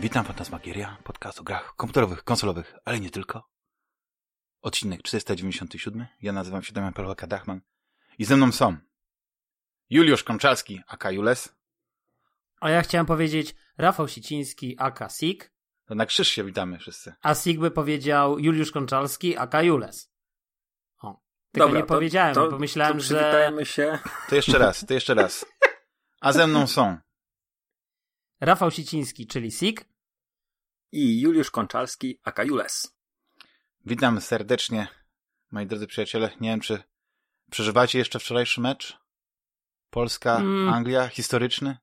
Witam, Fantasmagieria, podcast o grach komputerowych, konsolowych, ale nie tylko. Odcinek 497. Ja nazywam się Damian Pełka-Dachman i ze mną są Juliusz Konczalski, aka Jules. A ja chciałem powiedzieć Rafał Siciński, aka Sik. To na krzyż się witamy wszyscy. A Sik by powiedział Juliusz Konczalski, aka Jules. O, tylko dobra, nie powiedziałem, bo myślałem, że... Przywitajmy się. To jeszcze raz. A ze mną są Rafał Siciński, czyli Sik. I Juliusz Konczalski, aka Jules. Witam serdecznie, moi drodzy przyjaciele. Nie wiem, czy przeżywacie jeszcze wczorajszy mecz? Polska, Anglia, historyczny?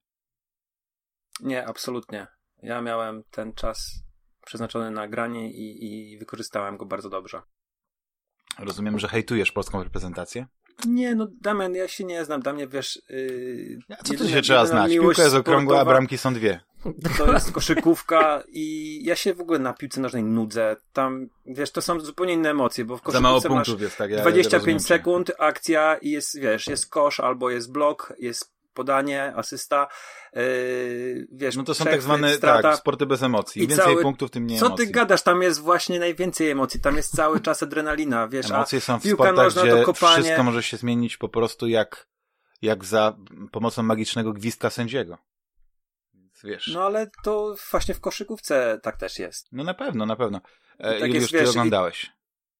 Nie, absolutnie. Ja miałem ten czas przeznaczony na granie i wykorzystałem go bardzo dobrze. Rozumiem, że hejtujesz polską reprezentację? Nie, no Damian, ja się nie znam. Dla mnie, wiesz... Co tu się trzeba znać? Piłka jest okrągła, a bramki są dwie. To jest koszykówka i ja się w ogóle na piłce nożnej nudzę. Tam, wiesz, to są zupełnie inne emocje, bo w koszykówce za mało punktów jest, tak? 25 sekund, akcja i jest, wiesz, jest kosz albo jest blok, jest podanie, asysta, wiesz... No to są tak zwane, tak, sporty bez emocji. Im więcej punktów, tym mniej emocji. Co ty gadasz? Tam jest właśnie najwięcej emocji. Tam jest cały czas adrenalina, wiesz. Emocje są w piłka sportach, nożna, gdzie to kopanie. Wszystko może się zmienić po prostu jak za pomocą magicznego gwizdka sędziego. Więc wiesz. No ale to właśnie w koszykówce tak też jest. No na pewno. Tak Juliusz, jest, ty wiesz, oglądałeś.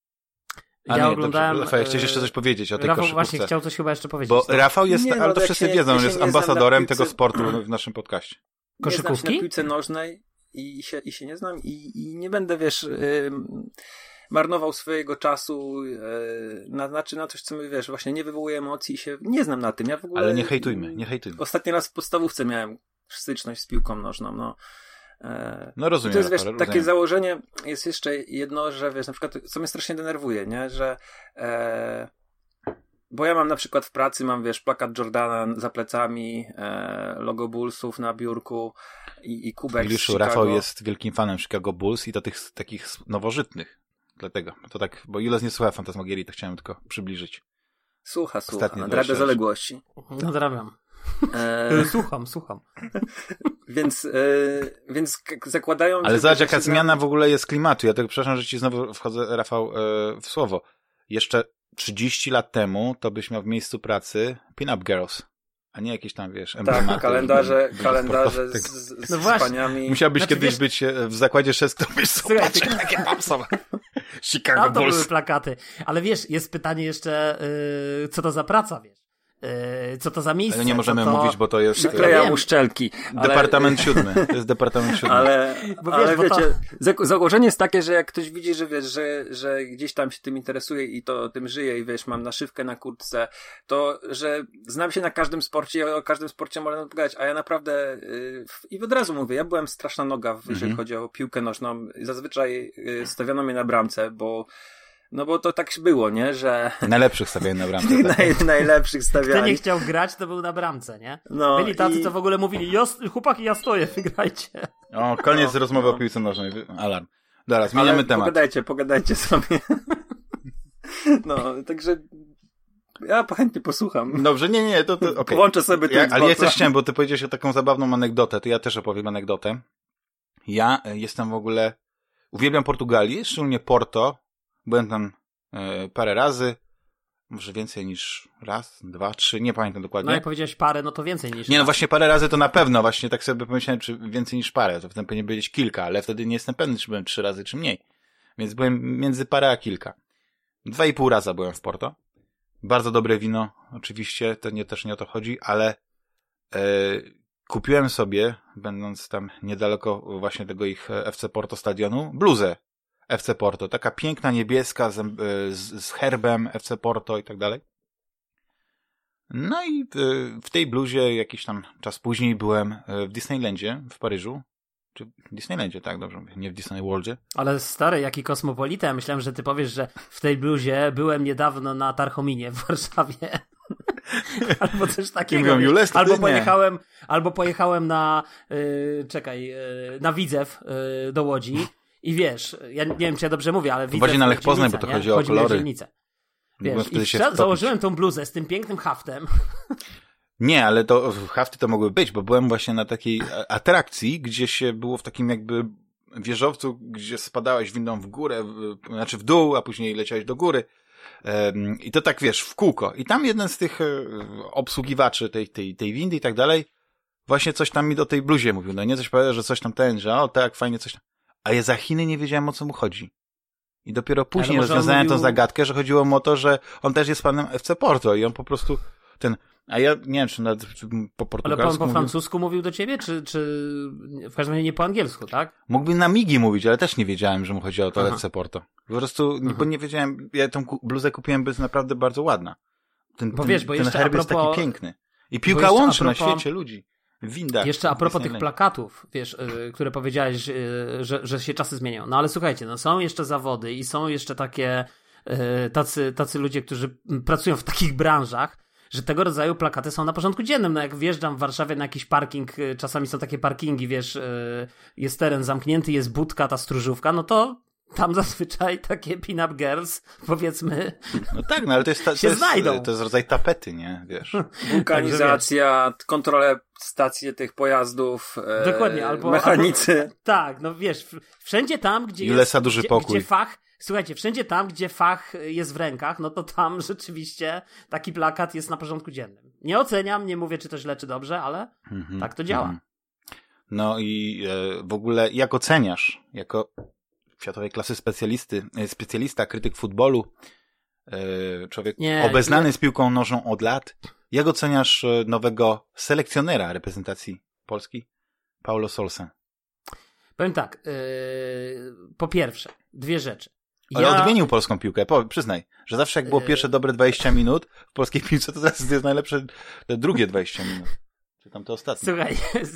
Ja oglądałem... Rafał, chciałeś jeszcze coś powiedzieć o tej Rafał koszykówce. właśnie chciał coś chyba jeszcze powiedzieć. Bo Rafał jest, nie, ale to wszyscy wiedzą, że jest ambasadorem tego sportu w naszym podcaście. Koszykówki? Nie znam się na piłce nożnej i się nie znam i nie będę, wiesz, marnował swojego czasu na coś, co my, wiesz, właśnie nie wywołuje emocji i się nie znam na tym. Ja w ogóle... Ale nie hejtujmy. Ostatni raz w podstawówce miałem styczność z piłką nożną, No rozumiem. To jest, wiesz, rozumiem. takie założenie, jest jeszcze jedno, że wiesz, na przykład, co mnie strasznie denerwuje, nie, że bo ja mam na przykład w pracy, mam, wiesz, plakat Jordana za plecami, logo Bullsów na biurku i kubek z Chicago. Rafał jest wielkim fanem Chicago Bulls i to tych takich nowożytnych. Dlatego, to tak, bo Jules nie słucha Fantasmagierii, to chciałem tylko przybliżyć. Słucha, nadrabia zaległości. Nadrabiam. Słucham. Więc zakładają... Ale zobacz, jaka zmiana w ogóle jest klimatu. Ja tak przepraszam, że ci znowu wchodzę, Rafał, w słowo. Jeszcze 30 lat temu to byś miał w miejscu pracy pin-up girls, a nie jakieś tam, wiesz, emblematy. Tak, kalendarze z paniami. Musiałbyś kiedyś być w zakładzie szeską, wiesz, słuchaj, jakie tam są. Chicago to Bulls. były plakaty. Ale wiesz, jest pytanie jeszcze, co to za praca, wiesz? Co to za miejsce? Ale nie możemy mówić, bo to jest... Przyklejam uszczelki. Departament 7. To jest Departament 7. Ale wiecie, założenie jest takie, że jak ktoś widzi, że wiesz, że gdzieś tam się tym interesuje i to tym żyje i wiesz, mam naszywkę na kurtce, to, że znam się na każdym sporcie i o każdym sporcie można pogadać, a ja naprawdę i od razu mówię, ja byłem straszna noga, jeżeli chodzi o piłkę nożną. Zazwyczaj stawiano mnie na bramce, bo to tak było, nie, że... Najlepszych stawiali na bramce. Tak? Najlepszych stawiali. Kto nie chciał grać, to był na bramce, nie? No, byli tacy, co w ogóle mówili, chłopaki, ja stoję, wygrajcie. O, koniec rozmowy o piłce nożnej. Alarm. Dobra, zmieniamy temat. Pogadajcie sobie. No, także... Ja chętnie posłucham. Dobrze, nie, to okay. Połączę sobie ale ja też chciałem, bo ty powiedziałeś o taką zabawną anegdotę, to ja też opowiem anegdotę. Ja jestem w ogóle... Uwielbiam Portugalię, szczególnie Porto. Byłem tam parę razy, może więcej niż raz, 2, 3, nie pamiętam dokładnie. No jak powiedziałeś parę, no to więcej niż Nie, raz. no właśnie parę razy to na pewno, właśnie tak sobie pomyślałem, czy więcej niż parę, to wtedy powinien powiedzieć kilka, ale wtedy nie jestem pewny, czy byłem 3 razy, czy mniej. Więc byłem między parę a kilka. 2,5 raza byłem w Porto. Bardzo dobre wino, oczywiście, to też nie o to chodzi, ale kupiłem sobie, będąc tam niedaleko właśnie tego ich FC Porto stadionu, bluzę FC Porto, taka piękna niebieska z herbem FC Porto i tak dalej. No i w tej bluzie jakiś tam czas później byłem w Disneylandzie w Paryżu. Czy w Disneylandzie, tak, dobrze mówię, nie w Disney Worldzie. Ale stary, jaki kosmopolita. Ja myślałem, że ty powiesz, że w tej bluzie byłem niedawno na Tarchominie w Warszawie. Albo coś takiego. Jules, albo pojechałem na na Widzew do Łodzi. I wiesz, ja nie wiem, czy ja dobrze mówię, ale widzę. Bardziej na Lech Poznań, bo to chodzi o kolory. Wiesz, i założyłem tą bluzę z tym pięknym haftem. Nie, ale to hafty to mogły być, bo byłem właśnie na takiej atrakcji, gdzie się było w takim jakby wieżowcu, gdzie spadałeś windą w górę, znaczy w dół, a później leciałeś do góry. I to tak, wiesz, w kółko. I tam jeden z tych obsługiwaczy tej windy i tak dalej właśnie coś tam mi do tej bluzie mówił. No nie, coś powiedział, że coś tam że o tak, fajnie, coś tam. A ja za Chiny nie wiedziałem, o co mu chodzi. I dopiero później rozwiązałem tą zagadkę, że chodziło mu o to, że on też jest fanem FC Porto i on po prostu a ja nie wiem, czy po portugalsku. Ale pan po francusku mówił do ciebie, czy w każdym razie nie po angielsku, tak? Mógłby na migi mówić, ale też nie wiedziałem, że mu chodzi o to FC Porto. Po prostu, bo nie wiedziałem, ja tą bluzę kupiłem, bo jest naprawdę bardzo ładna. Ten herb jest taki piękny. I piłka łączy na świecie ludzi. W windach. Jeszcze a propos tych plakatów, wiesz, które powiedziałeś, że się czasy zmieniają. No ale słuchajcie, no są jeszcze zawody i są jeszcze takie tacy ludzie, którzy pracują w takich branżach, że tego rodzaju plakaty są na porządku dziennym. No jak wjeżdżam w Warszawie na jakiś parking, czasami są takie parkingi, wiesz, jest teren zamknięty, jest budka, ta stróżówka, no to tam zazwyczaj takie pin-up girls, powiedzmy, no tak, no ale to jest rodzaj tapety, nie? Wiesz. Wulkanizacja, kontrolę stacji tych pojazdów, dokładnie, mechanicy. Tak, no wiesz, wszędzie tam, gdzie Julesa duży pokój. Gdzie fach, słuchajcie, wszędzie tam, gdzie fach jest w rękach, no to tam rzeczywiście taki plakat jest na porządku dziennym. Nie oceniam, nie mówię, czy to źle, czy dobrze, ale tak to działa. No i w ogóle jak oceniasz, jako światowej klasy specjalista, krytyk futbolu, człowiek obeznany z piłką nożną od lat, jak oceniasz nowego selekcjonera reprezentacji Polski, Paulo Sousa? Powiem tak, po pierwsze, dwie rzeczy. Ale odmienił polską piłkę, przyznaj, że zawsze jak było pierwsze dobre 20 minut w polskiej piłce, to teraz jest najlepsze te drugie 20 minut. Czy tam to ostatnie. Słuchaj,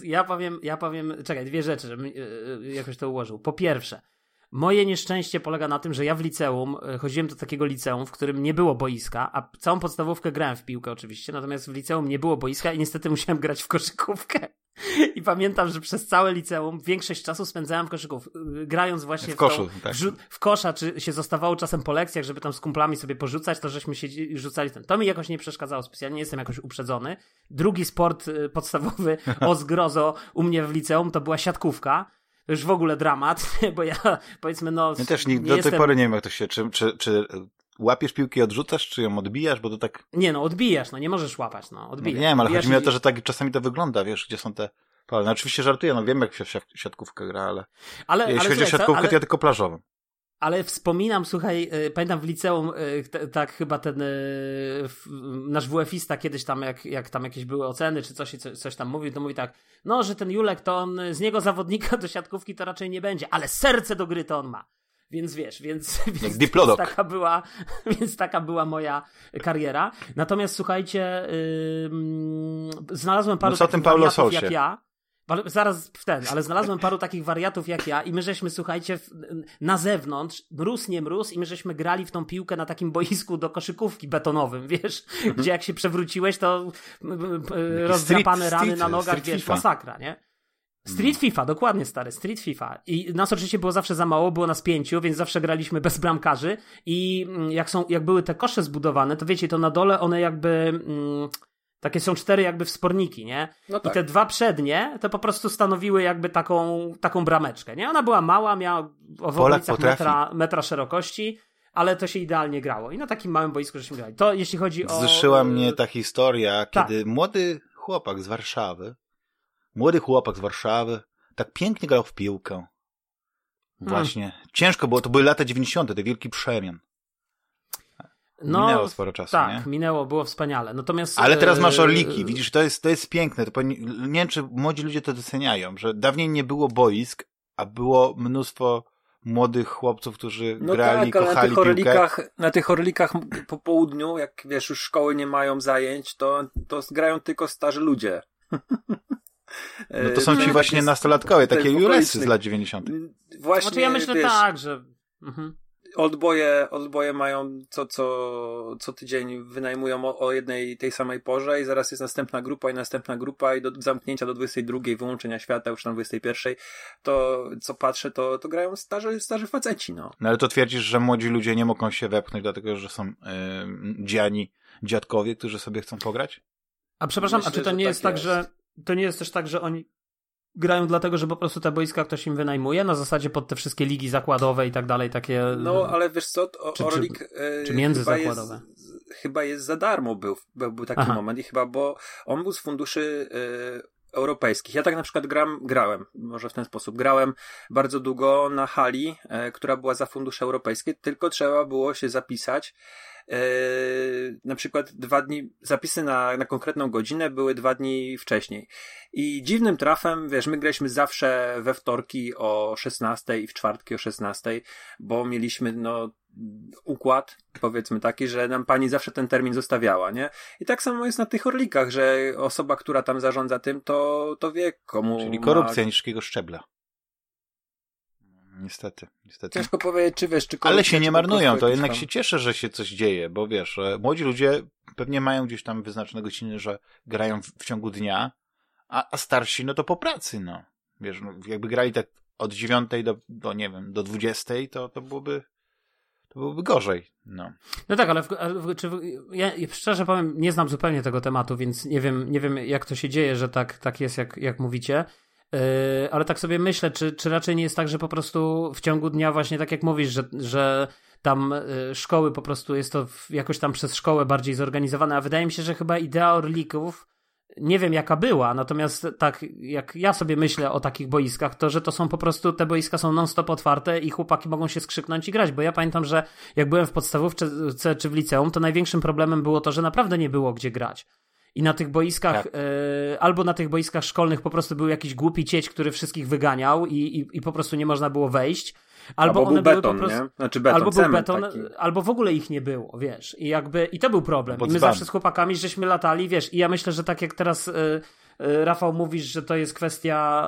ja powiem, czekaj, dwie rzeczy, żebym jakoś to ułożył. Po pierwsze, moje nieszczęście polega na tym, że ja w liceum chodziłem do takiego liceum, w którym nie było boiska, a całą podstawówkę grałem w piłkę oczywiście, natomiast w liceum nie było boiska i niestety musiałem grać w koszykówkę. I pamiętam, że przez całe liceum większość czasu spędzałem w koszykówce, grając właśnie w kosza, czy się zostawało czasem po lekcjach, żeby tam z kumplami sobie porzucać, to żeśmy się rzucali ten. To mi jakoś nie przeszkadzało specjalnie, nie jestem jakoś uprzedzony. Drugi sport podstawowy o zgrozo u mnie w liceum to była siatkówka. To już w ogóle dramat, bo ja powiedzmy ja też do tej pory nie wiem jak to się, czy łapiesz piłkę i odrzucasz, czy ją odbijasz, bo to tak... Nie, odbijasz, nie możesz łapać, odbijasz. Nie wiem, ale chodzi mi o to, że tak czasami to wygląda, wiesz, gdzie są te... No oczywiście żartuję, wiem jak się siatkówkę gra, ale jeśli chodzi o siatkówkę, to ja tylko plażową. Ale wspominam, słuchaj, pamiętam w liceum, tak chyba ten nasz WF-ista kiedyś tam, jak tam jakieś były oceny, czy coś tam mówił, to mówi tak, no, że ten Julek, to on z niego zawodnika do siatkówki to raczej nie będzie, ale serce do gry to on ma. Więc wiesz, więc taka była moja kariera. Natomiast słuchajcie, znalazłem paru takich wariatów jak ja. Ale znalazłem paru takich wariatów jak ja i my żeśmy, słuchajcie, na zewnątrz, mróz, nie mróz, i my żeśmy grali w tą piłkę na takim boisku do koszykówki betonowym, wiesz, gdzie jak się przewróciłeś, to rozdrapane rany na nogach, wiesz, masakra, nie? Street FIFA, dokładnie stary, Street FIFA. I nas oczywiście było zawsze za mało, było nas 5, więc zawsze graliśmy bez bramkarzy i jak były te kosze zbudowane, to wiecie, to na dole one jakby... Takie są 4 jakby wsporniki, nie? No tak. I te 2 przednie to po prostu stanowiły jakby taką brameczkę, nie? Ona była mała, miała w okolicach metra szerokości, ale to się idealnie grało. I na takim małym boisku żeśmy grali. To jeśli chodzi o... Wzruszyła mnie ta historia, kiedy młody chłopak z Warszawy tak pięknie grał w piłkę. Właśnie. Ciężko było, to były lata 90., te wielki przemian. Minęło sporo czasu, tak, nie? Minęło, było wspaniale. Natomiast, ale teraz masz orliki, widzisz, to jest piękne. Nie wiem, czy młodzi ludzie to doceniają, że dawniej nie było boisk, a było mnóstwo młodych chłopców, którzy grali, kochali piłkę. Na tych orlikach po południu, jak wiesz, już szkoły nie mają zajęć, to grają tylko starzy ludzie. No to są ci właśnie nastolatkowie, takie Julesy z lat 90. Właśnie, znaczy ja myślę tak, że... Oldboye mają co tydzień wynajmują o jednej tej samej porze i zaraz jest następna grupa i do zamknięcia do 22, wyłączenia świata już na 21, to co patrzę, to grają starzy faceci, no. No ale to twierdzisz, że młodzi ludzie nie mogą się wepchnąć, dlatego że są dziadkowie, którzy sobie chcą pograć? A przepraszam, myślę, a czy to nie jest tak, że to nie jest też tak, że oni grają dlatego, że po prostu te boiska ktoś im wynajmuje na zasadzie pod te wszystkie ligi zakładowe i tak dalej, takie... No, ale wiesz co, Orlik czy międzyzakładowe. Chyba jest za darmo był taki moment i chyba, bo on był z funduszy europejskich. Ja tak na przykład grałem, może w ten sposób, grałem bardzo długo na hali, która była za fundusze europejskie, tylko trzeba było się zapisać. Na przykład 2 dni, zapisy na konkretną godzinę były 2 dni wcześniej. I dziwnym trafem, wiesz, my graliśmy zawsze we wtorki o 16 i w czwartki o 16, bo mieliśmy, układ, powiedzmy taki, że nam pani zawsze ten termin zostawiała, nie? I tak samo jest na tych Orlikach, że osoba, która tam zarządza tym, to wie komu... Czyli korupcja niskiego szczebla. Niestety. Ciężko powiedzieć, czy wiesz, czy ale się nie marnują, to jednak się cieszę, że się coś dzieje, bo wiesz, młodzi ludzie pewnie mają gdzieś tam wyznaczone godziny, że grają w ciągu dnia, a starsi, to po pracy, Wiesz, jakby grali tak od 9 do nie wiem, do 20, to byłoby gorzej, No tak, ale ja szczerze powiem, nie znam zupełnie tego tematu, więc nie wiem jak to się dzieje, że tak jest, jak mówicie. Ale tak sobie myślę, czy raczej nie jest tak, że po prostu w ciągu dnia właśnie tak jak mówisz, że tam szkoły po prostu jest to jakoś tam przez szkołę bardziej zorganizowane, a wydaje mi się, że chyba idea Orlików, nie wiem jaka była, natomiast tak jak ja sobie myślę o takich boiskach, to że to są po prostu, te boiska są non-stop otwarte i chłopaki mogą się skrzyknąć i grać, bo ja pamiętam, że jak byłem w podstawówce czy w liceum, to największym problemem było to, że naprawdę nie było gdzie grać. I na tych boiskach, tak. Albo na tych boiskach szkolnych po prostu był jakiś głupi cieć, który wszystkich wyganiał i po prostu nie można było wejść. Albo one był beton, były po prostu, nie? Znaczy beton, albo był beton, taki. albo w ogóle ich nie było, wiesz. I to był problem. I my zawsze z chłopakami żeśmy latali, wiesz. I ja myślę, że tak jak teraz Rafał mówisz, że to jest kwestia,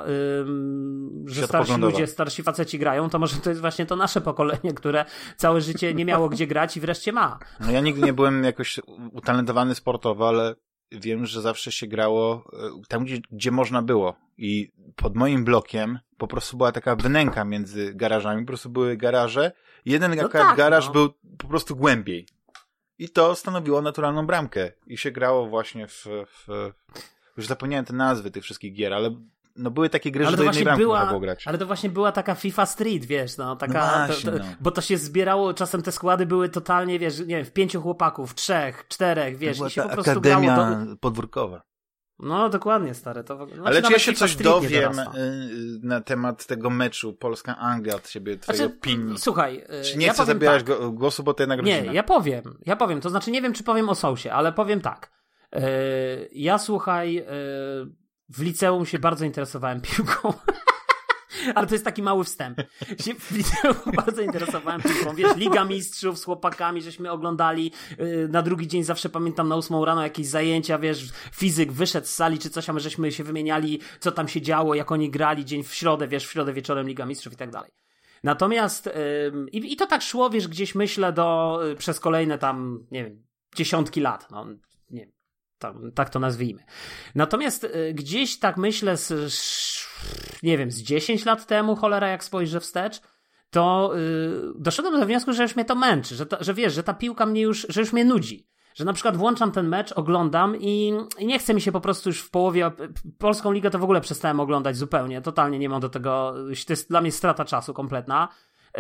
że starsi faceci grają, to może to jest właśnie to nasze pokolenie, które całe życie nie miało gdzie grać i wreszcie ma. No ja nigdy nie byłem jakoś utalentowany sportowo, ale wiem, że zawsze się grało tam, gdzie można było. I pod moim blokiem po prostu była taka wnęka między garażami. Po prostu były garaże. Jeden garaż był po prostu głębiej. I to stanowiło naturalną bramkę. I się grało właśnie już zapomniałem te nazwy tych wszystkich gier, ale były takie gry, że do jednej bramki można było grać. Ale to właśnie była taka FIFA Street, wiesz, bo to się zbierało, czasem te składy były totalnie, wiesz, nie wiem, w 5 chłopaków, 3, 4, wiesz, i się po prostu akademia podwórkowa. No, dokładnie, stare. Ale czy ja się coś dowiem na temat tego meczu Polska-Anglia od siebie, twojej opinii? Słuchaj, czy nie chcę zabierać głosu, bo to jednak rodzina. Nie, ja powiem, to znaczy nie wiem, czy powiem o Sousie, ale powiem tak. Ja słuchaj, w liceum się bardzo interesowałem piłką. Ale to jest taki mały wstęp. W liceum bardzo interesowałem piłką. Wiesz, Liga Mistrzów z chłopakami, żeśmy oglądali. Na drugi dzień zawsze pamiętam na 8 rano jakieś zajęcia, wiesz, fizyk wyszedł z sali czy coś, a my żeśmy się wymieniali, co tam się działo, jak oni grali dzień w środę, wiesz, w środę wieczorem Liga Mistrzów i tak dalej. Natomiast i to tak szło, wiesz, gdzieś myślę przez kolejne tam, nie wiem, dziesiątki lat. Nie wiem, tak to nazwijmy. Natomiast gdzieś tak myślę nie wiem, z 10 lat temu, cholera, jak spojrzę wstecz, to doszedłem do wniosku, że już mnie to męczy, że wiesz, że ta piłka że już mnie nudzi. Że na przykład włączam ten mecz, oglądam i nie chce mi się po prostu już w połowie, Polską Ligę to w ogóle przestałem oglądać zupełnie, totalnie nie mam do tego, to jest dla mnie strata czasu kompletna.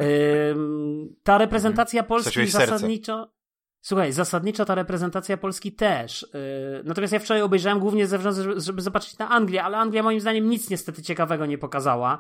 Ta reprezentacja Polski zasadniczo ta reprezentacja Polski też. Natomiast ja wczoraj obejrzałem głównie ze względu, żeby zobaczyć na Anglię, ale Anglia moim zdaniem nic niestety ciekawego nie pokazała.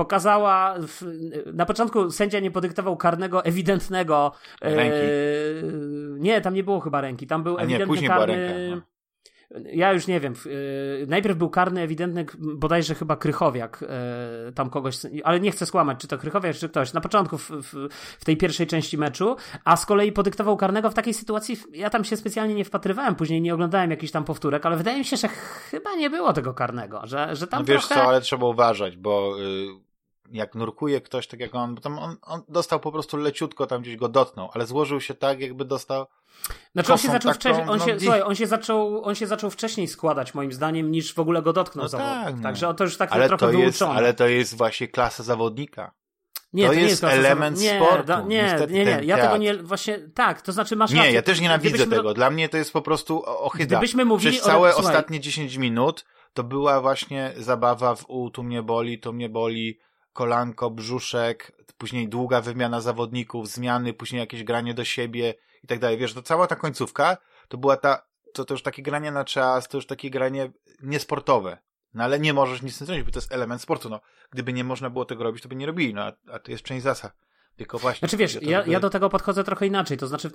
Na początku sędzia nie podyktował karnego ewidentnego. Ręki. Nie, tam nie było chyba ręki. Tam był ewidentny karny. Była ręka, Ja już nie wiem. Najpierw był karny ewidentny, bodajże chyba Krychowiak, tam kogoś, ale nie chcę skłamać, czy to Krychowiak, czy ktoś, na początku w tej pierwszej części meczu, a z kolei podyktował karnego w takiej sytuacji, ja tam się specjalnie nie wpatrywałem, później nie oglądałem jakichś tam powtórek, ale wydaje mi się, że chyba nie było tego karnego, że tam wiesz trochę... co, ale trzeba uważać, bo jak nurkuje ktoś tak jak on, bo tam on dostał po prostu leciutko, tam gdzieś go dotknął, ale złożył się tak, jakby dostał. Znaczy on się zaczął wcześniej, on się zaczął wcześniej składać moim zdaniem, niż w ogóle go dotknął zawodnik. Także to już tak trochę wyuczone. Ale to jest właśnie klasa zawodnika. Nie, to jest element sportu. Nie. Ja tego nie, właśnie, tak, to znaczy masz rację. Nie, ja też nienawidzę tego. Dla mnie to jest po prostu ohyda. Gdybyśmy mówili przez całe ostatnie 10 minut to była właśnie zabawa w tu mnie boli, kolanko, brzuszek, później długa wymiana zawodników, zmiany, później jakieś granie do siebie i tak dalej. Wiesz, to cała ta końcówka to była to już takie granie na czas, to już takie granie niesportowe. No ale nie możesz nic zrobić, bo to jest element sportu. No, gdyby nie można było tego robić, to by nie robili. No, a to jest część zasad. Tylko właśnie. Znaczy wiesz, ja do tego podchodzę trochę inaczej. To znaczy,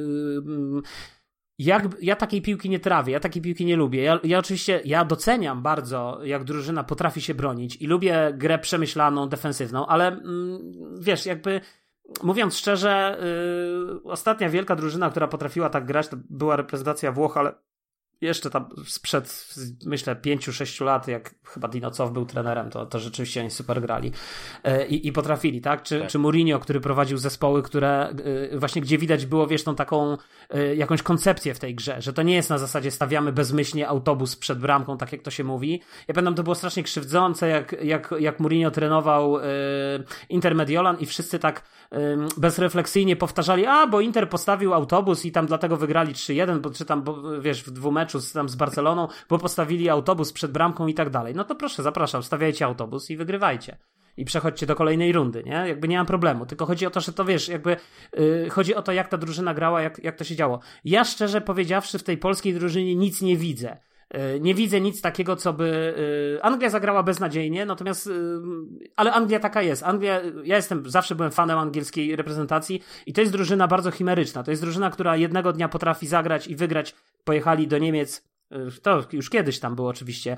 ja takiej piłki nie trawię, ja takiej piłki nie lubię. Ja oczywiście, doceniam bardzo, jak drużyna potrafi się bronić i lubię grę przemyślaną, defensywną, ale wiesz, jakby mówiąc szczerze, ostatnia wielka drużyna, która potrafiła tak grać, to była reprezentacja Włoch, ale jeszcze tam sprzed, myślę, 5-6 lat, jak chyba Dinocow był trenerem, to rzeczywiście oni super grali i potrafili, tak? Czy Mourinho, który prowadził zespoły, które właśnie gdzie widać było, wiesz, tą taką jakąś koncepcję w tej grze, że to nie jest na zasadzie stawiamy bezmyślnie autobus przed bramką, tak jak to się mówi. Ja pamiętam, to było strasznie krzywdzące, jak Mourinho trenował Inter Mediolan i wszyscy tak bezrefleksyjnie powtarzali, bo Inter postawił autobus i tam dlatego wygrali 3-1, czy tam, wiesz, w dwumeczu z Barceloną, bo postawili autobus przed bramką i tak dalej. No to proszę, zapraszam, stawiajcie autobus i wygrywajcie. I przechodźcie do kolejnej rundy, nie? Jakby nie mam problemu. Tylko chodzi o to, że to wiesz, jakby chodzi o to, jak ta drużyna grała, jak to się działo. Ja szczerze powiedziawszy w tej polskiej drużynie nic nie widzę. Nie widzę nic takiego, co by... Anglia zagrała beznadziejnie, natomiast... Ale Anglia taka jest. Zawsze byłem fanem angielskiej reprezentacji i to jest drużyna bardzo chimeryczna. To jest drużyna, która jednego dnia potrafi zagrać i wygrać. Pojechali do Niemiec, to już kiedyś tam było oczywiście,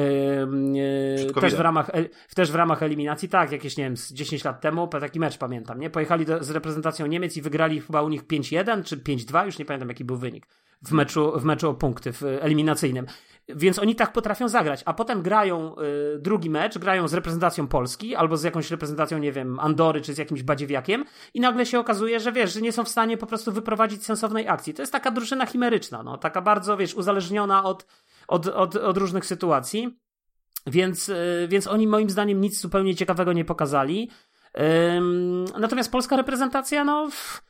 też w ramach eliminacji, tak, jakieś, nie wiem, z 10 lat temu, taki mecz pamiętam, nie? Pojechali z reprezentacją Niemiec i wygrali chyba u nich 5-1 czy 5-2, już nie pamiętam jaki był wynik w meczu o punkty, w eliminacyjnym. Więc oni tak potrafią zagrać, a potem grają drugi mecz, grają z reprezentacją Polski albo z jakąś reprezentacją, nie wiem, Andory czy z jakimś badziewiakiem i nagle się okazuje, że wiesz, że nie są w stanie po prostu wyprowadzić sensownej akcji. To jest taka drużyna chimeryczna, no, taka bardzo, wiesz, uzależniona od różnych sytuacji, więc oni moim zdaniem nic zupełnie ciekawego nie pokazali. Natomiast polska reprezentacja, no...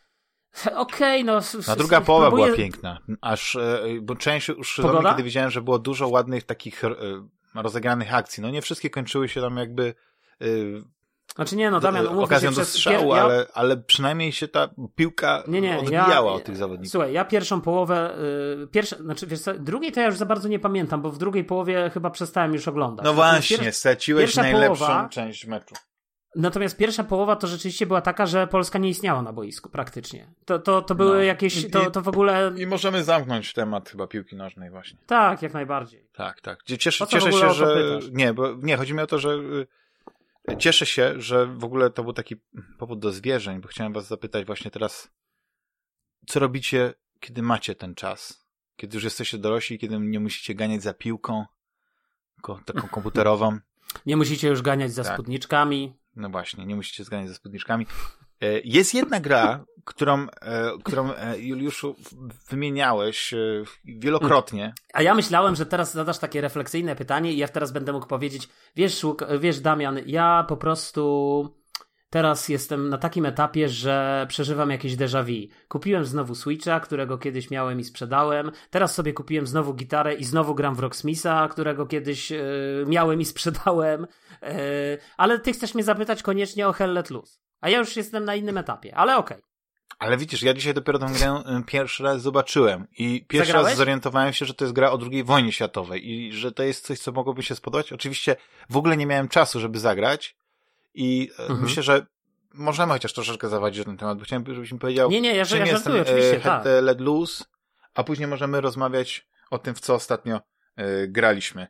Okej, no... A druga połowa była piękna. Bo część już sezonu, kiedy widziałem, że było dużo ładnych takich rozegranych akcji. No nie wszystkie kończyły się tam jakby... Znaczy nie, no Damian, okazją do strzału, ale przynajmniej się ta piłka odbijała od tych zawodników. Słuchaj, ja pierwszą połowę, wiesz co, drugiej to ja już za bardzo nie pamiętam, bo w drugiej połowie chyba przestałem już oglądać. No właśnie, straciłeś najlepszą część meczu. Natomiast pierwsza połowa to rzeczywiście była taka, że Polska nie istniała na boisku praktycznie. To były jakieś, to w ogóle... I możemy zamknąć temat chyba piłki nożnej właśnie. Tak, jak najbardziej. Tak. Cieszę się, że... Nie, chodzi mi o to, że cieszę się, że w ogóle to był taki powód do zwierzeń, bo chciałem was zapytać właśnie teraz, co robicie, kiedy macie ten czas? Kiedy już jesteście dorośli, kiedy nie musicie ganiać za piłką, taką komputerową. Nie musicie już ganiać za spódniczkami. No właśnie, nie musicie zganiać ze spódniczkami. Jest jedna gra, którą Juliuszu wymieniałeś wielokrotnie. A ja myślałem, że teraz zadasz takie refleksyjne pytanie i ja teraz będę mógł powiedzieć, wiesz Damian, ja po prostu teraz jestem na takim etapie, że przeżywam jakieś déjà vu. Kupiłem znowu Switcha, którego kiedyś miałem i sprzedałem. Teraz sobie kupiłem znowu gitarę i znowu gram w Rocksmitha, którego kiedyś miałem i sprzedałem. Ale ty chcesz mnie zapytać koniecznie o Hell Let Loose. A ja już jestem na innym etapie, ale okej. Ale widzisz, ja dzisiaj dopiero tę grę pierwszy raz zobaczyłem i pierwszy raz zorientowałem się, że to jest gra o II wojnie światowej i że to jest coś, co mogłoby się spodobać. Oczywiście w ogóle nie miałem czasu, żeby zagrać i myślę, że możemy chociaż troszeczkę zawadzić o ten temat, bo chciałem, żebyś mi powiedział, ja czym jest ten Let Loose, a później możemy rozmawiać o tym, w co ostatnio graliśmy.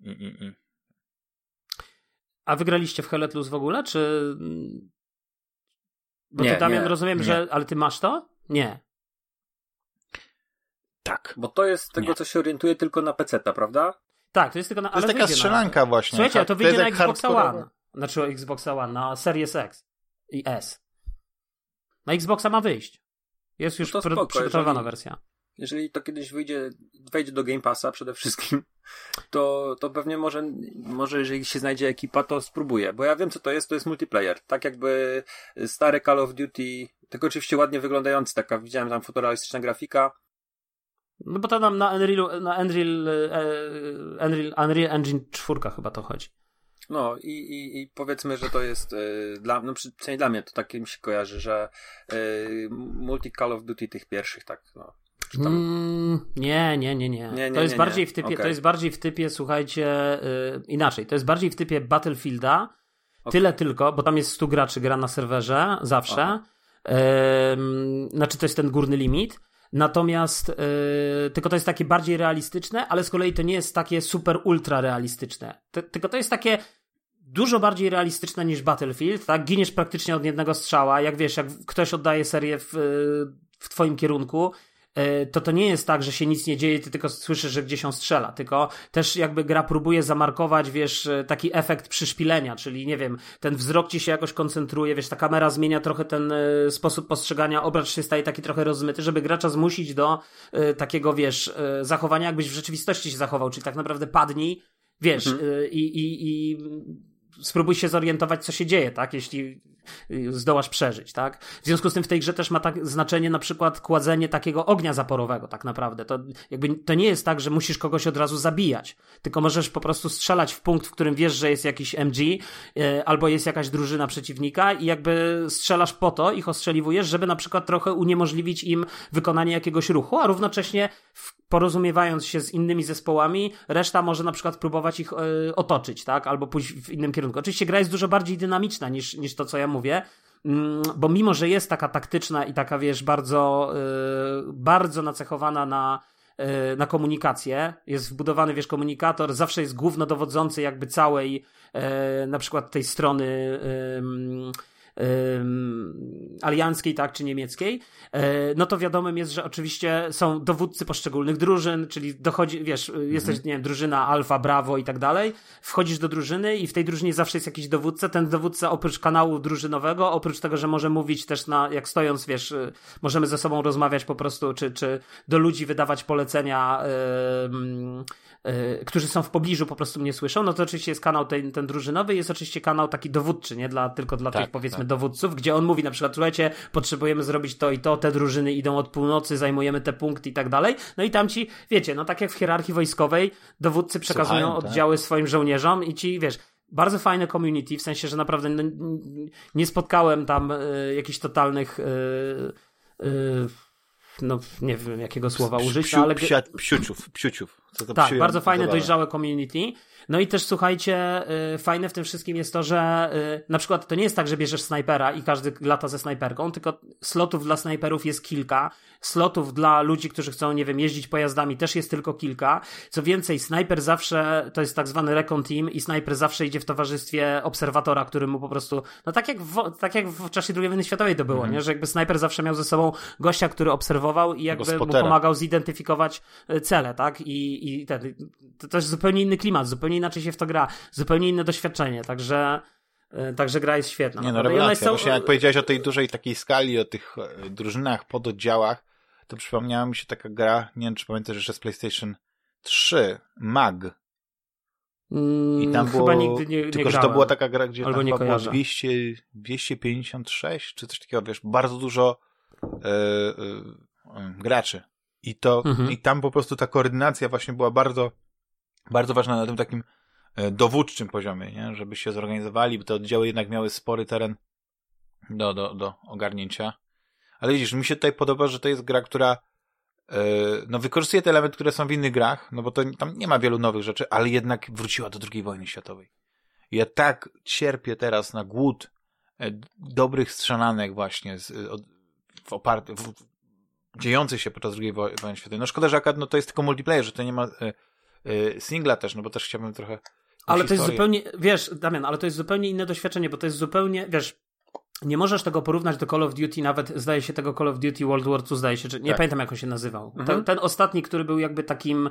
A wygraliście w Hell Let Loose w ogóle, czy... Bo ty, Damian, rozumiem, że... Ale ty masz to? Nie. Tak. Bo to jest tego, co się orientuje tylko na PC-ta, prawda? Tak, to jest tylko na... To jest taka strzelanka właśnie. Słuchajcie, to wyjdzie na Xboxa One. Znaczy Xboxa One, na Series X i S. Na Xboxa ma wyjść. Jest już przygotowana wersja. jeżeli to kiedyś wejdzie do Game Passa przede wszystkim, to pewnie może jeżeli się znajdzie ekipa, to spróbuję, bo ja wiem co to jest multiplayer, tak jakby stare Call of Duty, tylko oczywiście ładnie wyglądający, taka widziałem tam fotorealistyczna grafika. No bo to nam na Unreal Engine 4 chyba to chodzi. No i powiedzmy, że to jest przynajmniej dla mnie to tak mi się kojarzy, że multi Call of Duty tych pierwszych, tak, no. Nie. To jest bardziej w typie, to jest bardziej w typie, słuchajcie, inaczej. To jest bardziej w typie Battlefielda. Tyle tylko, bo tam jest 100 graczy gra na serwerze zawsze. Znaczy to jest ten górny limit. Natomiast tylko to jest takie bardziej realistyczne, ale z kolei to nie jest takie super ultra realistyczne. Tylko to jest takie dużo bardziej realistyczne niż Battlefield, tak? Giniesz praktycznie od jednego strzała. Jak wiesz, jak ktoś oddaje serię w twoim kierunku, to nie jest tak, że się nic nie dzieje, ty tylko słyszysz, że gdzieś on strzela, tylko też jakby gra próbuje zamarkować, wiesz, taki efekt przyszpilenia, czyli nie wiem, ten wzrok ci się jakoś koncentruje, wiesz, ta kamera zmienia trochę ten sposób postrzegania, obraz się staje taki trochę rozmyty, żeby gracza zmusić do takiego, wiesz, zachowania, jakbyś w rzeczywistości się zachował, czyli tak naprawdę padnij, wiesz, i spróbuj się zorientować, co się dzieje, tak, jeśli zdołasz przeżyć, tak? W związku z tym w tej grze też ma tak znaczenie na przykład kładzenie takiego ognia zaporowego tak naprawdę. To nie jest tak, że musisz kogoś od razu zabijać, tylko możesz po prostu strzelać w punkt, w którym wiesz, że jest jakiś MG albo jest jakaś drużyna przeciwnika i jakby strzelasz po to, ich ostrzeliwujesz, żeby na przykład trochę uniemożliwić im wykonanie jakiegoś ruchu, a równocześnie porozumiewając się z innymi zespołami, reszta może na przykład próbować ich otoczyć, tak? Albo pójść w innym kierunku. Oczywiście gra jest dużo bardziej dynamiczna niż to, co ja mówię, bo mimo, że jest taka taktyczna i taka, wiesz, bardzo nacechowana na komunikację, jest wbudowany, wiesz, komunikator, zawsze jest głównodowodzący jakby całej na przykład tej strony alianckiej, tak, czy niemieckiej, no to wiadomym jest, że oczywiście są dowódcy poszczególnych drużyn, czyli dochodzi, wiesz, jesteś, nie wiem, drużyna Alfa, Bravo i tak dalej, wchodzisz do drużyny i w tej drużynie zawsze jest jakiś dowódca, ten dowódca oprócz kanału drużynowego, oprócz tego, że może mówić też jak stojąc, wiesz, możemy ze sobą rozmawiać po prostu, czy do ludzi wydawać polecenia, którzy są w pobliżu, po prostu mnie słyszą, no to oczywiście jest kanał ten drużynowy, jest oczywiście kanał taki dowódczy, nie? Tylko dla tych, powiedzmy, dowódców, gdzie on mówi na przykład, słuchajcie, potrzebujemy zrobić to i to, te drużyny idą od północy, zajmujemy te punkty i tak dalej, no i tam ci, wiecie, no tak jak w hierarchii wojskowej, dowódcy przekazują oddziały swoim żołnierzom i ci, wiesz, bardzo fajne community, w sensie, że naprawdę nie spotkałem tam jakichś totalnych no nie wiem jakiego słowa użyć, ale psiuciów. Tak, bardzo fajne, dojrzałe community. No i też słuchajcie, fajne w tym wszystkim jest to, że na przykład to nie jest tak, że bierzesz snajpera i każdy lata ze snajperką, tylko slotów dla snajperów jest kilka, slotów dla ludzi, którzy chcą, nie wiem, jeździć pojazdami też jest tylko kilka. Co więcej, snajper zawsze, to jest tak zwany recon team i snajper zawsze idzie w towarzystwie obserwatora, który mu po prostu, no tak jak w czasie II wojny światowej to było, nie? Że jakby snajper zawsze miał ze sobą gościa, który obserwował i jakby mu pomagał zidentyfikować cele, tak? I to jest zupełnie inny klimat, zupełnie inaczej się w to gra, zupełnie inne doświadczenie, także gra jest świetna. Nie, no rewelacja. Właśnie jak powiedziałeś o tej dużej takiej skali, o tych drużynach, pododdziałach, to przypomniała mi się taka gra, nie wiem czy pamiętasz jeszcze z PlayStation 3, MAG. I tam chyba było, nigdy nie tylko grałem. Że to była taka gra, gdzie albo tam nie było 256 czy coś takiego, wiesz, bardzo dużo graczy. I tam po prostu ta koordynacja właśnie była bardzo, bardzo ważna na tym takim dowódczym poziomie, nie? Żeby się zorganizowali, bo te oddziały jednak miały spory teren do ogarnięcia. Ale widzisz, mi się tutaj podoba, że to jest gra, która no wykorzystuje te elementy, które są w innych grach, no bo to tam nie ma wielu nowych rzeczy, ale jednak wróciła do II wojny światowej. Ja tak cierpię teraz na głód dobrych strzelanek właśnie dziejących się podczas II wojny światowej. No szkoda, że akurat no to jest tylko multiplayer, że to nie ma singla też, no bo też chciałbym trochę ale to jest zupełnie, wiesz, Damian, ale to jest zupełnie inne doświadczenie, bo to jest zupełnie, wiesz, nie możesz tego porównać do Call of Duty, nawet zdaje się tego Call of Duty World War II, zdaje się, czy nie pamiętam jak on się nazywał. Ten ostatni, który był jakby takim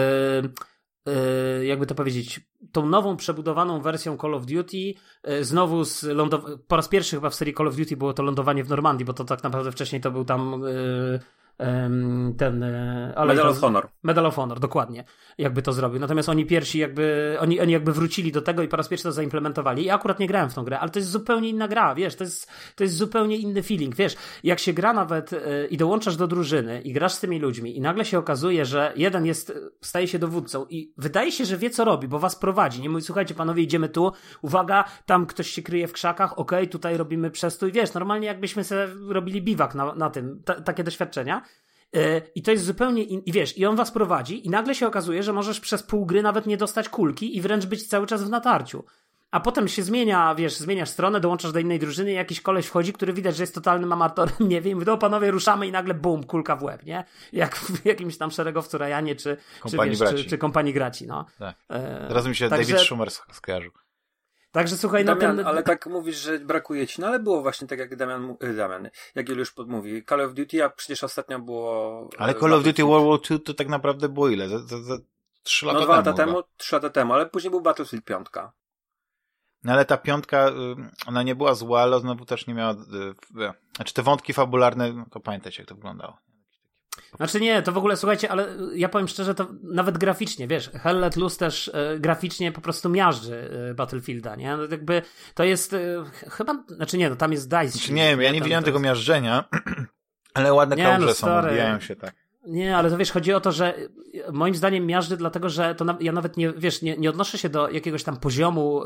jakby to powiedzieć, tą nową, przebudowaną wersją Call of Duty, znowu po raz pierwszy chyba w serii Call of Duty było to lądowanie w Normandii, bo to tak naprawdę wcześniej to był tam Medal of Honor, dokładnie. Jakby to zrobił. Natomiast oni pierwsi oni jakby wrócili do tego i po raz pierwszy to zaimplementowali. Ja akurat nie grałem w tą grę, ale to jest zupełnie inna gra, wiesz, to jest zupełnie inny feeling, wiesz, jak się gra nawet i dołączasz do drużyny i grasz z tymi ludźmi i nagle się okazuje, że jeden staje się dowódcą i wydaje się, że wie co robi, bo was prowadzi, nie mówi, słuchajcie panowie, idziemy tu, uwaga, tam ktoś się kryje w krzakach, okej, tutaj robimy przestój, wiesz, normalnie jakbyśmy sobie robili biwak na tym, takie doświadczenia. I to jest zupełnie i wiesz, i on was prowadzi i nagle się okazuje, że możesz przez pół gry nawet nie dostać kulki i wręcz być cały czas w natarciu. A potem się zmienia, wiesz, zmieniasz stronę, dołączasz do innej drużyny i jakiś koleś wchodzi, który widać, że jest totalnym amatorem, nie wiem, do panowie ruszamy i nagle bum, kulka w łeb, nie? Jak w jakimś tam szeregowcu Ryanie czy Kompanii Graci, no. Tak. Teraz mi się David Schumer skojarzył. Także słuchaj, Damian, ale tak mówisz, że brakuje ci, no ale było właśnie tak jak Damian, jak Juliusz mówi, Call of Duty, a przecież ostatnio było... Ale Call of Duty World War II to tak naprawdę było ile? Za 3 lata temu. 2 lata temu, 3 lata temu, ale później był Battlefield 5. No ale ta 5, ona nie była zła, ale znowu też nie miała... Znaczy te wątki fabularne, no to pamiętajcie jak to wyglądało. Znaczy nie, to w ogóle, słuchajcie, ale ja powiem szczerze, to nawet graficznie, wiesz, Hell Let Loose też graficznie po prostu miażdży Battlefielda, nie? No, jakby to jest chyba, znaczy nie, no tam jest DICE. Znaczy nie wiem, ja nie widziałem tego miażdżenia, ale ładne kałuże są, odbijają się tak. Nie, ale to wiesz, chodzi o to, że moim zdaniem miażdży, dlatego że to ja nawet nie, wiesz, nie odnoszę się do jakiegoś tam poziomu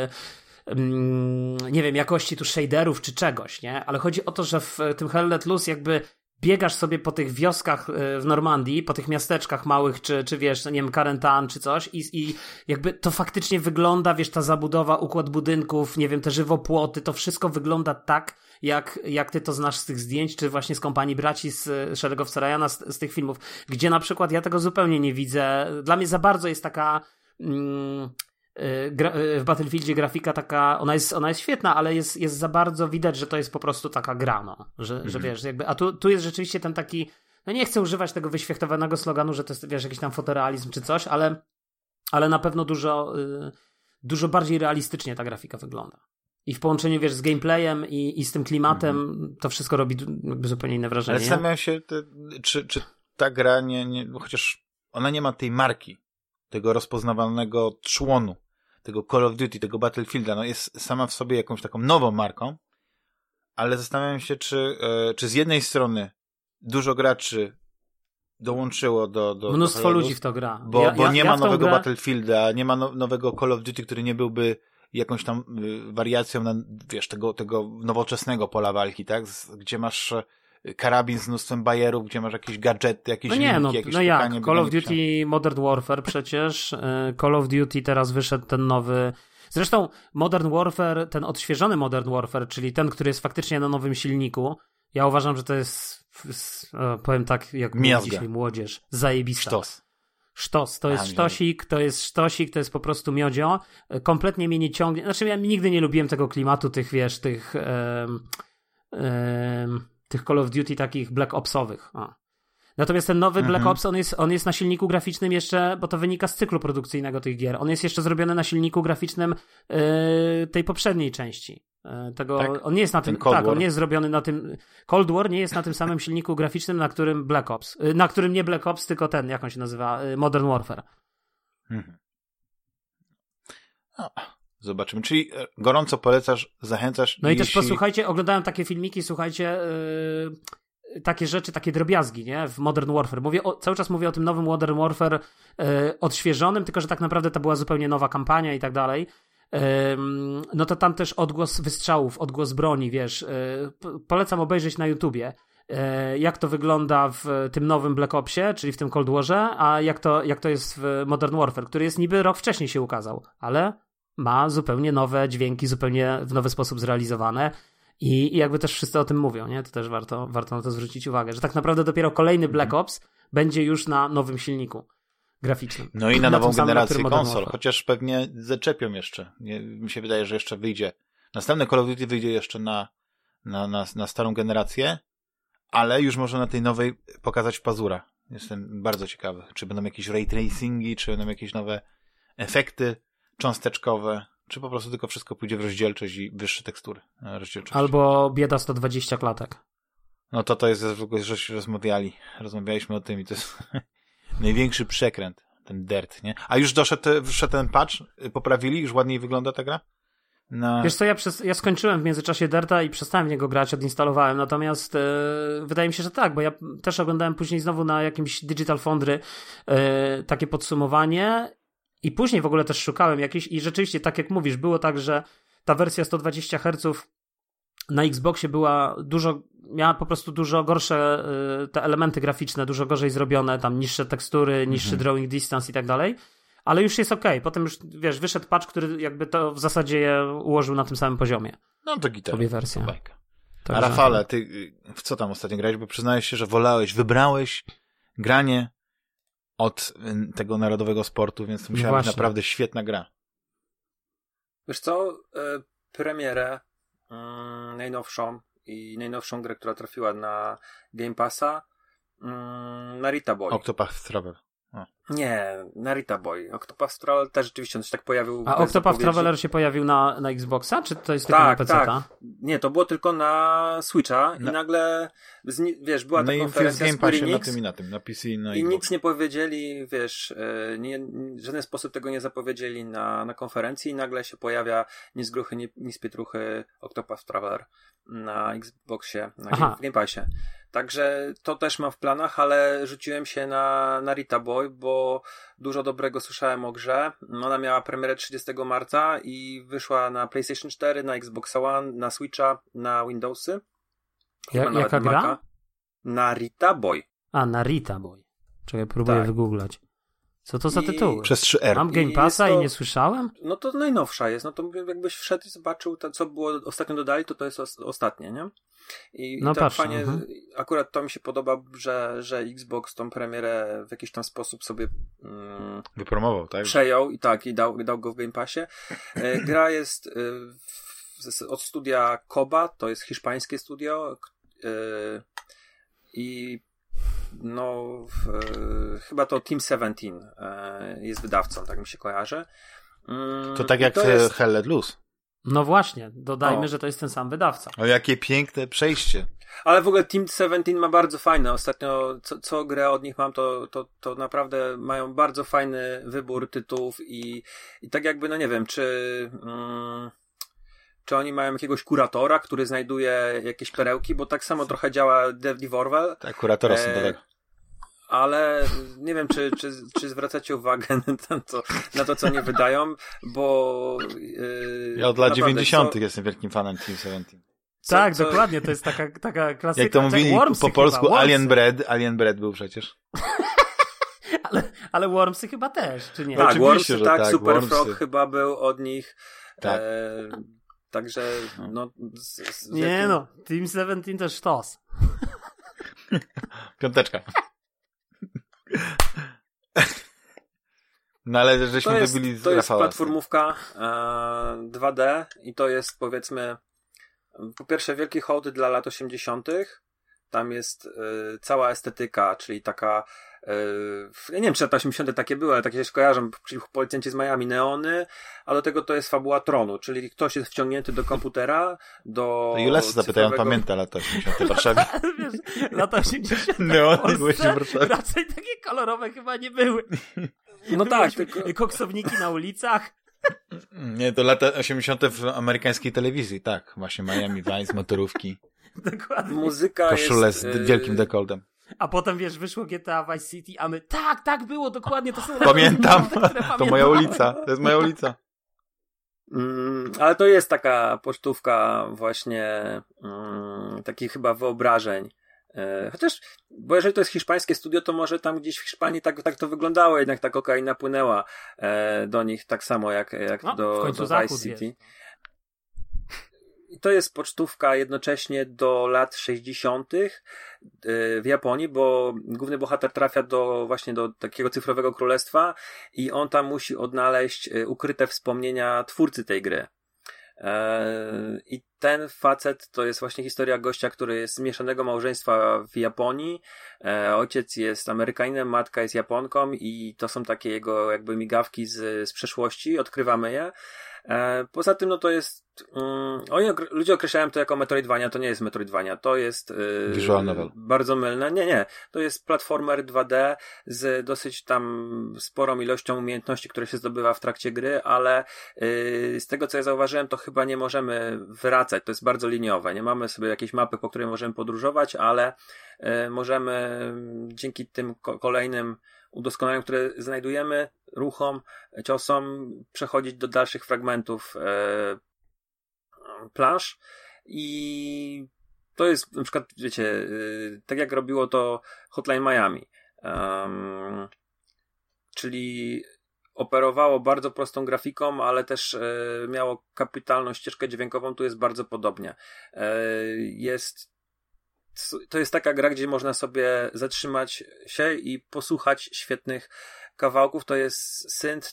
nie wiem, jakości tu shaderów czy czegoś, nie? Ale chodzi o to, że w tym Hell Let Loose jakby biegasz sobie po tych wioskach w Normandii, po tych miasteczkach małych, czy wiesz, nie wiem, Carentan czy coś i jakby to faktycznie wygląda, wiesz, ta zabudowa, układ budynków, nie wiem, te żywopłoty, to wszystko wygląda tak, jak ty to znasz z tych zdjęć, czy właśnie z Kompanii Braci, z Szeregowca Ryana, z tych filmów, gdzie na przykład ja tego zupełnie nie widzę. Dla mnie za bardzo jest taka... w Battlefieldzie grafika taka, ona jest świetna, ale jest za bardzo widać, że to jest po prostu taka gra, no. Że wiesz, jakby, a tu jest rzeczywiście ten taki, no nie chcę używać tego wyświechtowanego sloganu, że to jest, wiesz, jakiś tam fotorealizm czy coś, ale na pewno dużo bardziej realistycznie ta grafika wygląda. I w połączeniu, wiesz, z gameplayem i z tym klimatem to wszystko robi jakby zupełnie inne wrażenie. Ale zastanawiam się, czy ta gra chociaż ona nie ma tej marki, tego rozpoznawalnego członu, tego Call of Duty, tego Battlefielda, no jest sama w sobie jakąś taką nową marką, ale zastanawiam się, czy z jednej strony dużo graczy dołączyło do mnóstwo ludzi w to gra. Bo nie ma nowego Battlefielda, nie ma nowego Call of Duty, który nie byłby jakąś tam wariacją na, wiesz, tego nowoczesnego pola walki, tak? Gdzie masz karabin z mnóstwem bajerów, gdzie masz jakieś gadżety, jakieś linki, jakieś jak? Call of Duty Modern Warfare przecież. Call of Duty teraz wyszedł ten nowy... Zresztą Modern Warfare, ten odświeżony Modern Warfare, czyli ten, który jest faktycznie na nowym silniku, ja uważam, że to jest, powiem tak, jak mówi dzisiaj młodzież, zajebista. Sztos. To jest sztosik, to jest po prostu miodzio. Kompletnie mnie nie ciągnie. Znaczy ja nigdy nie lubiłem tego klimatu, tych, wiesz, tych Call of Duty takich Black Opsowych. Natomiast ten nowy Black Ops, on jest na silniku graficznym jeszcze, bo to wynika z cyklu produkcyjnego tych gier. On jest jeszcze zrobiony na silniku graficznym tej poprzedniej części. Tak? On nie jest na tym, on nie jest zrobiony na tym, Cold War nie jest na tym samym silniku graficznym, na którym Black Ops, na którym nie Black Ops, tylko ten, jak on się nazywa, Modern Warfare. Zobaczymy. Czyli gorąco polecasz, zachęcasz. No i też posłuchajcie, oglądałem takie filmiki, słuchajcie, takie rzeczy, takie drobiazgi, nie? W Modern Warfare. Cały czas mówię o tym nowym Modern Warfare odświeżonym, tylko że tak naprawdę to była zupełnie nowa kampania i tak dalej. No to tam też odgłos wystrzałów, odgłos broni, wiesz. Polecam obejrzeć na YouTubie, jak to wygląda w tym nowym Black Opsie, czyli w tym Cold Warze, a jak to jest w Modern Warfare, który jest niby rok wcześniej się ukazał, ale ma zupełnie nowe dźwięki, zupełnie w nowy sposób zrealizowane i jakby też wszyscy o tym mówią, nie? To też warto na to zwrócić uwagę, że tak naprawdę dopiero kolejny Black Ops będzie już na nowym silniku graficznym. No i na nową generację konsol, chociaż pewnie zaczepią jeszcze. Mi się wydaje, że jeszcze wyjdzie. Następne Call of Duty wyjdzie jeszcze na starą generację, ale już można na tej nowej pokazać pazura. Jestem bardzo ciekawy, czy będą jakieś ray tracingi, czy będą jakieś nowe efekty cząsteczkowe, czy po prostu tylko wszystko pójdzie w rozdzielczość i wyższe tekstury. Albo bieda 120 klatek. No to jest w ogóle, żeśmy rozmawialiśmy o tym i to jest największy przekręt, ten Dirt, nie? A już wszedł ten patch? Poprawili? Już ładniej wygląda ta gra? Wiesz co, ja skończyłem w międzyczasie Dirta i przestałem w niego grać, odinstalowałem, natomiast wydaje mi się, że tak, bo ja też oglądałem później znowu na jakimś Digital Foundry takie podsumowanie i później w ogóle też szukałem jakieś i rzeczywiście, tak jak mówisz, było tak, że ta wersja 120 Hz na Xboxie miała po prostu dużo gorsze te elementy graficzne, dużo gorzej zrobione, tam niższe tekstury, niższy drawing distance i tak dalej. Ale już jest okej. Potem już, wiesz, wyszedł patch, który jakby to w zasadzie je ułożył na tym samym poziomie. No to gitara. Obie wersje. A Rafale, ty w co tam ostatnio grałeś? Bo przyznałeś się, że wybrałeś granie od tego narodowego sportu, więc to musiała być naprawdę świetna gra. Wiesz co? Premierę najnowszą grę, która trafiła na Game Passa, Narita Boy. Octopath Traveler. Nie, Narita Boy. Octopath Traveler też rzeczywiście on się tak pojawił. A Octopath Traveler się pojawił na Xboxa? Czy to jest tylko na PC-ta? Tak. Nie, to było tylko na Switcha i nagle, wiesz, była ta konferencja z Game Passie na tym, na PC i na i Xbox. nic nie powiedzieli, wiesz, w żaden sposób tego nie zapowiedzieli na konferencji i nagle się pojawia ni z gruchy, ni z pietruchy Octopath Traveler na Xboxie, na Game Passie. Także to też mam w planach, ale rzuciłem się na Narita Boy, bo dużo dobrego słyszałem o grze. Ona miała premierę 30 marca i wyszła na PlayStation 4, na Xbox One, na Switcha, na Windowsy. Jaka gra? Narita Boy. A, Narita Boy. Czekaj, próbuję wygooglać. Co to za tytuły? Przez 3R. Mam Game Passa i nie słyszałem? No to najnowsza jest. No to jakbyś wszedł i zobaczył to, co było ostatnio dodali, to jest ostatnie, nie? I tak patrzę, fajnie, akurat to mi się podoba, że Xbox tą premierę w jakiś tam sposób sobie wypromował, tak? Przejął i dał go w Game Passie. Gra jest od studia Koba, to jest hiszpańskie studio i chyba to Team 17 jest wydawcą, tak mi się kojarzy. To tak jak Hell Let Loose. No właśnie, dodajmy, że to jest ten sam wydawca. O, jakie piękne przejście. Ale w ogóle Team 17 ma bardzo fajne. Ostatnio, co grę od nich mam, to naprawdę mają bardzo fajny wybór tytułów i tak jakby, no nie wiem, czy oni mają jakiegoś kuratora, który znajduje jakieś perełki, bo tak samo trochę działa Devolver. Tak, kuratora sądowego. Ale nie wiem, czy zwracacie uwagę na to, co nie wydają, bo... ja od lat 90. jestem wielkim fanem Team 17. Tak, dokładnie, to jest taka klasyka. Jak to mówili po polsku, Alien Bread był przecież. ale Wormsy chyba też, czy nie? Tak, oczywiście, Wormsy, tak, Super Frog chyba był od nich. Tak. Także, Team 17 też sztos. Piąteczka. No ale żeśmy wybili z Rafała. To jest platformówka 2D i to jest, powiedzmy, po pierwsze wielki hołd dla lat 80. Tam jest cała estetyka, czyli taka ja nie wiem, czy lata 80. takie były, ale takie się skojarzą, czyli Policjanci z Miami, neony, a do tego to jest fabuła Tronu, czyli ktoś jest wciągnięty do komputera, do Julesy zapytają, pamięta lata 80. w Warszawie. Wiesz, lata 80. Neony były się w Warszawie. Raczej takie kolorowe chyba nie były. No tak, tylko... Koksowniki na ulicach. Nie, to lata 80. w amerykańskiej telewizji, tak. Właśnie Miami Vice, motorówki. Dokładnie. Muzyka koszule jest... z wielkim dekoltem. A potem, wiesz, wyszło GTA Vice City, a my tak było, dokładnie, to są... Pamiętam, to moja ulica, to jest moja ulica. Ale to jest taka pocztówka właśnie takich chyba wyobrażeń. Chociaż, bo jeżeli to jest hiszpańskie studio, to może tam gdzieś w Hiszpanii tak to wyglądało, jednak ta kokaina płynęła do nich tak samo jak do Vice City. Jest. I to jest pocztówka jednocześnie do lat 60. w Japonii, bo główny bohater trafia właśnie do takiego cyfrowego królestwa i on tam musi odnaleźć ukryte wspomnienia twórcy tej gry. I ten facet to jest właśnie historia gościa, który jest z mieszanego małżeństwa w Japonii. Ojciec jest Amerykaninem, matka jest Japonką i to są takie jego jakby migawki z przeszłości, odkrywamy je. Poza tym, no to jest ludzie określają to jako Metroidvania, to nie jest Metroidvania, to jest Visual novel. Bardzo mylne. Nie, to jest platformer 2D z dosyć tam sporą ilością umiejętności, które się zdobywa w trakcie gry, ale z tego co ja zauważyłem, to chyba nie możemy wracać, to jest bardzo liniowe, nie mamy sobie jakiejś mapy, po której możemy podróżować, ale możemy dzięki tym kolejnym udoskonaleniom, które znajdujemy, ruchom, ciosom, przechodzić do dalszych fragmentów plansz i to jest na przykład, wiecie, tak jak robiło to Hotline Miami, czyli operowało bardzo prostą grafiką, ale też miało kapitalną ścieżkę dźwiękową, tu jest bardzo podobnie. To jest taka gra, gdzie można sobie zatrzymać się i posłuchać świetnych kawałków. To jest synth,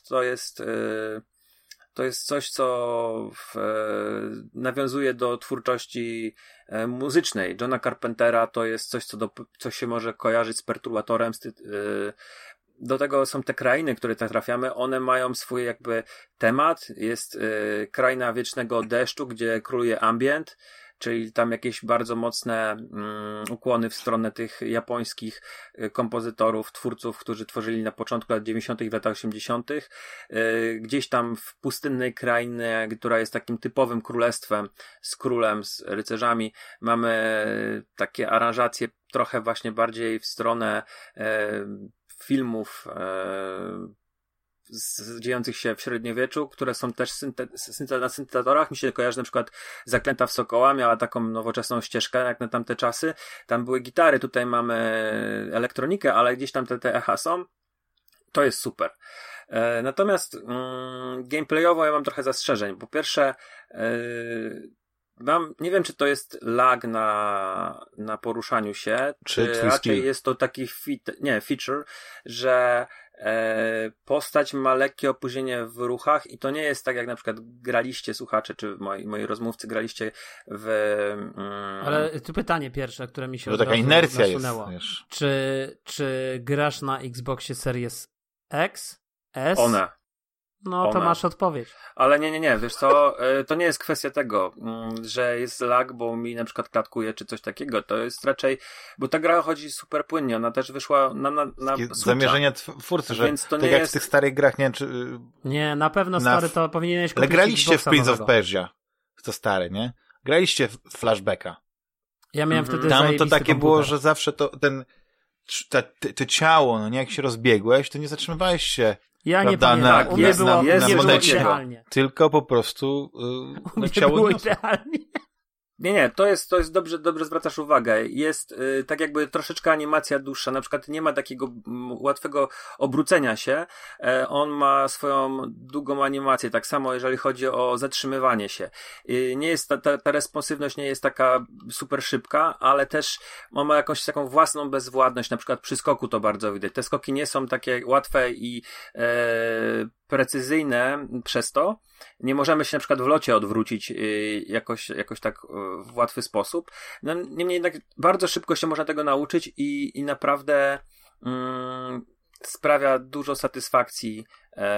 to jest coś, co nawiązuje do twórczości muzycznej Johna Carpentera. To jest coś, co się może kojarzyć z Perturbatorem. Do tego są te krainy, które trafiamy. One mają swój jakby temat. Jest kraina wiecznego deszczu, gdzie króluje ambient, czyli tam jakieś bardzo mocne ukłony w stronę tych japońskich kompozytorów, twórców, którzy tworzyli na początku lat 90. i w latach 80. Gdzieś tam w pustynnej krainie, która jest takim typowym królestwem, z królem, z rycerzami, mamy takie aranżacje trochę właśnie bardziej w stronę filmów dziejących się w średniowieczu, które są też na syntezatorach. Mi się kojarzy na przykład Zaklęta w Sokoła, miała taką nowoczesną ścieżkę jak na tamte czasy. Tam były gitary, tutaj mamy elektronikę, ale gdzieś tam te echa są. To jest super. Natomiast gameplayowo ja mam trochę zastrzeżeń. Po pierwsze nie wiem, czy to jest lag na poruszaniu się, czy raczej jest to taki feature, że postać ma lekkie opóźnienie w ruchach i to nie jest tak, jak na przykład graliście, słuchacze, czy moi rozmówcy graliście w... Ale tu pytanie pierwsze, które mi się taka inercja nasunęło. Jest, Czy grasz na Xboxie Series X? S? One. To masz odpowiedź. Ale nie, wiesz co, to nie jest kwestia tego, że jest lag, bo mi na przykład klatkuje, czy coś takiego, to jest raczej, bo ta gra chodzi super płynnie, ona też wyszła na zamierzenia twórcy, że więc to tak jak w tych starych grach, nie wiem, czy... Nie, na pewno stary, to powinieneś kupić. Ale graliście Xboxa w Prince nowego. of Persia, to stare, nie? Graliście w Flashbacka. Ja miałem wtedy tam to takie komputer. było, że zawsze to to ciało, no nie, jak się rozbiegłeś, to nie zatrzymywałeś się. Ja nie prawda, pamiętam, u mnie było monecie. idealnie. Tylko po prostu U mnie ciało było niosło. idealnie. Nie, to jest dobrze zwracasz uwagę. Jest tak jakby troszeczkę animacja dłuższa, na przykład nie ma takiego łatwego obrócenia się. On ma swoją długą animację, tak samo jeżeli chodzi o zatrzymywanie się. Nie jest ta responsywność nie jest taka super szybka, ale też on ma jakąś taką własną bezwładność, na przykład przy skoku to bardzo widać. Te skoki nie są takie łatwe i precyzyjne przez to. Nie możemy się na przykład w locie odwrócić jakoś tak w łatwy sposób. No, niemniej jednak bardzo szybko się można tego nauczyć i naprawdę sprawia dużo satysfakcji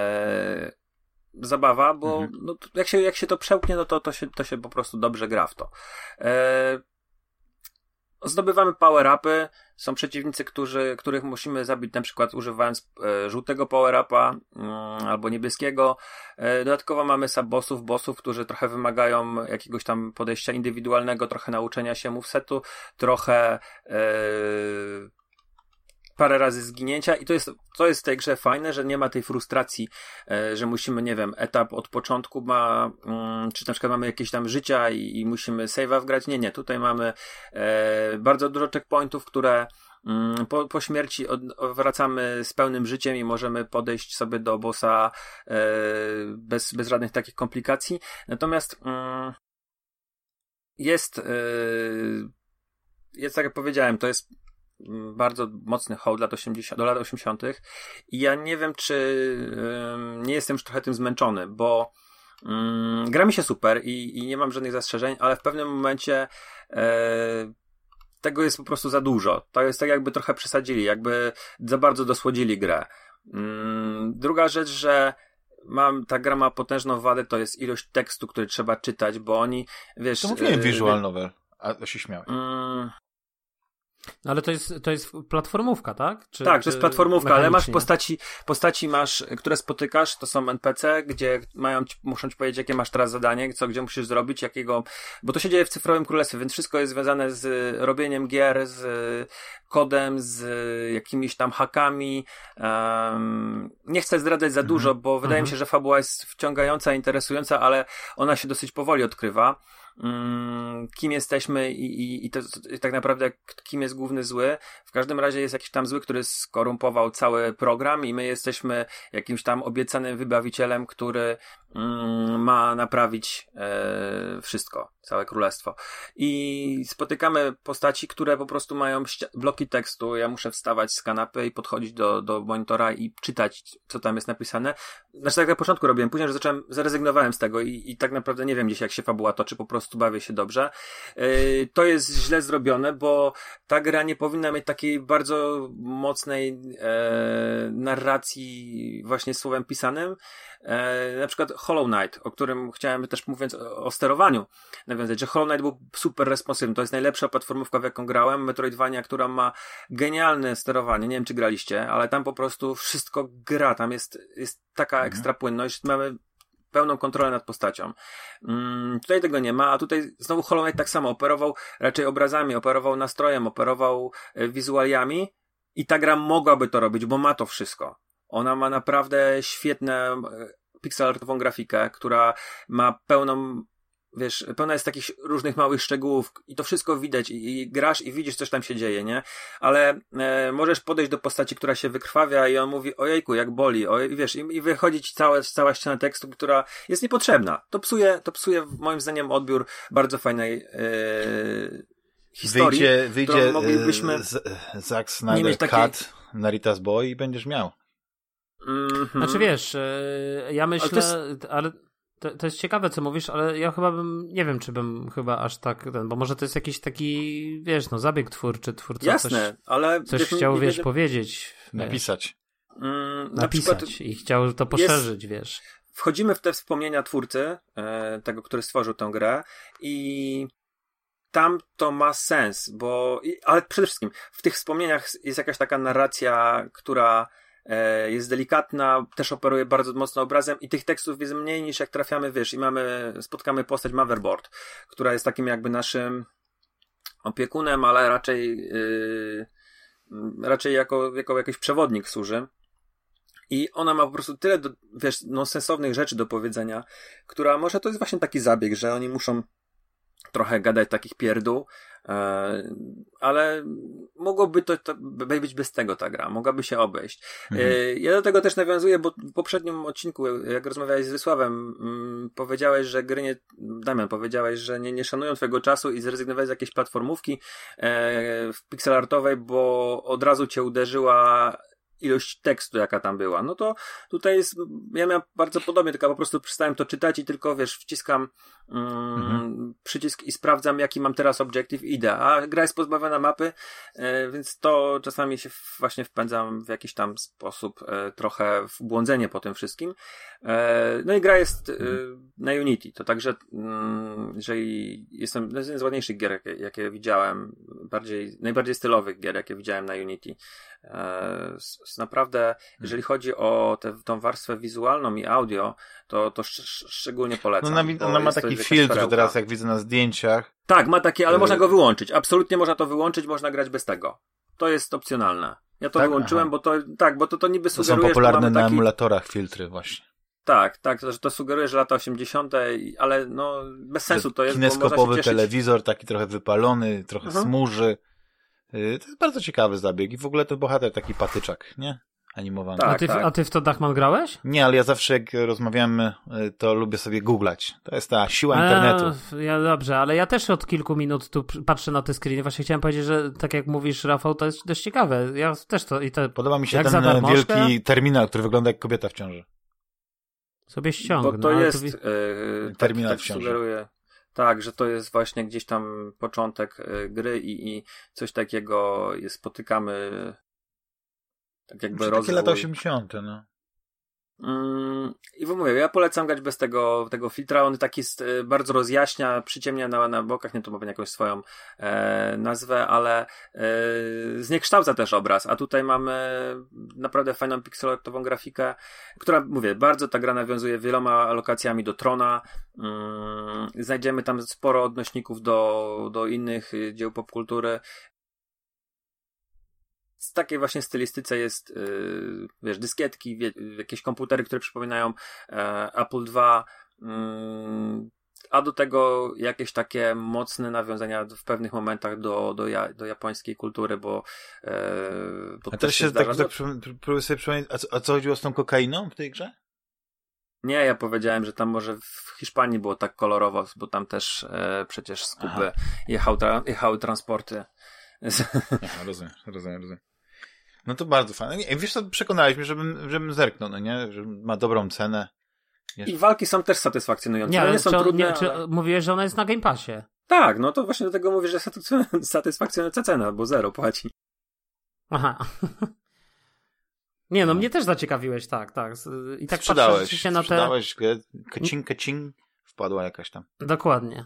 zabawa, bo no, jak się to przełknie, no to się po prostu dobrze gra w to. Zdobywamy power-upy, są przeciwnicy, których musimy zabić na przykład używając żółtego power-upa albo niebieskiego. Dodatkowo mamy bossów, którzy trochę wymagają jakiegoś tam podejścia indywidualnego, trochę nauczenia się movesetu, trochę parę razy zginięcia i to jest w tej grze fajne, że nie ma tej frustracji, że musimy, nie wiem, etap od początku czy na przykład mamy jakieś tam życia i musimy save'a wgrać. Nie, tutaj mamy bardzo dużo checkpointów, które po śmierci wracamy z pełnym życiem i możemy podejść sobie do bossa bez żadnych takich komplikacji. Natomiast jest tak jak powiedziałem, to jest bardzo mocny hołd do lat 80. i ja nie wiem, czy nie jestem już trochę tym zmęczony, bo gra mi się super i nie mam żadnych zastrzeżeń, ale w pewnym momencie tego jest po prostu za dużo. To jest tak, jakby trochę przesadzili, jakby za bardzo dosłodzili grę. Druga rzecz, że ta gra ma potężną wadę, to jest ilość tekstu, który trzeba czytać, bo oni, wiesz... To mówiłem visual novel, a się śmiałeś. Ale to jest platformówka, tak? Tak, to jest platformówka, ale masz postaci masz, które spotykasz, to są NPC, gdzie muszą ci powiedzieć, jakie masz teraz zadanie, gdzie musisz zrobić, bo to się dzieje w cyfrowym królestwie, więc wszystko jest związane z robieniem gier, z kodem, z jakimiś tam hakami. Nie chcę zdradzać za dużo, bo wydaje mi się, że fabuła jest wciągająca, interesująca, ale ona się dosyć powoli odkrywa. Kim jesteśmy i tak naprawdę kim jest główny zły. W każdym razie jest jakiś tam zły, który skorumpował cały program i my jesteśmy jakimś tam obiecanym wybawicielem, który ma naprawić wszystko, całe królestwo. I spotykamy postaci, które po prostu mają bloki tekstu. Ja muszę wstawać z kanapy i podchodzić do monitora i czytać, co tam jest napisane. Znaczy tak na początku robiłem, później zarezygnowałem z tego i tak naprawdę nie wiem gdzieś jak się fabuła toczy, po prostu bawię się dobrze. To jest źle zrobione, bo ta gra nie powinna mieć takiej bardzo mocnej narracji właśnie słowem pisanym. Na przykład Hollow Knight, o którym chciałem też, mówiąc o sterowaniu, nawiązać, że Hollow Knight był super responsywny. To jest najlepsza platformówka, w jaką grałem. Metroidvania, która ma genialne sterowanie. Nie wiem, czy graliście, ale tam po prostu wszystko gra. Tam jest taka ekstra płynność. Mamy pełną kontrolę nad postacią. Tutaj tego nie ma, a tutaj znowu Hollow Knight tak samo operował raczej obrazami, operował nastrojem, operował wizualiami i ta gra mogłaby to robić, bo ma to wszystko. Ona ma naprawdę świetną pixelartową grafikę, która ma pełną, wiesz, pełna jest takich różnych małych szczegółów i to wszystko widać i grasz i widzisz, coś tam się dzieje, nie? Ale możesz podejść do postaci, która się wykrwawia i on mówi, ojejku, jak boli, wiesz, i wychodzi ci cała ściana tekstu, która jest niepotrzebna. To psuje moim zdaniem odbiór bardzo fajnej historii. Wyjdzie Zack Snyder Cut, Narita's Boy i będziesz miał. Znaczy wiesz, ja myślę, ale to jest ciekawe, co mówisz, ale ja chyba nie wiem, czy bym chyba aż tak, bo może to jest jakiś taki, wiesz, zabieg twórczy, twórca jasne, ale coś chciał, powiedzieć. Napisać. Napisać i chciał to poszerzyć, wiesz. Wchodzimy w te wspomnienia twórcy, tego, który stworzył tę grę i tam to ma sens, ale przede wszystkim w tych wspomnieniach jest jakaś taka narracja, która jest delikatna, też operuje bardzo mocno obrazem i tych tekstów jest mniej niż jak trafiamy, wiesz, i spotkamy postać Motherboard, która jest takim jakby naszym opiekunem, ale raczej jako jakiś przewodnik służy. I ona ma po prostu tyle, wiesz, sensownych rzeczy do powiedzenia, która może to jest właśnie taki zabieg, że oni muszą trochę gadać takich pierdół, ale mogłoby to być bez tego ta gra, mogłaby się obejść. Ja do tego też nawiązuję, bo w poprzednim odcinku, jak rozmawiałeś z Rysławem, powiedziałeś, że Damian, powiedziałeś, że nie szanują twojego czasu i zrezygnowałeś z jakiejś platformówki w pixelartowej, bo od razu cię uderzyła ilość tekstu, jaka tam była. No to tutaj ja miałem bardzo podobnie, tylko po prostu przestałem to czytać i tylko, wiesz, wciskam przycisk i sprawdzam, jaki mam teraz obiektyw i idę. A gra jest pozbawiona mapy, więc to czasami się właśnie wpędzam w jakiś tam sposób trochę w błądzenie po tym wszystkim. No i gra jest na Unity. To także, jeżeli jestem, to jest jeden z ładniejszych gier, jakie widziałem, najbardziej stylowych gier, jakie widziałem na Unity. Naprawdę, jeżeli chodzi o tą warstwę wizualną i audio, to szczególnie polecam. Ona ma taki filtr, że teraz jak widzę na zdjęciach. Tak, ma takie, ale można go wyłączyć. Absolutnie można to wyłączyć, można grać bez tego. To jest opcjonalne. Ja to wyłączyłem, bo to niby sugeruje, to są popularne że na emulatorach filtry właśnie. Tak, że to sugeruje, że lata 80., ale bez sensu to jest. Kineskopowy telewizor, taki trochę wypalony, trochę smuży. To jest bardzo ciekawy zabieg i w ogóle to bohater taki patyczak, nie? Animowany. Tak, a ty w to Dachman grałeś? Nie, ale ja zawsze jak rozmawiamy, to lubię sobie googlać. To jest ta siła internetu. Dobrze, ale ja też od kilku minut tu patrzę na te screeny. Właśnie chciałem powiedzieć, że tak jak mówisz, Rafał, to jest dość ciekawe. Ja też to... Podoba mi się ten wielki terminal, który wygląda jak kobieta w ciąży. Sobie ściągnę. Bo to jest... terminal w ciąży. Sugeruje. Tak, że to jest właśnie gdzieś tam początek gry i coś takiego spotykamy tak jakby rozwój. Takie lata 80. I mówię, ja polecam grać bez tego filtra, on taki bardzo rozjaśnia, przyciemnia na bokach, nie to ma jakąś swoją nazwę, ale zniekształca też obraz, a tutaj mamy naprawdę fajną pixelartową grafikę, która, mówię, bardzo ta gra nawiązuje wieloma lokacjami do Trona, znajdziemy tam sporo odnośników do innych dzieł popkultury. W takiej właśnie stylistyce jest, wiesz, dyskietki, jakieś komputery, które przypominają Apple II, a do tego jakieś takie mocne nawiązania w pewnych momentach do japońskiej kultury, bo a też się tak próbuję sobie przypomnieć, a co chodziło z tą kokainą w tej grze? Nie, ja powiedziałem, że tam może w Hiszpanii było tak kolorowo, bo tam też przecież z Kuby jechały transporty. Aha, rozumiem. No to bardzo fajne. Nie, wiesz co, przekonałeś mnie, żebym zerknął, no nie? Że ma dobrą cenę. I walki są też satysfakcjonujące. Nie, ale są trudne, czy mówiłeś, że ona jest na Game Passie? Tak, no to właśnie do tego mówię, że satysfakcjonująca cena, bo 0 płaci. Aha. Nie, no mnie też zaciekawiłeś, tak. I tak sprzedałeś na grę, kacing, wpadła jakaś tam. Dokładnie.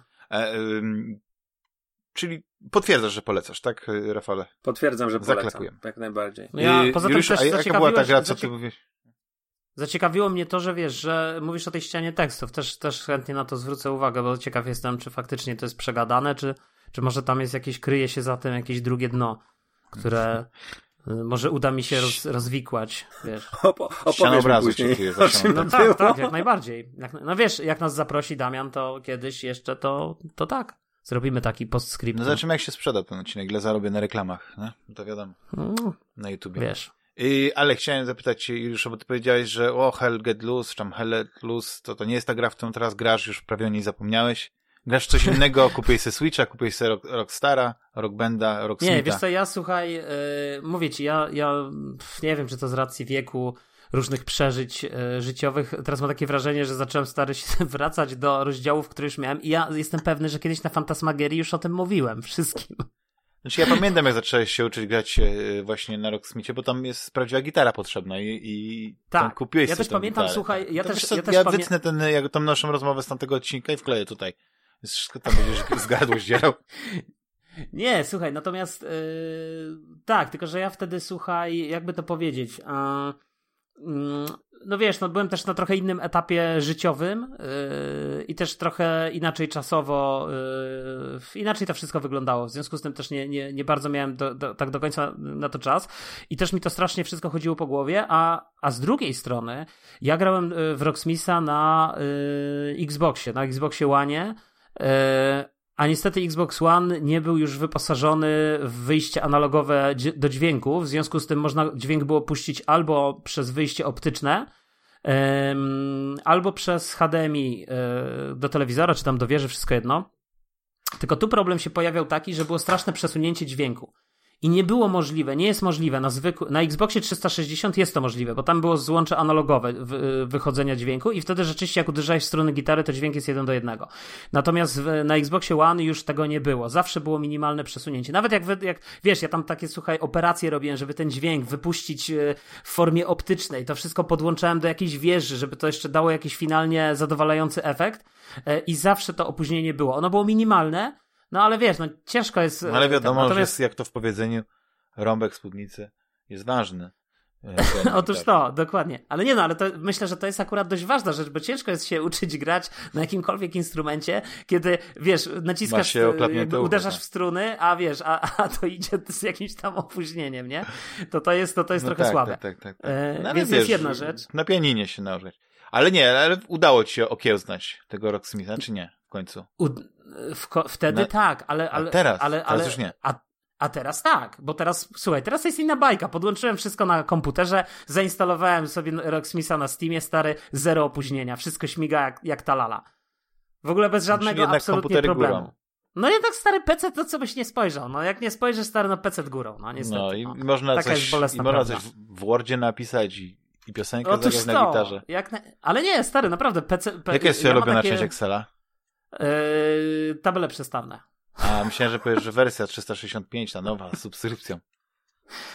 Czyli potwierdzasz, że polecasz, tak, Rafale? Potwierdzam, że polecam. Jak najbardziej. No poza tym Juliuszu, też jaka była ta gra, co ty mówisz? Zaciekawiło mnie to, że wiesz, że mówisz o tej ścianie tekstów. Też chętnie na to zwrócę uwagę, bo ciekaw jestem, czy faktycznie to jest przegadane, czy może tam jest kryje się za tym jakieś drugie dno, które może uda mi się rozwikłać, wiesz. Ściana obrazu cię kryje za No tak, jak najbardziej. No wiesz, jak nas zaprosi Damian, to kiedyś jeszcze to tak. Zrobimy taki postscript. No zobaczymy, jak się sprzeda ten odcinek, ile zarobię na reklamach, nie? To wiadomo. Na YouTubie. Wiesz. Ale chciałem zapytać cię, Juliuszu, bo ty powiedziałeś, że Hell Get Loose, czy Hell Let Loose, to nie jest ta gra, w którą teraz grasz, już prawie o niej zapomniałeś. Grasz coś innego, kupiłeś sobie Switcha, kupiłeś sobie Rockstara, Rock Banda, Rocksmitha. Nie, wiesz co, ja słuchaj, mówię ci, ja nie wiem, czy to z racji wieku, różnych przeżyć życiowych. Teraz mam takie wrażenie, że zacząłem się wracać do rozdziałów, które już miałem i ja jestem pewny, że kiedyś na Fantasmagierii już o tym mówiłem wszystkim. Znaczy ja pamiętam, jak zacząłeś się uczyć grać właśnie na Rocksmithie, bo tam jest prawdziwa gitara potrzebna i tak, tam kupiłeś ja też pamiętam, gitarę. słuchaj, ja wytnę tą naszą rozmowę z tamtego odcinka i wkleję tutaj. Wszystko tam będziesz zgadło zdzierał. Nie, słuchaj, natomiast tak, tylko że ja wtedy, słuchaj, jakby to powiedzieć, no wiesz, no byłem też na trochę innym etapie życiowym i też trochę inaczej czasowo, inaczej to wszystko wyglądało. W związku z tym też nie bardzo miałem tak do końca na to czas i też mi to strasznie wszystko chodziło po głowie, a z drugiej strony ja grałem w Rocksmitha na Xboxie One, a niestety Xbox One nie był już wyposażony w wyjście analogowe do dźwięku, w związku z tym dźwięk było puścić albo przez wyjście optyczne, albo przez HDMI do telewizora, czy tam do wieży, wszystko jedno. Tylko tu problem się pojawiał taki, że było straszne przesunięcie dźwięku. I nie było możliwe, nie jest możliwe na Xboxie 360 jest to możliwe, bo tam było złącze analogowe wychodzenia dźwięku i wtedy rzeczywiście jak uderzałeś w struny gitary, to dźwięk jest 1:1. Natomiast na Xboxie One już tego nie było. Zawsze było minimalne przesunięcie. Nawet jak wiesz, ja tam takie, słuchaj, operacje robiłem, żeby ten dźwięk wypuścić w formie optycznej. To wszystko podłączałem do jakiejś wieży, żeby to jeszcze dało jakiś finalnie zadowalający efekt i zawsze to opóźnienie było. Ono było minimalne, no ale wiesz, no ciężko jest... No, ale wiadomo, że jak to w powiedzeniu, rąbek spódnicy jest ważny. Otóż to, dokładnie. Ale nie no, ale myślę, że to jest akurat dość ważna rzecz, bo ciężko jest się uczyć grać na jakimkolwiek instrumencie, kiedy, wiesz, naciskasz, uderzasz w struny, a wiesz, a to idzie z jakimś tam opóźnieniem, nie? To jest no trochę słabe. Tak. No, więc wiesz, jest jedna rzecz. Na pianinie się nauczyć. Ale udało ci się okiełznać tego Rocksmitha, czy nie? W końcu. Wtedy tak, ale teraz już nie. A teraz tak, bo słuchaj, teraz jest inna bajka. Podłączyłem wszystko na komputerze, zainstalowałem sobie Rocksmitha na Steamie, stary, 0 opóźnienia, wszystko śmiga jak ta lala. W ogóle bez żadnego absolutnie problemu. Górą. No jednak stary PC, to co byś nie spojrzał. No jak nie spojrzysz, stary, no PC górą, no niestety. No i można coś w Wordzie napisać i piosenkę zagrać na gitarze. Ale nie, stary, naprawdę PC... Jaka jest twoja ulubiona część Excela? Tabele przestawne. A myślałem, że powiesz, że wersja 365, ta nowa, z subskrypcją.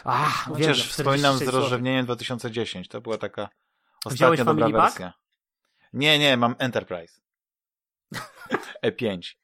Chociaż wspominam z rozrzewnieniem 2010, to była taka ostatnia dobra wersja. Nie, mam Enterprise. E5.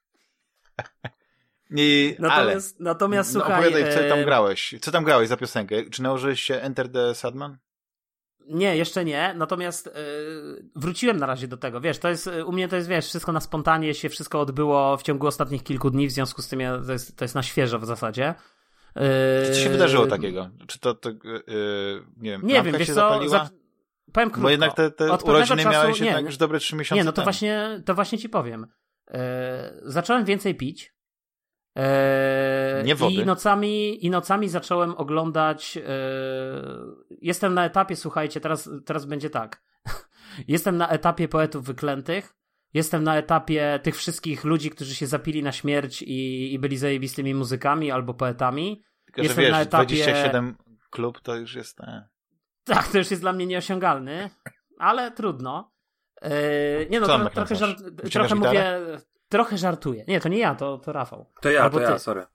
Natomiast słuchaj... Opowiadaj, co tam grałeś za piosenkę? Czy nałożyłeś się Enter the Sandman? Nie, jeszcze nie, natomiast wróciłem na razie do tego, wiesz, u mnie to jest, wiesz, wszystko na spontanie się wszystko odbyło w ciągu ostatnich kilku dni, w związku z tym to jest na świeżo w zasadzie. Co się wydarzyło takiego? Czy to nie wiem, nie wiem, wiesz się co, zapaliła? Powiem krótko. Bo jednak te urodziny miałeś jednak już dobre 3 miesiące Nie, no to temu. właśnie ci powiem. Zacząłem więcej pić. Nie wody. I nocami zacząłem oglądać. Jestem na etapie, słuchajcie, teraz będzie tak. Jestem na etapie poetów wyklętych. Jestem na etapie tych wszystkich ludzi, którzy się zapili na śmierć i byli zajebistymi muzykami albo poetami. Tylko, jestem że wiesz, na etapie... 27 klub to już jest... Tak, to już jest dla mnie nieosiągalny, ale trudno. Nie no, trochę mówię... Trochę żartuję. Nie, to nie ja, to Rafał. To ja, sorry.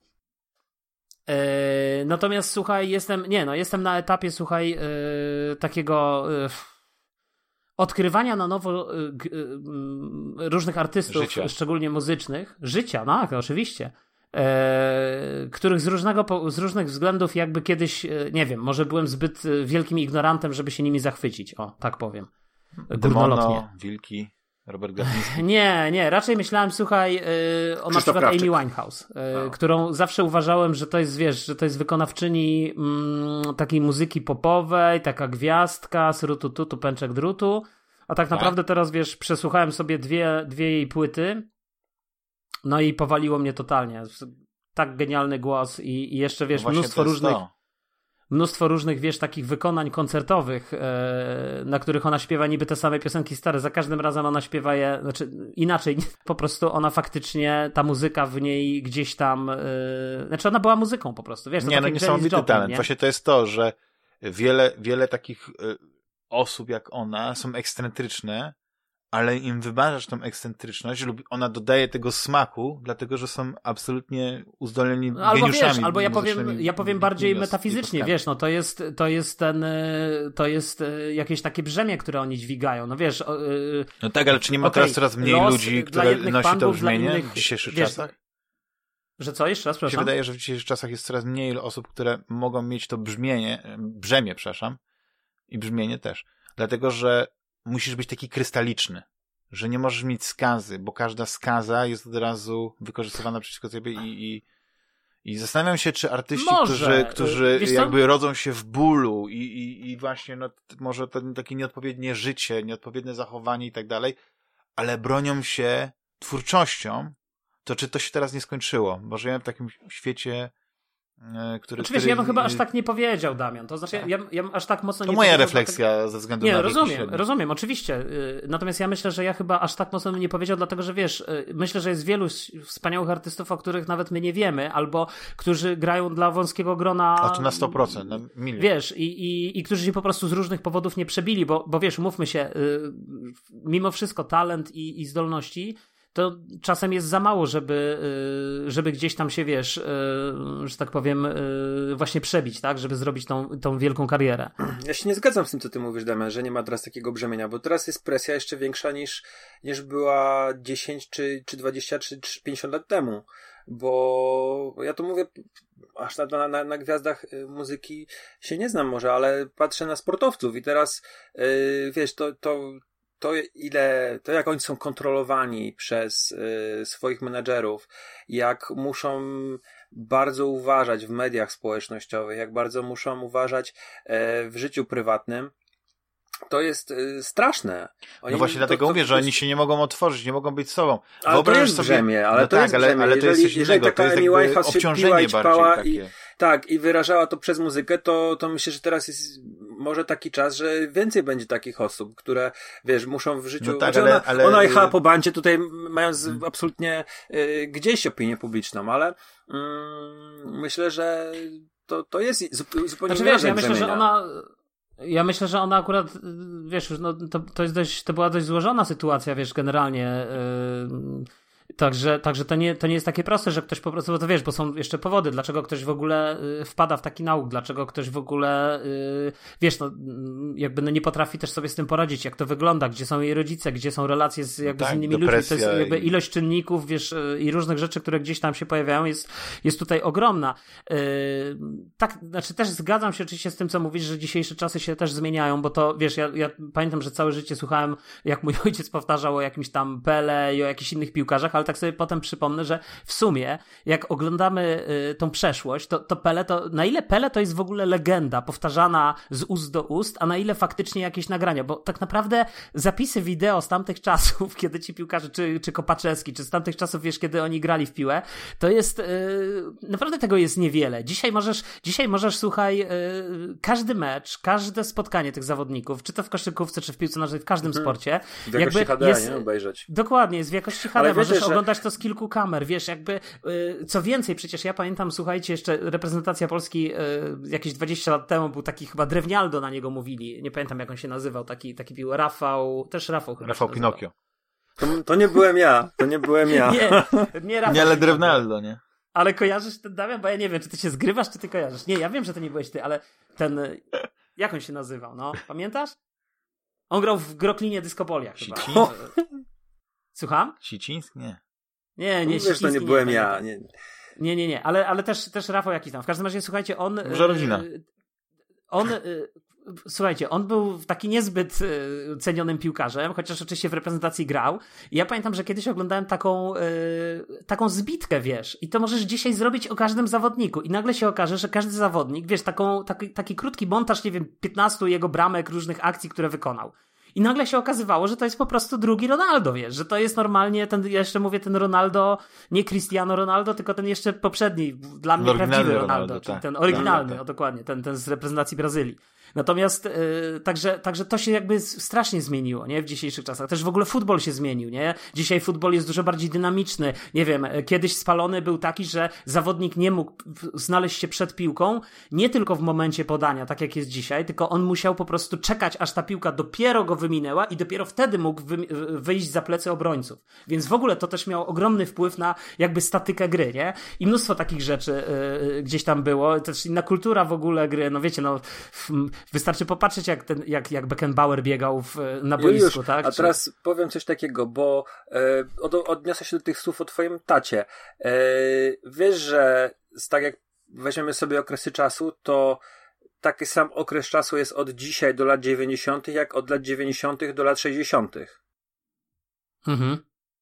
Natomiast słuchaj, jestem na etapie, słuchaj, takiego odkrywania na nowo różnych artystów, szczególnie muzycznych, życia, no oczywiście, których z różnych względów jakby kiedyś, nie wiem, może byłem zbyt wielkim ignorantem, żeby się nimi zachwycić, o, tak powiem. Demono, wilki... Robert Glapiński. Nie, raczej myślałem, słuchaj, o na przykład Amy Winehouse, którą zawsze uważałem, że to jest, wiesz, że to jest wykonawczyni takiej muzyki popowej, taka gwiazdka, srutututu, pęczek drutu, a tak naprawdę teraz, wiesz, przesłuchałem sobie dwie jej płyty, no i powaliło mnie totalnie. Tak genialny głos i jeszcze, wiesz, mnóstwo różnych, wiesz, takich wykonań koncertowych, na których ona śpiewa niby te same piosenki stare. Za każdym razem ona śpiewa je, znaczy inaczej, po prostu ona faktycznie, ta muzyka w niej gdzieś tam, znaczy ona była muzyką po prostu, wiesz. Nie, no niesamowity talent. Nie? Właśnie to jest to, że wiele takich osób jak ona są ekscentryczne, ale im wymarzasz tą ekscentryczność, lub ona dodaje tego smaku, dlatego że są absolutnie uzdolnieni geniuszami. Wiesz, albo ja powiem bardziej metafizycznie, wiesz, no to jest jakieś takie brzemię, które oni dźwigają, no wiesz. No tak, ale czy nie ma teraz coraz mniej ludzi, które nosi to brzmienie w dzisiejszych czasach? Że co? Jeszcze raz, przepraszam? Mi się wydaje, że w dzisiejszych czasach jest coraz mniej osób, które mogą mieć to brzemię, i brzmienie też. Dlatego, że musisz być taki krystaliczny, że nie możesz mieć skazy, bo każda skaza jest od razu wykorzystywana przeciwko sobie i zastanawiam się, czy artyści, którzy jakby rodzą się w bólu i właśnie no, może to takie nieodpowiednie życie, nieodpowiednie zachowanie i tak dalej, ale bronią się twórczością, to czy to się teraz nie skończyło? Bo żyjemy w takim świecie, który... Wiesz, ja bym chyba aż tak nie powiedział, Damian. To znaczy, ja aż tak mocno to nie moja powiedział, refleksja ze względu na rozumiem, oczywiście. Natomiast ja myślę, że ja chyba aż tak mocno nie powiedział, dlatego że wiesz, myślę, że jest wielu wspaniałych artystów, o których nawet my nie wiemy, albo którzy grają dla wąskiego grona... A to na 100%, na milion. Wiesz, i którzy się po prostu z różnych powodów nie przebili, bo wiesz, umówmy się, mimo wszystko talent i zdolności to czasem jest za mało, żeby gdzieś tam się, wiesz, że tak powiem, właśnie przebić, tak? Żeby zrobić tą wielką karierę. Ja się nie zgadzam z tym, co ty mówisz, Damian, że nie ma teraz takiego brzemienia, bo teraz jest presja jeszcze większa niż była 10 czy 20 czy 50 lat temu. Bo ja to mówię, aż na gwiazdach muzyki się nie znam może, ale patrzę na sportowców i teraz, wiesz, to jak oni są kontrolowani przez swoich menadżerów, jak muszą bardzo uważać w mediach społecznościowych, jak bardzo muszą uważać w życiu prywatnym, to jest straszne. No właśnie dlatego mówię, że oni się nie mogą otworzyć, nie mogą być sobą. Ale to jest brzemię, ale to jest brzemię. Ale to jest coś innego, to jest jakby Winehouse obciążenie bardziej takie. I wyrażała to przez muzykę, to myślę, że teraz jest może taki czas, że więcej będzie takich osób, które, wiesz, muszą w życiu... No tak, ona jechała po bandzie tutaj, mając absolutnie gdzieś opinię publiczną, ale myślę, że to jest zupełnie wiesz, ja myślę, że ona akurat, wiesz, no, to była dość złożona sytuacja, wiesz, generalnie. Także to nie jest takie proste, że ktoś po prostu, bo to wiesz, bo są jeszcze powody, dlaczego ktoś w ogóle wpada w taki nauk, dlaczego ktoś w ogóle, wiesz, no jakby no nie potrafi też sobie z tym poradzić, jak to wygląda, gdzie są jej rodzice, gdzie są relacje z innymi ludźmi, to jest jakby ilość czynników, wiesz, i różnych rzeczy, które gdzieś tam się pojawiają, jest tutaj ogromna. Tak, znaczy też zgadzam się oczywiście z tym, co mówisz, że dzisiejsze czasy się też zmieniają, bo to, wiesz, ja pamiętam, że całe życie słuchałem, jak mój ojciec powtarzał o jakimś tam Pele i o jakichś innych piłkarzach, ale tak sobie potem przypomnę, że w sumie, jak oglądamy tą przeszłość, to Pele, to na ile Pele to jest w ogóle legenda, powtarzana z ust do ust, a na ile faktycznie jakieś nagrania, bo tak naprawdę zapisy wideo z tamtych czasów, kiedy ci piłkarze, czy Kopaczewski, czy z tamtych czasów, wiesz, kiedy oni grali w piłę, to jest, naprawdę tego jest niewiele. Dzisiaj możesz, słuchaj, każdy mecz, każde spotkanie tych zawodników, czy to w koszykówce, czy w piłce nożnej, w każdym sporcie, w jakości HD, jest, nie? Obejrzeć. Dokładnie, jest w jakości HD. Ale możesz wiecie, oglądać to z kilku kamer, wiesz, jakby co więcej, przecież ja pamiętam, słuchajcie, jeszcze reprezentacja Polski jakieś 20 lat temu był taki chyba Drewnialdo, na niego mówili, nie pamiętam jak on się nazywał, taki pił, Rafał chyba. Rafał Pinokio. To nie byłem ja. Nie Rafał. Nie, ale Drewnialdo, nie? Ale kojarzysz ten, Damian? Bo ja nie wiem, czy ty się zgrywasz, czy ty kojarzysz. Nie, ja wiem, że to nie byłeś ty, ale ten, jak on się nazywał, no? Pamiętasz? On grał w Groklinie Dyskopolia chyba. Słucham? Siciński? Nie. Nie, wiesz, to nie byłem ja. Nie, ale też Rafał jakiś tam. W każdym razie, słuchajcie, Może rodzina. Słuchajcie, on był taki niezbyt cenionym piłkarzem, chociaż oczywiście w reprezentacji grał. I ja pamiętam, że kiedyś oglądałem taką zbitkę, wiesz, i to możesz dzisiaj zrobić o każdym zawodniku. I nagle się okaże, że każdy zawodnik, wiesz, taki krótki montaż, nie wiem, 15 jego bramek, różnych akcji, które wykonał. I nagle się okazywało, że to jest po prostu drugi Ronaldo, wiesz, że to jest normalnie ja jeszcze mówię ten Ronaldo, nie Cristiano Ronaldo, tylko ten jeszcze poprzedni, dla mnie prawdziwy Ronaldo, czyli ten oryginalny, tak. Dokładnie, ten z reprezentacji Brazylii. Natomiast także to się jakby strasznie zmieniło, nie? W dzisiejszych czasach. Też w ogóle futbol się zmienił, nie? Dzisiaj futbol jest dużo bardziej dynamiczny. Nie wiem, kiedyś spalony był taki, że zawodnik nie mógł znaleźć się przed piłką nie tylko w momencie podania, tak jak jest dzisiaj, tylko on musiał po prostu czekać, aż ta piłka dopiero go wyminęła i dopiero wtedy mógł wyjść za plecy obrońców. Więc w ogóle to też miało ogromny wpływ na jakby statykę gry, nie? I mnóstwo takich rzeczy gdzieś tam było. Też inna kultura w ogóle gry, no wiecie, no wystarczy popatrzeć, jak Beckenbauer biegał na boisku, tak? A teraz powiem coś takiego, bo odniosę się do tych słów o twoim tacie. Wiesz, że tak jak weźmiemy sobie okresy czasu, to taki sam okres czasu jest od dzisiaj do lat 90., jak od lat 90. do lat 60. Mhm.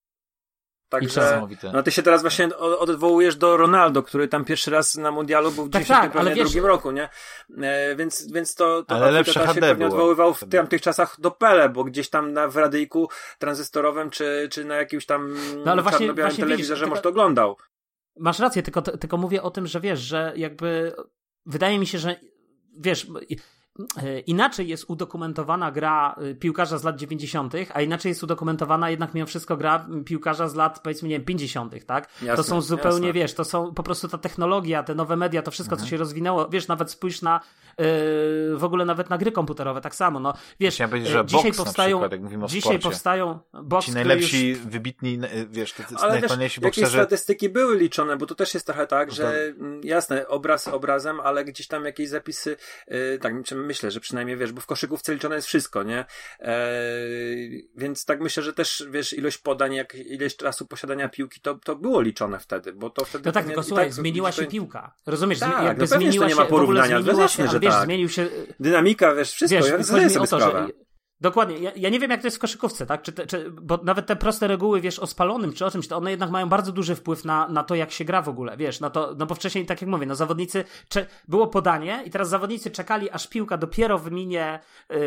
Także, no ty się teraz właśnie odwołujesz do Ronaldo, który tam pierwszy raz na mundialu był w 92 roku, nie? Więc to ale lepsze się HD pewnie było. odwoływał w tych czasach do Pele, bo gdzieś tam w radyjku tranzystorowym, czy na jakimś tam czarno-białym telewizorze może to oglądał. Masz rację, tylko mówię o tym, że wiesz, że jakby wydaje mi się, że wiesz, inaczej jest udokumentowana gra piłkarza z lat 90., a inaczej jest udokumentowana jednak mimo wszystko gra piłkarza z lat, powiedzmy, nie wiem, 50., tak? Jasne, to są zupełnie, wiesz, to są po prostu ta technologia, te nowe media, to wszystko, co się rozwinęło, wiesz, nawet spójrz na w ogóle nawet na gry komputerowe, tak samo, no, wiesz, chciałem powiedzieć, że dzisiaj boks powstają, na przykład, jak mówimy o dzisiaj sporcie. powstają boks, ci najlepsi, już... wybitni, wiesz, ale najfajniejsi jakieś bokserzy. statystyki były liczone, bo to też jest trochę tak, że jasne, obraz obrazem, ale gdzieś tam jakieś zapisy, tak myślę, że przynajmniej wiesz, bo w koszykówce liczone jest wszystko, nie? Więc tak myślę, że też, wiesz, ilość podań, ilość czasu posiadania piłki, to było liczone wtedy, bo to wtedy... No tak, tylko słuchaj, zmieniła się piłka. Rozumiesz? Tak, jakby no pewnie, zmieniła że nie ma porównania, się, jasne, że wiesz, tak. zmienił się... Dynamika, wiesz, wszystko, wiesz, ja zdaję sobie sprawę. Dokładnie. Ja nie wiem, jak to jest w koszykówce, tak? Bo nawet te proste reguły, wiesz, o spalonym czy o czymś, to one jednak mają bardzo duży wpływ na to, jak się gra w ogóle, wiesz, na to, no bo wcześniej, tak jak mówię, no zawodnicy, było podanie i teraz zawodnicy czekali, aż piłka dopiero wyminie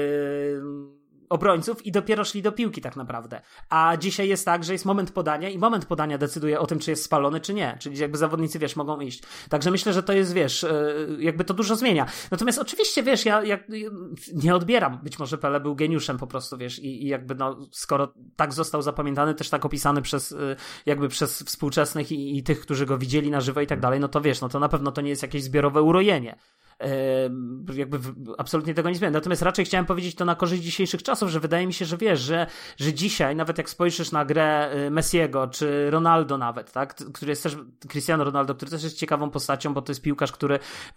obrońców i dopiero szli do piłki tak naprawdę. A dzisiaj jest tak, że jest moment podania i moment podania decyduje o tym, czy jest spalony, czy nie. Czyli jakby zawodnicy, wiesz, mogą iść. Także myślę, że to jest, wiesz, jakby to dużo zmienia. Natomiast oczywiście, wiesz, ja nie odbieram. Być może Pele był geniuszem po prostu, wiesz, i jakby, no, skoro tak został zapamiętany, też tak opisany przez współczesnych i tych, którzy go widzieli na żywo i tak dalej, no to wiesz, no to na pewno to nie jest jakieś zbiorowe urojenie. jakby absolutnie tego nie zmienia. Natomiast raczej chciałem powiedzieć to na korzyść dzisiejszych czasów, że wydaje mi się, że wiesz, że dzisiaj, nawet jak spojrzysz na grę Messiego, czy Ronaldo nawet, tak, który jest też, Cristiano Ronaldo, który też jest ciekawą postacią, bo to jest piłkarz, który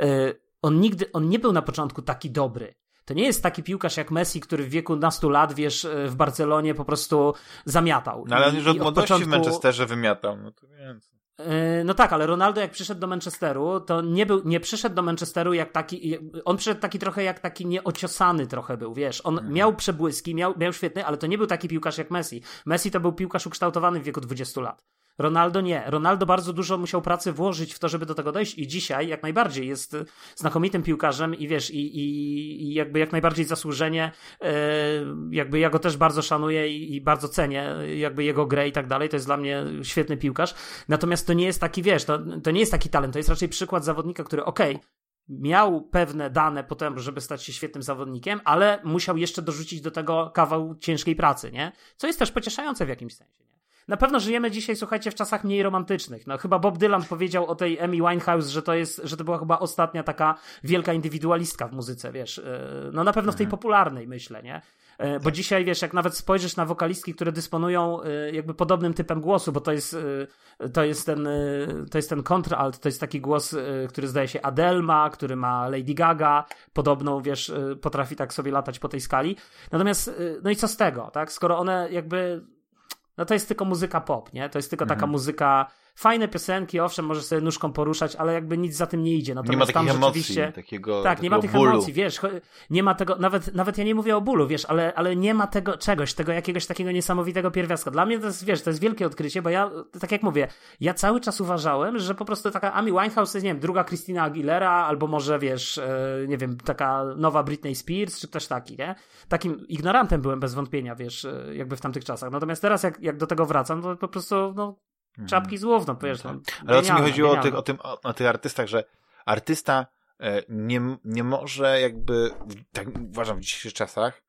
on nie był na początku taki dobry. To nie jest taki piłkarz jak Messi, który w wieku nastu lat, wiesz, w Barcelonie po prostu zamiatał. No ale on już od młodości w Manchesterze wymiatał, no to więcej. No tak, ale Ronaldo jak przyszedł do Manchesteru, to nie przyszedł do Manchesteru jak taki, on przyszedł taki trochę jak taki nieociosany trochę był, wiesz, on miał przebłyski, miał świetny, ale to nie był taki piłkarz jak Messi. Messi to był piłkarz ukształtowany w wieku 20 lat. Ronaldo nie. Ronaldo bardzo dużo musiał pracy włożyć w to, żeby do tego dojść i dzisiaj jak najbardziej jest znakomitym piłkarzem i wiesz, i jakby jak najbardziej zasłużenie, jakby ja go też bardzo szanuję i bardzo cenię, jakby jego grę i tak dalej, to jest dla mnie świetny piłkarz, natomiast to nie jest taki, wiesz, to nie jest taki talent, to jest raczej przykład zawodnika, który miał pewne dane potem, żeby stać się świetnym zawodnikiem, ale musiał jeszcze dorzucić do tego kawał ciężkiej pracy, nie? Co jest też pocieszające w jakimś sensie, nie? Na pewno żyjemy dzisiaj, słuchajcie, w czasach mniej romantycznych. No chyba Bob Dylan powiedział o tej Amy Winehouse, że to była chyba ostatnia taka wielka indywidualistka w muzyce, wiesz. No na pewno w tej popularnej, myślę, nie? Bo dzisiaj, wiesz, jak nawet spojrzysz na wokalistki, które dysponują jakby podobnym typem głosu, bo to jest ten kontralt, to jest taki głos, który zdaje się Adele ma, który ma Lady Gaga, podobną, wiesz, potrafi tak sobie latać po tej skali. Natomiast, no i co z tego, tak? Skoro one jakby... No to jest tylko muzyka pop, nie? To jest tylko taka muzyka, fajne piosenki, owszem, możesz sobie nóżką poruszać, ale jakby nic za tym nie idzie. Natomiast nie ma takich tam emocji, nie ma tych bólu. emocji, wiesz, nie ma tego, nawet ja nie mówię o bólu, wiesz, ale nie ma tego jakiegoś takiego niesamowitego pierwiastka. Dla mnie to jest, wiesz, to jest wielkie odkrycie, bo ja, tak jak mówię, ja cały czas uważałem, że po prostu taka Amy Winehouse to jest, nie wiem, druga Christina Aguilera, albo może, wiesz, nie wiem, taka nowa Britney Spears, czy ktoś taki, nie? Takim ignorantem byłem bez wątpienia, wiesz, jakby w tamtych czasach. Natomiast teraz, jak do tego wracam, to po prostu, no, czapki z głów, no wiesz. Tak. Ale o co mi chodziło o tych artystach, że artysta nie może jakby, tak uważam w dzisiejszych czasach,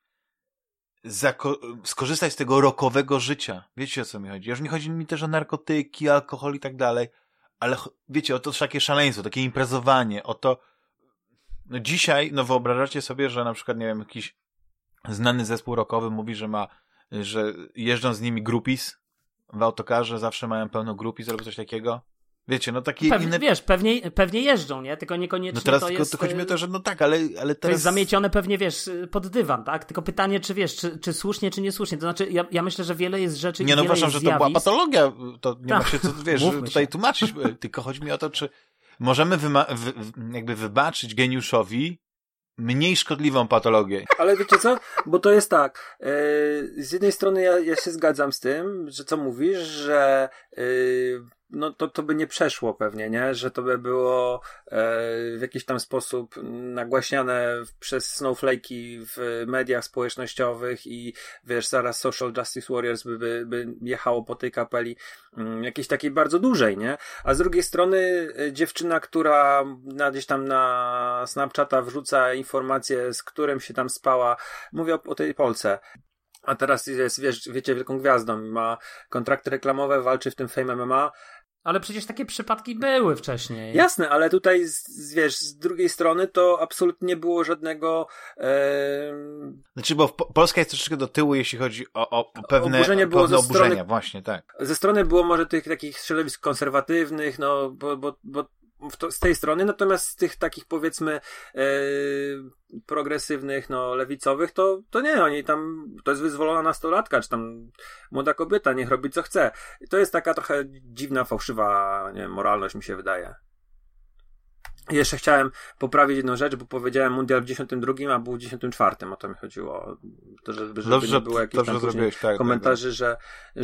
skorzystać z tego rockowego życia. Wiecie, o co mi chodzi? Już nie chodzi mi też o narkotyki, alkohol i tak dalej, ale wiecie, o to takie szaleństwo, takie imprezowanie, o to, no dzisiaj, no wyobrażacie sobie, że na przykład, nie wiem, jakiś znany zespół rockowy mówi, że jeżdżą z nimi groupies w autokarze, zawsze mają pełno groupies albo coś takiego. Wiecie, no takie inne... Wiesz, pewnie jeżdżą, nie? Tylko niekoniecznie no teraz to jest... To chodzi mi o to, że no tak, ale teraz... To jest zamiecione pewnie, wiesz, pod dywan, tak? Tylko pytanie, czy wiesz, czy słusznie, czy niesłusznie. To znaczy, ja myślę, że wiele jest rzeczy... Nie, no uważam, że to była patologia. To nie ma się co, wiesz, tutaj się tłumaczyć. Tylko chodzi mi o to, czy możemy jakby wybaczyć geniuszowi mniej szkodliwą patologię. Ale wiecie co? Bo to jest tak. Z jednej strony ja się zgadzam z tym, że co mówisz, że no to by nie przeszło pewnie, nie? Że to by było w jakiś tam sposób nagłaśniane przez snowflake'i w mediach społecznościowych i wiesz, zaraz Social Justice Warriors by jechało po tej kapeli jakiejś takiej bardzo dużej, nie? A z drugiej strony dziewczyna, która gdzieś tam na Snapchata wrzuca informacje, z którym się tam spała, mówię o tej Polce. A teraz jest, wiecie, wielką gwiazdą, ma kontrakty reklamowe, walczy w tym Fame MMA. Ale przecież takie przypadki były wcześniej. Jasne, ale tutaj, wiesz, z drugiej strony to absolutnie nie było żadnego... Znaczy, bo Polska jest troszeczkę do tyłu, jeśli chodzi o pewne oburzenie było ze oburzenia, strony, właśnie, tak. Ze strony było może tych takich środowisk konserwatywnych, no, bo z tej strony, natomiast z tych takich, powiedzmy, progresywnych, no, lewicowych, to nie, oni tam, to jest wyzwolona nastolatka, czy tam młoda kobieta, niech robi co chce. To jest taka trochę dziwna, fałszywa, nie wiem, moralność, mi się wydaje. I jeszcze chciałem poprawić jedną rzecz, bo powiedziałem mundial w 92, a był w 94, o to mi chodziło. To, żeby dobrze, nie było jakichś tam komentarzy, że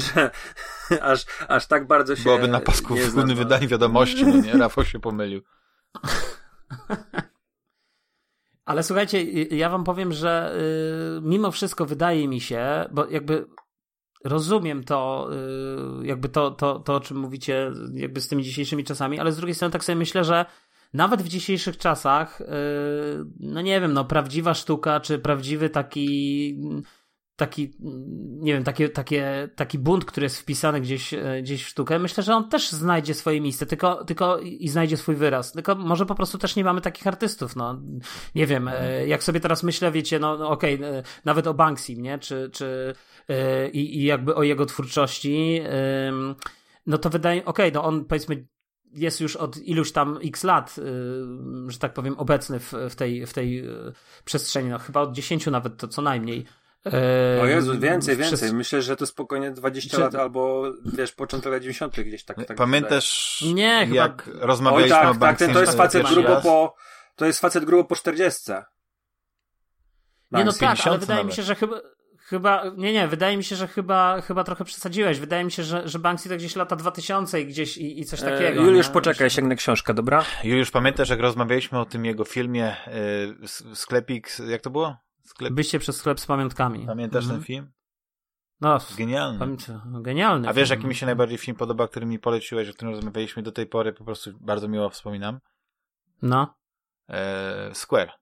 aż tak bardzo się byłoby na pasku w głównym wydaniu Wiadomości, no nie? Rafał się pomylił. Ale słuchajcie, ja wam powiem, że mimo wszystko wydaje mi się, bo jakby rozumiem to, jakby to, o czym mówicie, jakby z tymi dzisiejszymi czasami, ale z drugiej strony tak sobie myślę, że nawet w dzisiejszych czasach, no nie wiem, no prawdziwa sztuka, czy prawdziwy taki, nie wiem, taki bunt, który jest wpisany gdzieś w sztukę, myślę, że on też znajdzie swoje miejsce, tylko i znajdzie swój wyraz. Tylko może po prostu też nie mamy takich artystów, no. Nie wiem, jak sobie teraz myślę, wiecie, no okej, nawet o Banksy, nie? Czy i jakby o jego twórczości, no to wydaje, no on powiedzmy jest już od iluś tam x lat, że tak powiem, obecny w tej przestrzeni, no chyba od 10 nawet to co najmniej. O Jezu, więcej. Myślę, że to spokojnie 20 lat albo, wiesz, początek lat 90 gdzieś tak. Pamiętasz, nie, jak chyba... rozmawialiśmy o Banksy? To jest facet grubo po 40. Nie, no tak, ale wydaje mi się, że wydaje mi się, że chyba trochę przesadziłeś. Wydaje mi się, że Banksy to gdzieś lata 2000 i coś takiego. Juliusz, poczekaj, sięgnę książkę, dobra? Juliusz, pamiętasz, jak rozmawialiśmy o tym jego filmie Sklepik, jak to było? Byście przez sklep z pamiątkami. Pamiętasz ten film? No, genialny. Genialny. A wiesz, jaki mi się najbardziej film podoba, który mi poleciłeś, o którym rozmawialiśmy do tej pory, po prostu bardzo miło wspominam? No. Square.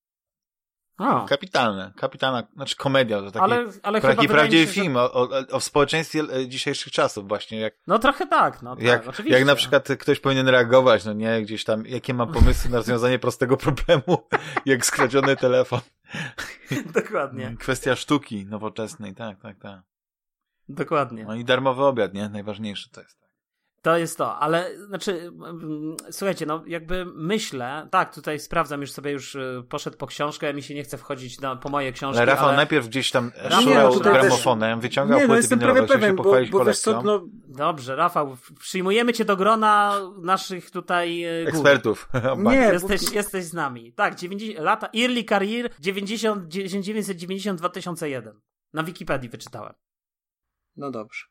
O. Kapitalna, znaczy komedia, to taki, ale taki prawdziwy się, film o społeczeństwie dzisiejszych czasów właśnie. Jak, no trochę tak, oczywiście. Jak na przykład ktoś powinien reagować, no nie, gdzieś tam, jakie mam pomysły na rozwiązanie prostego problemu, jak skradziony telefon. Dokładnie. Kwestia sztuki nowoczesnej, tak. Dokładnie. No i darmowy obiad, nie? Najważniejsze to jest. To jest to, ale znaczy, słuchajcie, no jakby myślę, tak, tutaj sprawdzam, już poszedł po książkę, mi się nie chce wchodzić po moje książki, ale Rafał najpierw gdzieś tam szurał gramofonem, wyciągał płyty winylowe, żeby się pochwalić kolekcją. Dobrze, Rafał, przyjmujemy cię do grona naszych tutaj ekspertów. Nie, jesteś z nami. Tak, lata Early Career 1990-2001. Na Wikipedii wyczytałem. No dobrze.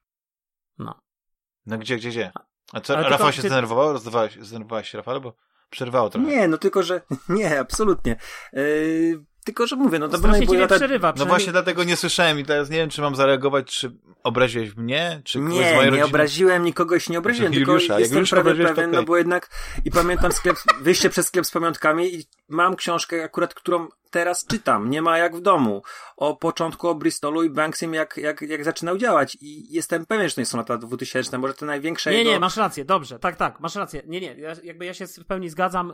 No gdzie? A co, ale Rafał się zdenerwował? Zdenerwowałeś się, Rafał? Bo przerwało trochę. Nie, no tylko, że... Nie, absolutnie. Tylko, że mówię, no to strasznie cię nie przerywa. No właśnie dlatego nie słyszałem i teraz nie wiem, czy mam zareagować, czy obraziłeś mnie, czy kogoś z mojej rodziny? Nie obraziłem nikogo, się nie obraziłem, tylko jestem prawie pewien, no bo jednak i pamiętam wyjście przez sklep z pamiątkami i mam książkę akurat, którą teraz czytam, nie ma jak w domu, o początku o Bristolu i Banksym, jak zaczynał działać i jestem pewien, że to nie są lata 2000, może te największe Nie, masz rację, dobrze, tak, masz rację, ja się w pełni zgadzam,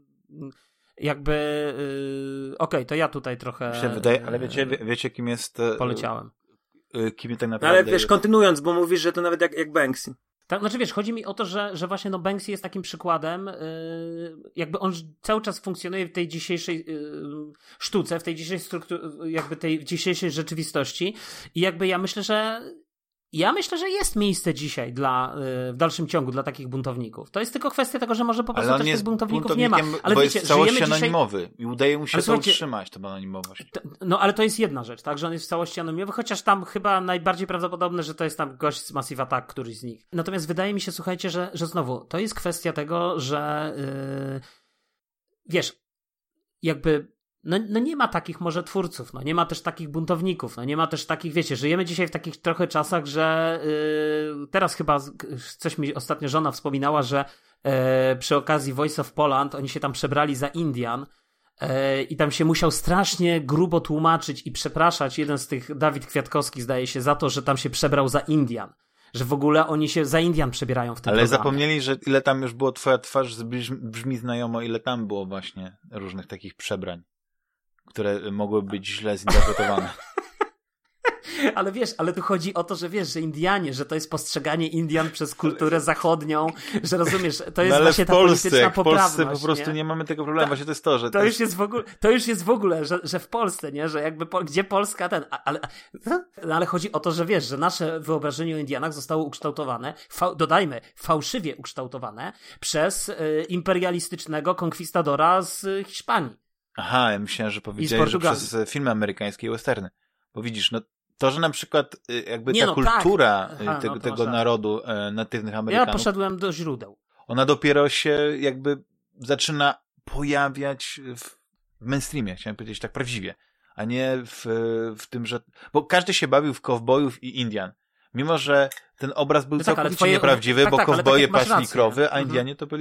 okej, to ja tutaj trochę... Mi się wydaje, ale wiecie kim jest... Poleciałem. Kim tak naprawdę ale wiesz, kontynuując, bo mówisz, że to nawet jak Banksy. Tak, znaczy wiesz, chodzi mi o to, że właśnie Banksy jest takim przykładem, jakby on cały czas funkcjonuje w tej dzisiejszej sztuce, w tej dzisiejszej strukturze, jakby tej dzisiejszej rzeczywistości i jakby ja myślę, że jest miejsce dzisiaj w dalszym ciągu dla takich buntowników. To jest tylko kwestia tego, że może po prostu też tych buntowników nie ma. Ale bo wiecie, jest w całości żyjemy anonimowy i udaje mu się to utrzymać, tę anonimowość. No ale to jest jedna rzecz, tak, że on jest w całości anonimowy, chociaż tam chyba najbardziej prawdopodobne, że to jest tam gość z Massive Attack, któryś z nich. Natomiast wydaje mi się, słuchajcie, że znowu, to jest kwestia tego, że wiesz, jakby no nie ma takich może twórców, no nie ma też takich buntowników, no nie ma też takich, wiecie, żyjemy dzisiaj w takich trochę czasach, że teraz chyba coś mi ostatnio żona wspominała, że przy okazji Voice of Poland oni się tam przebrali za Indian i tam się musiał strasznie grubo tłumaczyć i przepraszać jeden z tych, Dawid Kwiatkowski zdaje się, za to, że tam się przebrał za Indian. Że w ogóle oni się za Indian przebierają w tym Ale programie. zapomnieli, że ile tam już było twoja twarz, brzmi znajomo, ile tam było właśnie różnych takich przebrań, które mogły być źle zinterpretowane. Ale wiesz, ale tu chodzi o to, że wiesz, że Indianie, że to jest postrzeganie Indian przez kulturę zachodnią, że rozumiesz, to jest właśnie ta polityczna poprawność. W Polsce po prostu nie mamy tego problemu, właśnie to jest to, że... To już jest w ogóle, że w Polsce, nie, że jakby, gdzie Polska ale chodzi o to, że wiesz, że nasze wyobrażenie o Indianach zostało ukształtowane, dodajmy, fałszywie ukształtowane przez imperialistycznego konkwistadora z Hiszpanii. Aha, ja myślałem, że powiedziałeś, że przez filmy amerykańskie i westerny. Bo widzisz, no to, że na przykład jakby kultura tego narodu natywnych Amerykanów... Ja poszedłem do źródeł. Ona dopiero się jakby zaczyna pojawiać w mainstreamie, chciałem powiedzieć tak prawdziwie, a nie w tym, że... Bo każdy się bawił w kowbojów i Indian. Mimo, że ten obraz był całkowicie nieprawdziwy, bo kowboje paśli krowy, a Indianie to byli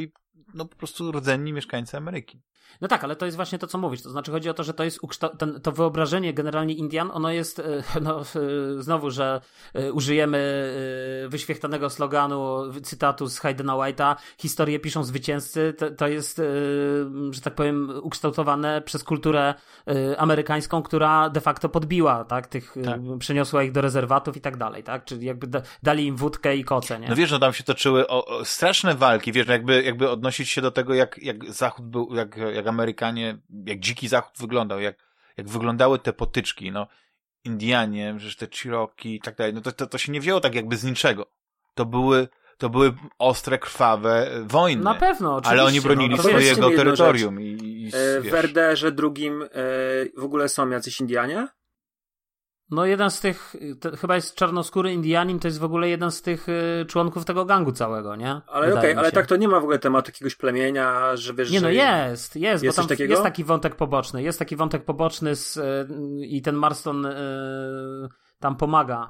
no po prostu rdzenni mieszkańcy Ameryki. No tak, ale to jest właśnie to, co mówisz. To znaczy chodzi o to, że to jest to wyobrażenie generalnie Indian, ono jest, znowu, że użyjemy wyświechtanego sloganu, cytatu z Haydena White'a, historię piszą zwycięzcy, to jest, że tak powiem, ukształtowane przez kulturę amerykańską, która de facto podbiła, tak, przeniosła ich do rezerwatów i tak dalej, tak, czyli jakby dali im wódkę i koce, nie? No wiesz, no tam się toczyły straszne walki, wiesz, jakby odnosić się do tego, jak Zachód był, jak Amerykanie, jak dziki Zachód wyglądał, jak wyglądały te potyczki, no, Indianie, przecież te Cherokee i tak dalej, no to się nie wzięło tak jakby z niczego. To były ostre, krwawe wojny. Na pewno, oczywiście. Ale oni bronili swojego terytorium. W RDR-ze drugim w ogóle są jacyś Indianie? No jeden z tych, chyba jest czarnoskóry Indianin, to jest w ogóle jeden z tych członków tego gangu całego, nie? Ale okej, ale tak to nie ma w ogóle tematu jakiegoś plemienia, że wiesz, nie, no że... jest, bo tam takiego? jest taki wątek poboczny i ten Marston tam pomaga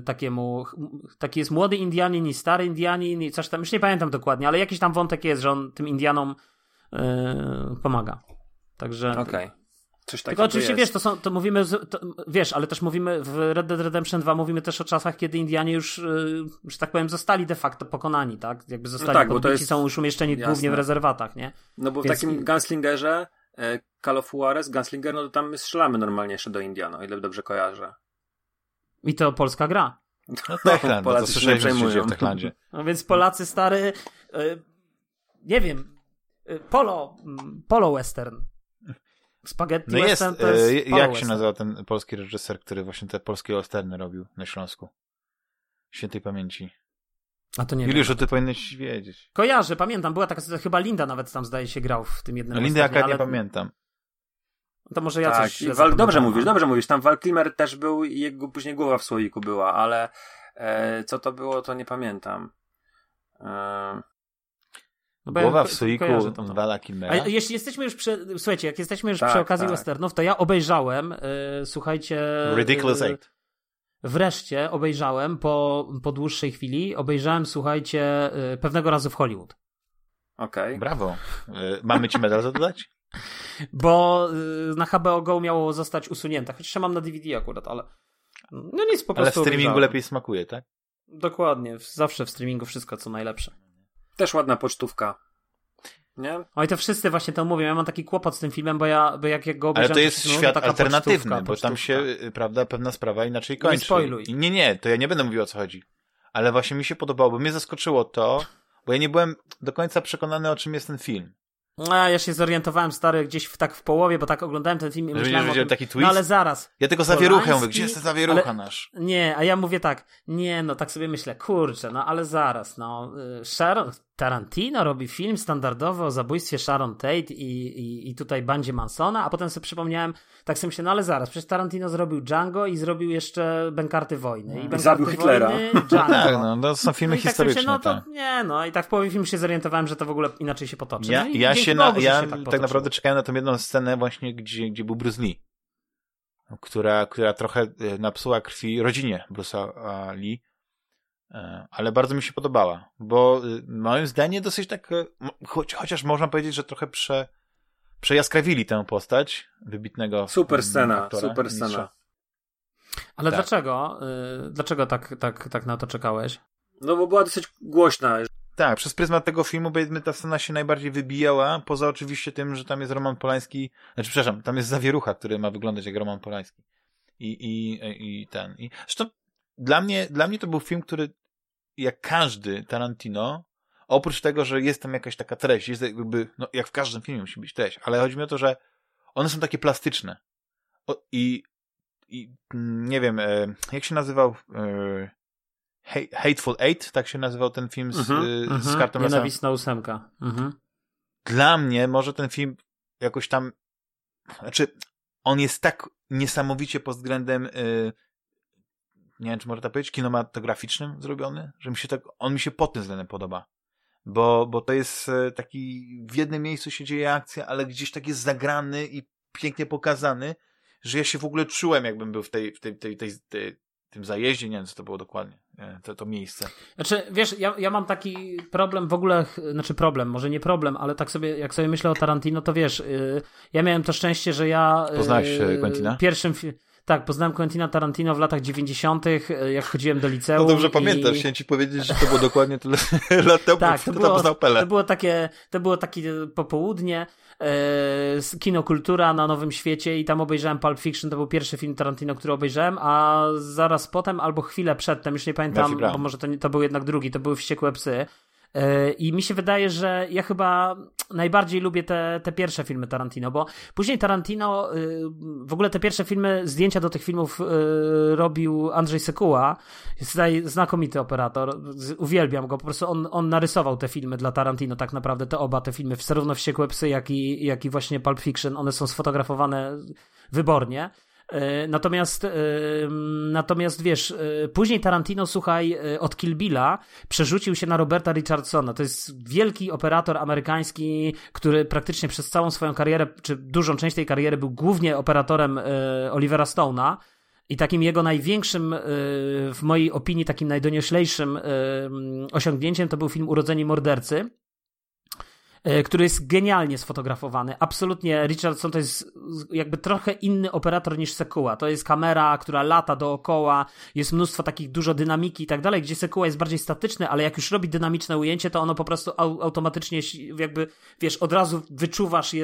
taki jest młody Indianin i stary Indianin i coś tam, już nie pamiętam dokładnie, ale jakiś tam wątek jest, że on tym Indianom pomaga. Także... Okej. Tylko oczywiście, wiesz, to mówimy, wiesz, ale też mówimy w Red Dead Redemption 2 mówimy też o czasach, kiedy Indianie już, że tak powiem, zostali de facto pokonani, tak? Jakby zostali podbici, są już umieszczeni głównie w rezerwatach, nie? No bo w takim Gunslingerze, Call of Juarez, Gunslinger, no to tam my strzelamy normalnie jeszcze do Indian, o ile dobrze kojarzę. I to polska gra. No Techland, to słyszeliśmy, że się dzieje w Techlandzie. No więc Polacy stary, nie wiem, polo western. Spaghetti no western jest, to jest jak się nazywa ten polski reżyser, który właśnie te polskie westerny robił na Śląsku? Świętej pamięci. A to nie Juliuszu, ty powinieneś wiedzieć. Kojarzę, pamiętam, była taka, chyba Linda nawet tam zdaje się grał w tym jednym Linda jaka nie pamiętam. To może ja tak, coś... Dobrze mówisz, tam Val Kilmer też był i jego później głowa w słoiku była, ale co to było, to nie pamiętam. No głowa w słoiku Vala Kilmera. A jeśli jesteśmy już słuchajcie, jak jesteśmy już przy okazji westernów, to ja obejrzałem, słuchajcie... Ridiculous 8. Wreszcie obejrzałem, po dłuższej chwili, słuchajcie, Pewnego razu w Hollywood. Okej. Brawo. Mamy ci medal zadać? Bo na HBO Go miało zostać usunięte, chociaż mam na DVD akurat, ale no nic, po prostu ale w streamingu obejrzałem. lepiej smakuje, tak? Dokładnie, zawsze w streamingu wszystko co najlepsze. Też ładna pocztówka. Nie? Oj, to wszyscy właśnie to mówią. Ja mam taki kłopot z tym filmem, bo jak go obejrzałem... Ale to jest świat alternatywny, bo tam się, prawda, pewna sprawa inaczej kończy. Nie spoiluj. Nie, to ja nie będę mówił, o co chodzi. Ale właśnie mi się podobało, bo mnie zaskoczyło to, bo ja nie byłem do końca przekonany, o czym jest ten film. Ja się zorientowałem, stary, gdzieś w połowie, bo tak oglądałem ten film i myślałem o tym, taki twist? No ale zaraz. Ja tylko zawieruchę mówię, gdzie jest ta zawierucha nasz? Nie, a ja mówię tak, tak sobie myślę, kurczę, no ale zaraz, Tarantino robi film standardowy o zabójstwie Sharon Tate i tutaj bandzie Mansona, a potem sobie przypomniałem, tak sobie myślę, no ale zaraz, przecież Tarantino zrobił Django i zrobił jeszcze Bękarty Wojny. I zabił Hitlera. Tak, to są filmy historyczne. I tak w połowie filmu się zorientowałem, że to w ogóle inaczej się potoczy. Ja tak naprawdę czekałem na tą jedną scenę właśnie, gdzie był Bruce Lee, która trochę napsuła krwi rodzinie Bruce'a Lee, ale bardzo mi się podobała, bo moim zdaniem dosyć tak, chociaż można powiedzieć, że trochę przejaskrawili tę postać wybitnego super scena. Ale tak. Dlaczego tak na to czekałeś? No bo była dosyć głośna. Tak, przez pryzmat tego filmu ta scena się najbardziej wybijała, poza oczywiście tym, że tam jest Roman Polański, tam jest zawierucha, który ma wyglądać jak Roman Polański. Zresztą dla mnie to był film, który jak każdy Tarantino, oprócz tego, że jest tam jakaś taka treść, jest jakby, jak w każdym filmie musi być treść, ale chodzi mi o to, że one są takie plastyczne. I nie wiem, jak się nazywał Hateful Eight, tak się nazywał ten film z Kartą Russellem. Nienawistna ósemka. Dla mnie może ten film jakoś tam, on jest tak niesamowicie pod względem nie wiem, czy można tak powiedzieć, kinematograficznym zrobiony, że on mi się pod tym względem podoba. Bo to jest taki, w jednym miejscu się dzieje akcja, ale gdzieś tak jest zagrany i pięknie pokazany, że ja się w ogóle czułem, jakbym był w tej tym zajeździe, nie wiem co to było dokładnie, to miejsce. Znaczy, wiesz, ja mam taki problem w ogóle, znaczy problem, może nie problem, ale tak sobie, jak sobie myślę o Tarantino, to wiesz, ja miałem to szczęście, że ja... Poznałeś Quentina? Tak, poznałem Quentina Tarantino w latach 90., jak chodziłem do liceum. No dobrze pamiętasz, chciałem ci powiedzieć, że to było dokładnie tyle lat temu, tak, poznał Pelé. To było takie popołudnie, kino Kultura na Nowym Świecie i tam obejrzałem Pulp Fiction, to był pierwszy film Tarantino, który obejrzałem, a zaraz potem, albo chwilę przedtem, już nie pamiętam, bo może to był jednak drugi, to były Wściekłe psy. I mi się wydaje, że ja chyba najbardziej lubię te pierwsze filmy Tarantino, bo później Tarantino, w ogóle te pierwsze filmy, zdjęcia do tych filmów robił Andrzej Sekuła, jest tutaj znakomity operator, uwielbiam go, po prostu on narysował te filmy dla Tarantino, tak naprawdę te filmy, zarówno Wściekłe psy, jak i właśnie Pulp Fiction, one są sfotografowane wybornie. Natomiast wiesz, później Tarantino, słuchaj, od Kill Billa przerzucił się na Roberta Richardsona. To jest wielki operator amerykański, który praktycznie przez całą swoją karierę, czy dużą część tej kariery był głównie operatorem Olivera Stone'a. I takim jego największym, w mojej opinii, takim najdonioślejszym osiągnięciem to był film Urodzeni mordercy, który jest genialnie sfotografowany. Absolutnie Richardson to jest jakby trochę inny operator niż Sekuła. To jest kamera, która lata dookoła, jest mnóstwo takich dużo dynamiki i tak dalej, gdzie Sekuła jest bardziej statyczny, ale jak już robi dynamiczne ujęcie, to ono po prostu automatycznie jakby, wiesz, od razu wyczuwasz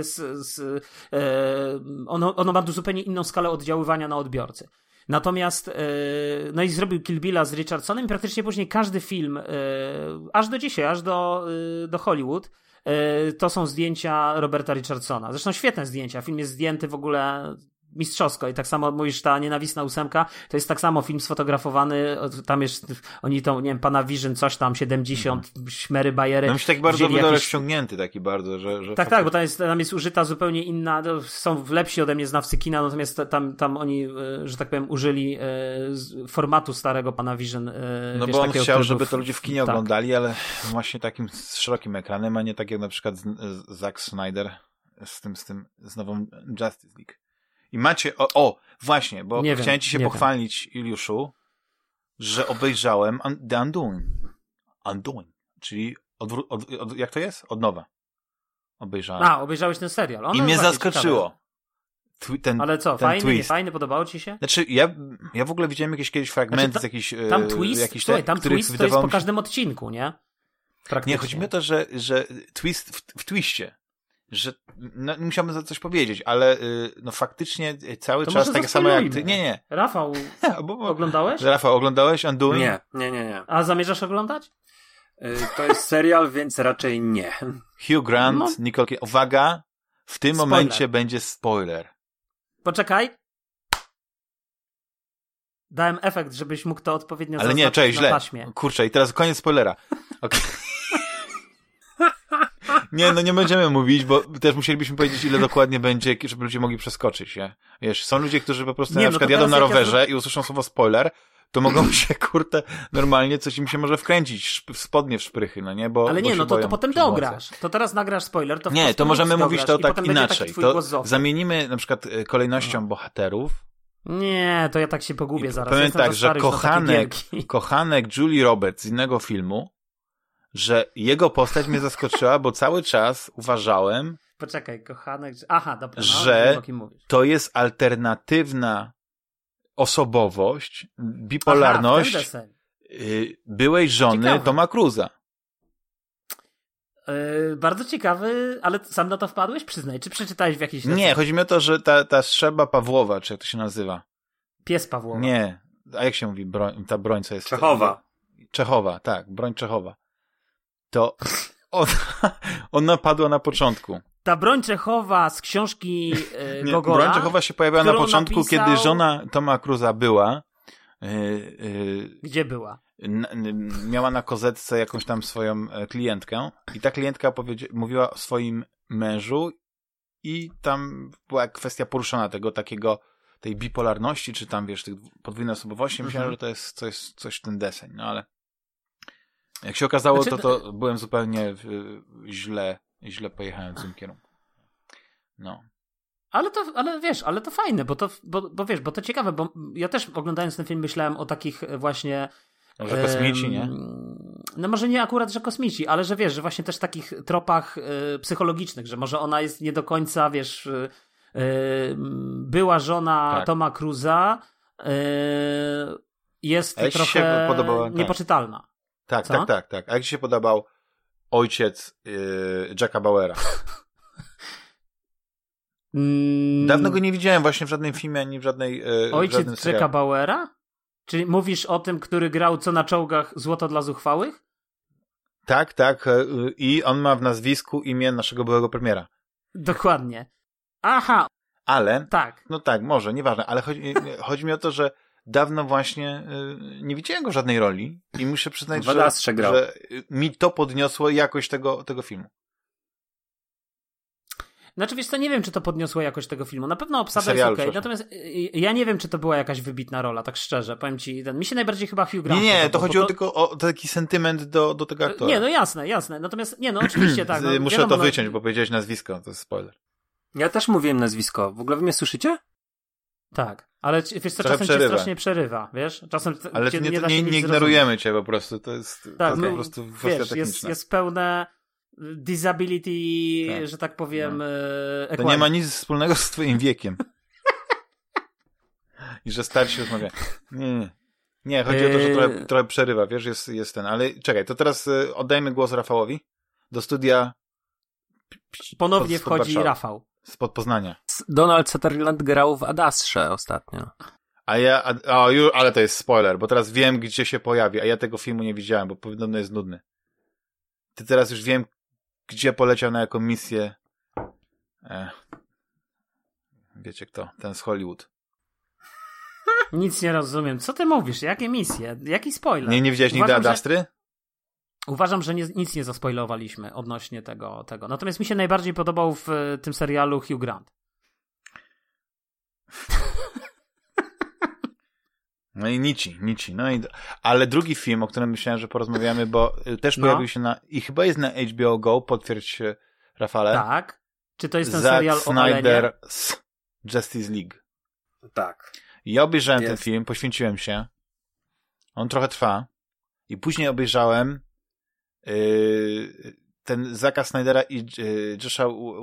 ono ma zupełnie inną skalę oddziaływania na odbiorcy. Natomiast, no i zrobił Kill Billa z Richardsonem i praktycznie później każdy film, aż do dzisiaj, aż do Hollywood, to są zdjęcia Roberta Richardsona. Zresztą świetne zdjęcia. Film jest zdjęty w ogóle mistrzowsko i tak samo mówisz, ta Nienawistna ósemka, to jest tak samo film sfotografowany, tam jest, oni to, nie wiem, Panavision, coś tam, 70, szmery, bajery. No mi się tak bardzo wygląda rozciągnięty taki bardzo, że Tak, bo tam jest użyta zupełnie inna, są lepsi ode mnie znawcy kina, natomiast tam oni, że tak powiem, użyli formatu starego Panavision. No wiesz, bo on chciał, żeby to ludzie w kinie oglądali, ale właśnie takim szerokim ekranem, a nie tak jak na przykład Zack Snyder z nową Justice League. I macie, właśnie, bo chciałem ci się pochwalić, Juliuszu, że obejrzałem The Undoing, czyli jak to jest? Od nowa. Obejrzałem. Obejrzałeś ten serial. I mnie zaskoczyło. Ale co, fajny, nie fajny, podobało ci się? Znaczy, ja w ogóle widziałem jakieś fragmenty z jakichś... Tam twist, tam twist to jest po każdym odcinku, nie? Nie, chodzi mi o to, że twist w twiście. Że musiałbym za coś powiedzieć, ale no faktycznie cały to czas tak samo jak ty. Nie. Rafał, oglądałeś? Rafał, oglądałeś Undoing? Nie. A zamierzasz oglądać? To jest serial, więc raczej nie. Hugh Grant, Nicole Kidman. Uwaga, w tym momencie będzie spoiler. Poczekaj. Dałem efekt, żebyś mógł to odpowiednio zaznaczyć na taśmie. Źle. Kurczę, i teraz koniec spoilera. Okay. Nie będziemy mówić, bo też musielibyśmy powiedzieć, ile dokładnie będzie, żeby ludzie mogli przeskoczyć, nie? Wiesz, są ludzie, którzy po prostu na przykład jadą na rowerze i usłyszą słowo spoiler, to mogą się, normalnie coś im się może wkręcić, spodnie w szprychy, no nie? Ale nie, to potem dograsz. To teraz nagrasz spoiler, to nie, to możemy mówić to tak inaczej. To zamienimy na przykład kolejnością bohaterów. Nie, to ja tak się pogubię zaraz. Powiem tak, że kochanek Julie Roberts z innego filmu, że jego postać mnie zaskoczyła, bo cały czas uważałem... Poczekaj, kochanek... Aha, dobra. Że to jest alternatywna osobowość, bipolarność byłej żony Toma Cruza. Bardzo ciekawy, ale sam na to wpadłeś? Przyznaj, czy przeczytałeś w jakiejś... Nie, chodzi mi o to, że ta strzelba Pawłowa, czy jak to się nazywa? Pies Pawłowa. Nie, a jak się mówi ta broń, co jest... Czechowa, tak, broń Czechowa. To ona padła na początku. Ta broń Czechowa z książki Gogola. Broń Czechowa się pojawiła na początku, kiedy żona Toma Cruza była. Gdzie była? Miała na kozetce jakąś tam swoją klientkę i ta klientka mówiła o swoim mężu i tam była kwestia poruszona tej bipolarności, czy tam, wiesz, tych podwójnej osobowości. Myślałem, że to jest coś ten deseń, no ale jak się okazało, to byłem zupełnie źle pojechałem w tym kierunku. No. Ale to fajne, bo to ciekawe, bo ja też oglądając ten film myślałem o takich właśnie... Może kosmici, nie? No może nie akurat, że kosmici, ale że wiesz, że właśnie też takich tropach psychologicznych, że może ona jest nie do końca, wiesz, była żona Toma Cruise'a, jest trochę niepoczytalna. Tak. A jak ci się podobał ojciec Jacka Bauera? Dawno go nie widziałem właśnie w żadnym filmie, ani w żadnej ojciec Jacka Bauera? Czyli mówisz o tym, który grał co na czołgach Złoto dla zuchwałych? Tak. I on ma w nazwisku imię naszego byłego premiera. Dokładnie. Aha. Ale, tak. No tak, może, nieważne, ale chodzi mi o to, że dawno właśnie nie widziałem go w żadnej roli i muszę przyznać, że mi to podniosło jakość tego filmu. Znaczy, wiesz co, nie wiem, czy to podniosło jakość tego filmu. Na pewno obsada jest okej. Natomiast ja nie wiem, czy to była jakaś wybitna rola, tak szczerze. Powiem ci, mi się najbardziej chyba Hugh Grant Nie, to chodziło tylko o taki sentyment do tego aktora. Nie, no jasne. Natomiast, oczywiście tak. No, muszę to wyciąć, bo powiedziałeś nazwisko, to jest spoiler. Ja też mówiłem nazwisko. W ogóle wy mnie słyszycie? Tak, ale wiesz co, czasem cię strasznie przerywa, wiesz? Czasem ale cię nie ignorujemy cię po prostu, to jest po prostu kwestia techniczna. Jest pełne disability, że tak powiem, to nie ma nic wspólnego z twoim wiekiem. I że starsi rozmawiają. Nie, chodzi o to, że trochę przerywa, wiesz, jest ten, ale czekaj, to teraz oddajmy głos Rafałowi do studia. Ponownie wchodzi Rafał. Spod Poznania. Donald Sutherland grał w Ad Astrze ostatnio. Ale to jest spoiler, bo teraz wiem, gdzie się pojawi, a ja tego filmu nie widziałem, bo podobno jest nudny. Ty teraz już wiem, gdzie poleciał na jaką misję. Wiecie kto? Ten z Hollywood. Nic nie rozumiem. Co ty mówisz? Jakie misje? Jaki spoiler? Nie widziałeś nigdy Ad Astry? Uważam, że nic nie zaspoilowaliśmy odnośnie tego. Natomiast mi się najbardziej podobał w tym serialu Hugh Grant. No i Nici. Ale drugi film, o którym myślałem, że porozmawiamy, bo też pojawił się i chyba jest na HBO Go, potwierdź Rafale. Tak. Czy to jest ten Zack serial o Snyder's Justice League. Tak. Ja obejrzałem ten film, poświęciłem się. On trochę trwa. I później obejrzałem ten Zacka Snydera i Josha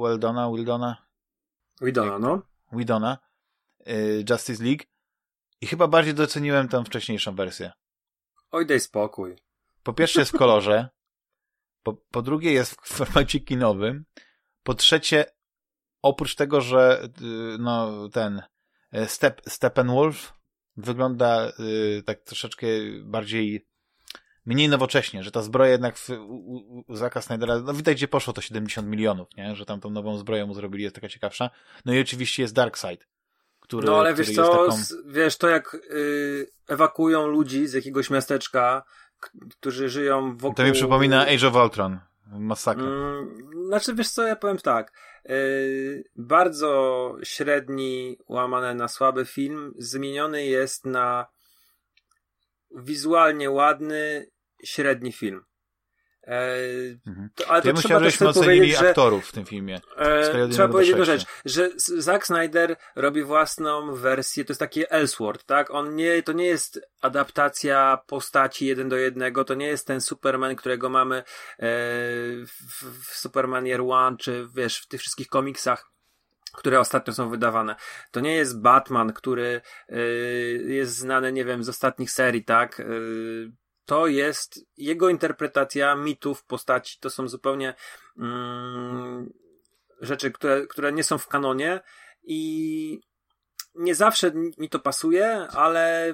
Whedona, Justice League i chyba bardziej doceniłem tą wcześniejszą wersję. Oj, daj spokój. Po pierwsze jest w kolorze, po drugie jest w formacie kinowym, po trzecie oprócz tego, że ten Steppenwolf wygląda tak troszeczkę mniej nowocześnie, że ta zbroja jednak u Zacka Snydera, widać gdzie poszło to 70 milionów, nie? Że tam tą nową zbroję mu zrobili, jest taka ciekawsza. No i oczywiście jest Darkseid, który ale który wiesz jest co, taką... wiesz to jak ewakuują ludzi z jakiegoś miasteczka, którzy żyją wokół... To mi przypomina Age of Ultron, masakra. Znaczy wiesz co, ja powiem tak, bardzo średni, łamane na słaby film zmieniony jest na wizualnie ładny, średni film. Ale to trzeba też ocenili aktorów w tym filmie. Trzeba powiedzieć jedną rzecz, że Zack Snyder robi własną wersję, to jest takie Elseworld, tak? To nie jest adaptacja postaci 1:1, to nie jest ten Superman, którego mamy w Superman Year One, czy wiesz, w tych wszystkich komiksach, które ostatnio są wydawane. To nie jest Batman, który jest znany, nie wiem, z ostatnich serii, tak? To jest jego interpretacja mitów, postaci. To są zupełnie rzeczy, które nie są w kanonie i nie zawsze mi to pasuje, ale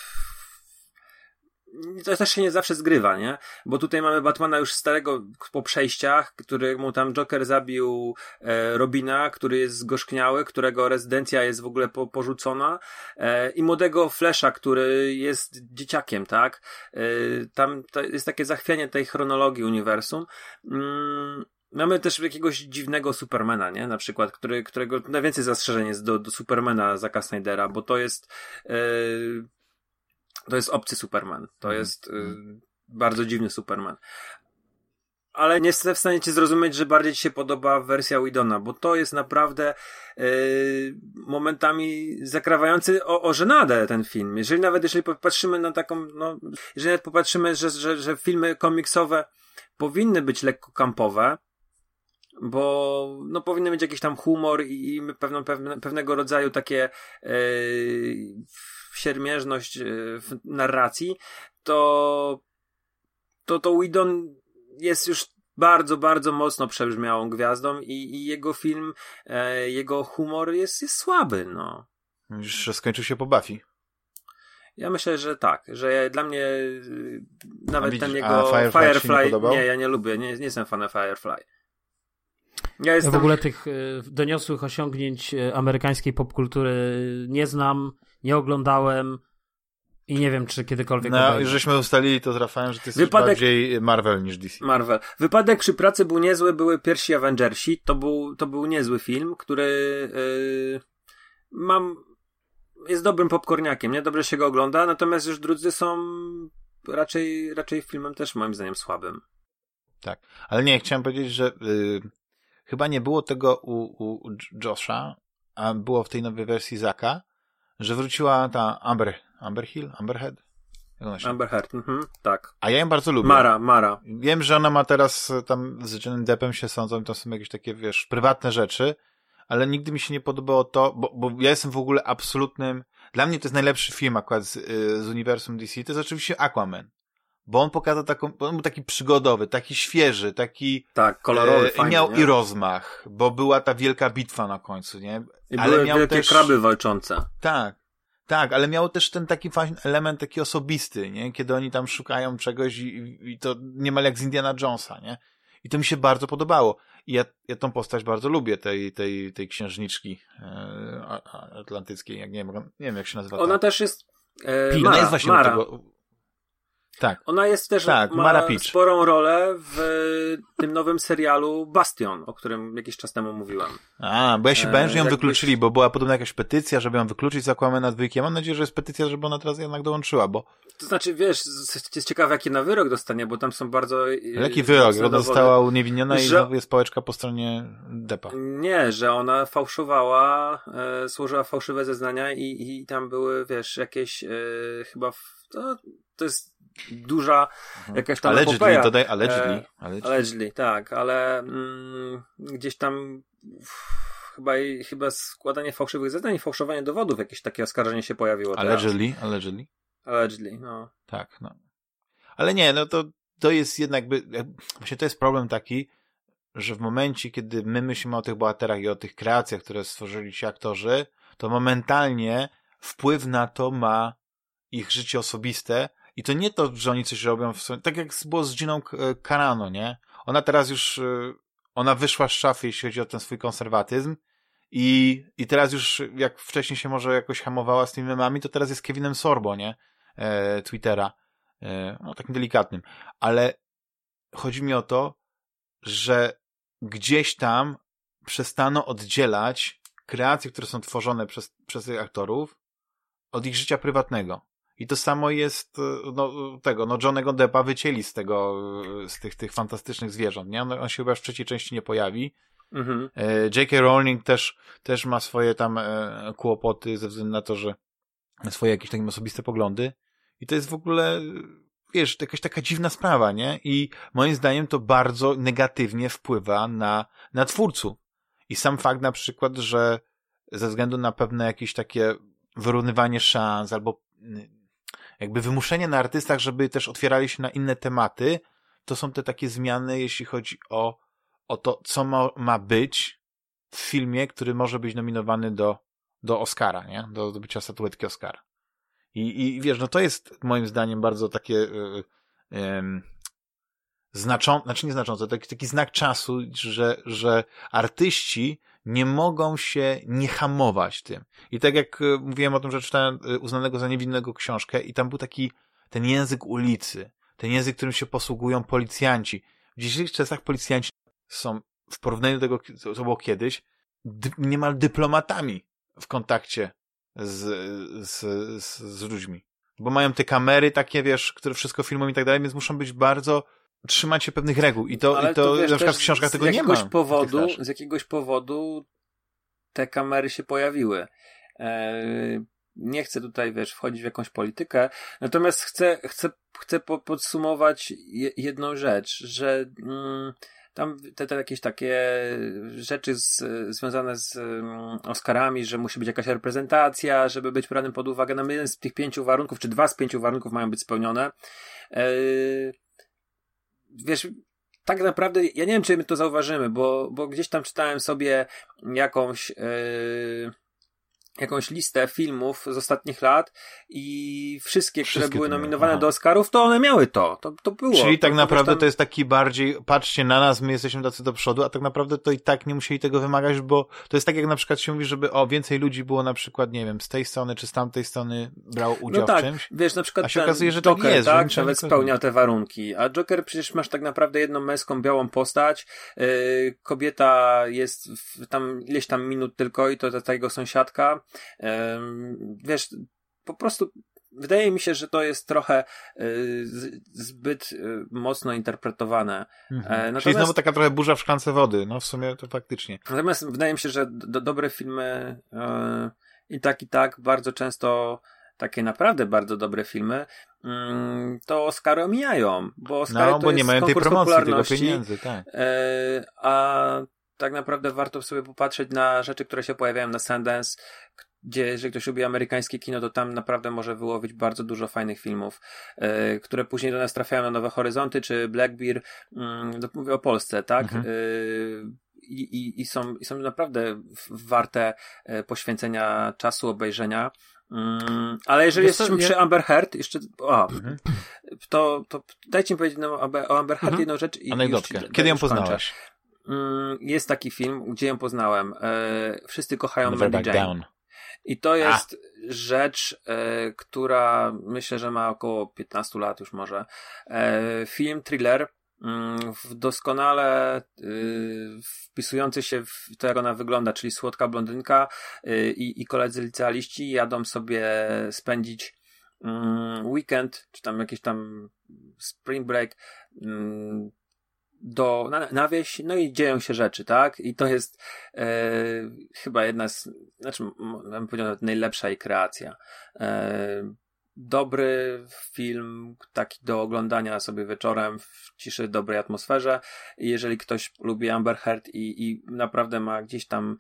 to też się nie zawsze zgrywa, nie? Bo tutaj mamy Batmana już starego po przejściach, któremu tam Joker zabił Robina, który jest zgorzkniały, którego rezydencja jest w ogóle porzucona, i młodego Flasha, który jest dzieciakiem, tak? Tam to jest takie zachwianie tej chronologii uniwersum. Mamy też jakiegoś dziwnego Supermana, nie? Na przykład, którego najwięcej zastrzeżeń jest do Supermana Zacka Snydera, bo to jest obcy Superman. To jest bardzo dziwny Superman. Ale nie jestem w stanie cię zrozumieć, że bardziej ci się podoba wersja Whedona, bo to jest naprawdę momentami zakrawający o żenadę ten film. Jeżeli popatrzymy na taką, jeżeli nawet popatrzymy, że filmy komiksowe powinny być lekko kampowe, bo powinny mieć jakiś tam humor i pewnego rodzaju takie siermiężność w narracji, to Whedon jest już bardzo, bardzo mocno przebrzmiałą gwiazdą i jego film, jego humor jest słaby, no. Już że skończył się po Buffy. Ja myślę, że tak, że dla mnie nawet ten jego Firefly nie, ja nie lubię, nie jestem fanem Firefly. Ja w ogóle tych doniosłych osiągnięć amerykańskiej popkultury nie znam, nie oglądałem i nie wiem, czy kiedykolwiek już żeśmy ustalili to z Rafałem, że ty jesteś bardziej Marvel niż DC. Marvel. Wypadek przy pracy był niezły, były pierwsi Avengersi, to był niezły film, który jest dobrym popcorniakiem, nie? Dobrze się go ogląda, natomiast już drudzy są raczej filmem też moim zdaniem słabym. Tak, ale nie, chciałem powiedzieć, że chyba nie było tego u Josha, a było w tej nowej wersji Zaka, że wróciła ta Amberhead? Amberhead, tak. A ja ją bardzo lubię. Mara. Wiem, że ona ma teraz tam z Johnnym Deppem się sądzą i to są jakieś takie, prywatne rzeczy, ale nigdy mi się nie podobało to, bo ja jestem w ogóle absolutnym, dla mnie to jest najlepszy film akurat z uniwersum DC, to jest oczywiście Aquaman. Bo on pokazał on był taki przygodowy, taki świeży, taki... Tak, kolorowy, fajny, miał nie? i rozmach, bo była ta wielka bitwa na końcu, nie? I ale były wielkie też kraby walczące. Tak, ale miało też ten taki fajny element taki osobisty, nie? Kiedy oni tam szukają czegoś i to niemal jak z Indiana Jonesa, nie? I to mi się bardzo podobało. I ja tą postać bardzo lubię, tej księżniczki atlantyckiej, jak nie wiem jak się nazywa. Ona też jest... Ona jest właśnie Mara. tego... Tak. Ona jest też, ma sporą rolę w tym nowym serialu Bastion, o którym jakiś czas temu mówiłem. Bo ja się bałem, że ją wykluczyli, bo była podobna jakaś petycja, żeby ją wykluczyć z Aquamana 2. Mam nadzieję, że jest petycja, żeby ona teraz jednak dołączyła, bo... To znaczy, jest ciekawe, jaki na wyrok dostanie, bo tam są bardzo... Jaki wyrok? Ona została uniewinniona i znowu jest pałeczka po stronie Deppa. Nie, że ona fałszowała, złożyła fałszywe zeznania i tam były, jakieś chyba... To jest duża jakaś tam epopeja. Dodaj allegedly, tak, ale gdzieś tam chyba składanie fałszywych zeznań i fałszowanie dowodów, jakieś takie oskarżenie się pojawiło. Allegedly, no. Tak, no. Ale nie, to jest jednak właśnie to jest problem taki, że w momencie, kiedy my myślimy o tych bohaterach i o tych kreacjach, które stworzyli ci aktorzy, to momentalnie wpływ na to ma ich życie osobiste. I to nie to, że oni coś robią, tak jak było z Giną Carano, nie? Ona teraz już, ona wyszła z szafy, jeśli chodzi o ten swój konserwatyzm i teraz już, jak wcześniej się może jakoś hamowała z tymi memami, to teraz jest Kevinem Sorbo, nie? Twittera. Takim delikatnym. Ale chodzi mi o to, że gdzieś tam przestaną oddzielać kreacje, które są tworzone przez tych aktorów od ich życia prywatnego. I to samo jest, Johnnego Deppa wycięli z tych fantastycznych zwierząt, nie? On się chyba w trzeciej części nie pojawi. Mhm. J.K. Rowling też ma swoje tam kłopoty ze względu na to, że swoje jakieś takie osobiste poglądy. I to jest w ogóle, jakaś taka dziwna sprawa, nie? I moim zdaniem to bardzo negatywnie wpływa na twórców. I sam fakt na przykład, że ze względu na pewne jakieś takie wyrównywanie szans albo jakby wymuszenie na artystach, żeby też otwierali się na inne tematy, to są te takie zmiany, jeśli chodzi o to, co ma być w filmie, który może być nominowany do Oscara, nie? Do zdobycia statuetki Oscara. I to jest moim zdaniem bardzo takie nieznaczące, taki znak czasu, że artyści nie mogą się nie hamować tym. I tak jak mówiłem o tym, że czytałem uznanego za niewinnego książkę i tam był taki ten język ulicy, ten język, którym się posługują policjanci. W dzisiejszych czasach policjanci są w porównaniu do tego, co było kiedyś, niemal dyplomatami w kontakcie z ludźmi. Bo mają te kamery takie, które wszystko filmują i tak dalej, więc muszą być bardzo trzymać się pewnych reguł i to wiesz, na przykład w książkach tego nie ma. Z jakiegoś powodu te kamery się pojawiły. Nie chcę tutaj, wiesz, wchodzić w jakąś politykę, natomiast chcę podsumować jedną rzecz, że tam te jakieś takie rzeczy związane z Oscarami, że musi być jakaś reprezentacja, żeby być branym pod uwagę. No, jeden z tych 5 warunków, czy 2 z 5 warunków mają być spełnione. Wiesz, tak naprawdę, ja nie wiem, czy my to zauważymy, bo gdzieś tam czytałem sobie jakąś listę filmów z ostatnich lat i wszystkie które były nominowane do Oscarów, to one miały to było. Czyli tak naprawdę to jest taki bardziej, patrzcie na nas, my jesteśmy tacy do przodu, a tak naprawdę to i tak nie musieli tego wymagać, bo to jest tak jak na przykład się mówi, żeby więcej ludzi było na przykład, nie wiem, z tej strony czy z tamtej strony brało udział w czymś. Wiesz, na przykład a się okazuje, że Joker, tak jest, tak, nawet spełnia te warunki, a Joker przecież masz tak naprawdę jedną męską, białą postać, kobieta jest tam ileś tam minut tylko i to ta jego sąsiadka. Wiesz, po prostu wydaje mi się, że to jest trochę zbyt mocno interpretowane. Czyli znowu taka trochę burza w szklance wody, no w sumie to faktycznie. Natomiast wydaje mi się, że dobre filmy i tak bardzo często takie naprawdę bardzo dobre filmy to Oscary omijają, bo Oscary to bo jest nie mają tej promocji, tego popularności, pieniędzy, tak. A tak naprawdę warto sobie popatrzeć na rzeczy, które się pojawiają na Sundance, gdzie jeżeli ktoś lubi amerykańskie kino, to tam naprawdę może wyłowić bardzo dużo fajnych filmów, które później do nas trafiają na Nowe Horyzonty, czy Black Bear, mówię o Polsce, tak? I są naprawdę warte poświęcenia czasu, obejrzenia. Ale jeżeli jesteśmy przy Amber Heard, jeszcze to dajcie mi powiedzieć o Amber Heard jedną rzecz. Anegdotkę. Kiedy ją poznałaś? Jest taki film, gdzie ją poznałem. Wszyscy kochają Mandy Jane. I to jest rzecz, która myślę, że ma około 15 lat już może. Film, thriller, doskonale wpisujący się w to, jak ona wygląda, czyli słodka blondynka i koledzy licealiści jadą sobie spędzić weekend, czy tam jakiś tam spring break na wieś, no i dzieją się rzeczy, tak? I to jest chyba jedna bym powiedział, nawet najlepsza jej kreacja. Dobry film, taki do oglądania sobie wieczorem w ciszy, dobrej atmosferze. I jeżeli ktoś lubi Amber Heard i naprawdę ma gdzieś tam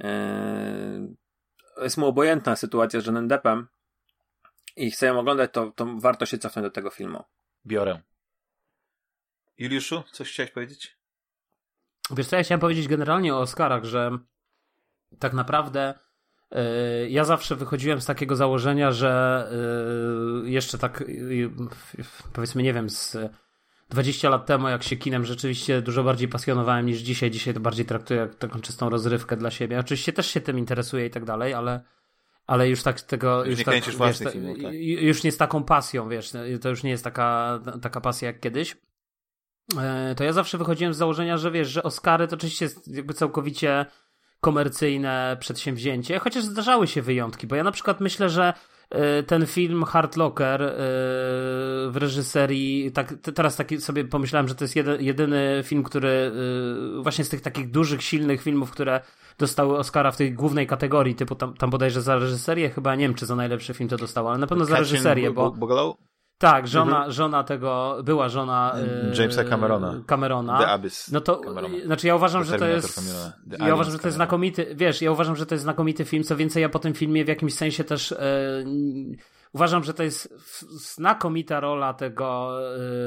jest mu obojętna sytuacja z Johnnym Deppem i chce ją oglądać, to warto się cofnąć do tego filmu. Biorę. Juliuszu, coś chciałeś powiedzieć? Wiesz co, ja chciałem powiedzieć generalnie o Oscarach, że tak naprawdę ja zawsze wychodziłem z takiego założenia, że jeszcze tak powiedzmy, nie wiem, z 20 lat temu, jak się kinem rzeczywiście dużo bardziej pasjonowałem niż dzisiaj. Dzisiaj to bardziej traktuję jak taką czystą rozrywkę dla siebie. Oczywiście też się tym interesuję i tak dalej, ale już tak tego... Już nie kręcisz własnych filmów, tak? Już nie z taką pasją, wiesz, to już nie jest taka pasja jak kiedyś. To ja zawsze wychodziłem z założenia, że wiesz, że Oscary to oczywiście jest jakby całkowicie komercyjne przedsięwzięcie, chociaż zdarzały się wyjątki, bo ja na przykład myślę, że ten film Hurt Locker w reżyserii, tak, teraz taki sobie pomyślałem, że to jest jedyny film, który właśnie z tych takich dużych, silnych filmów, które dostały Oscara w tej głównej kategorii, typu tam bodajże za reżyserię, chyba nie wiem, czy za najlepszy film to dostało, ale na pewno za reżyserię, bo... Tak, żona tego, była żona Jamesa Camerona. The Abyss. No to, znaczy ja uważam, że to jest znakomity, wiesz, ja uważam, że to jest znakomity film, co więcej ja po tym filmie w jakimś sensie też uważam, że to jest znakomita rola tego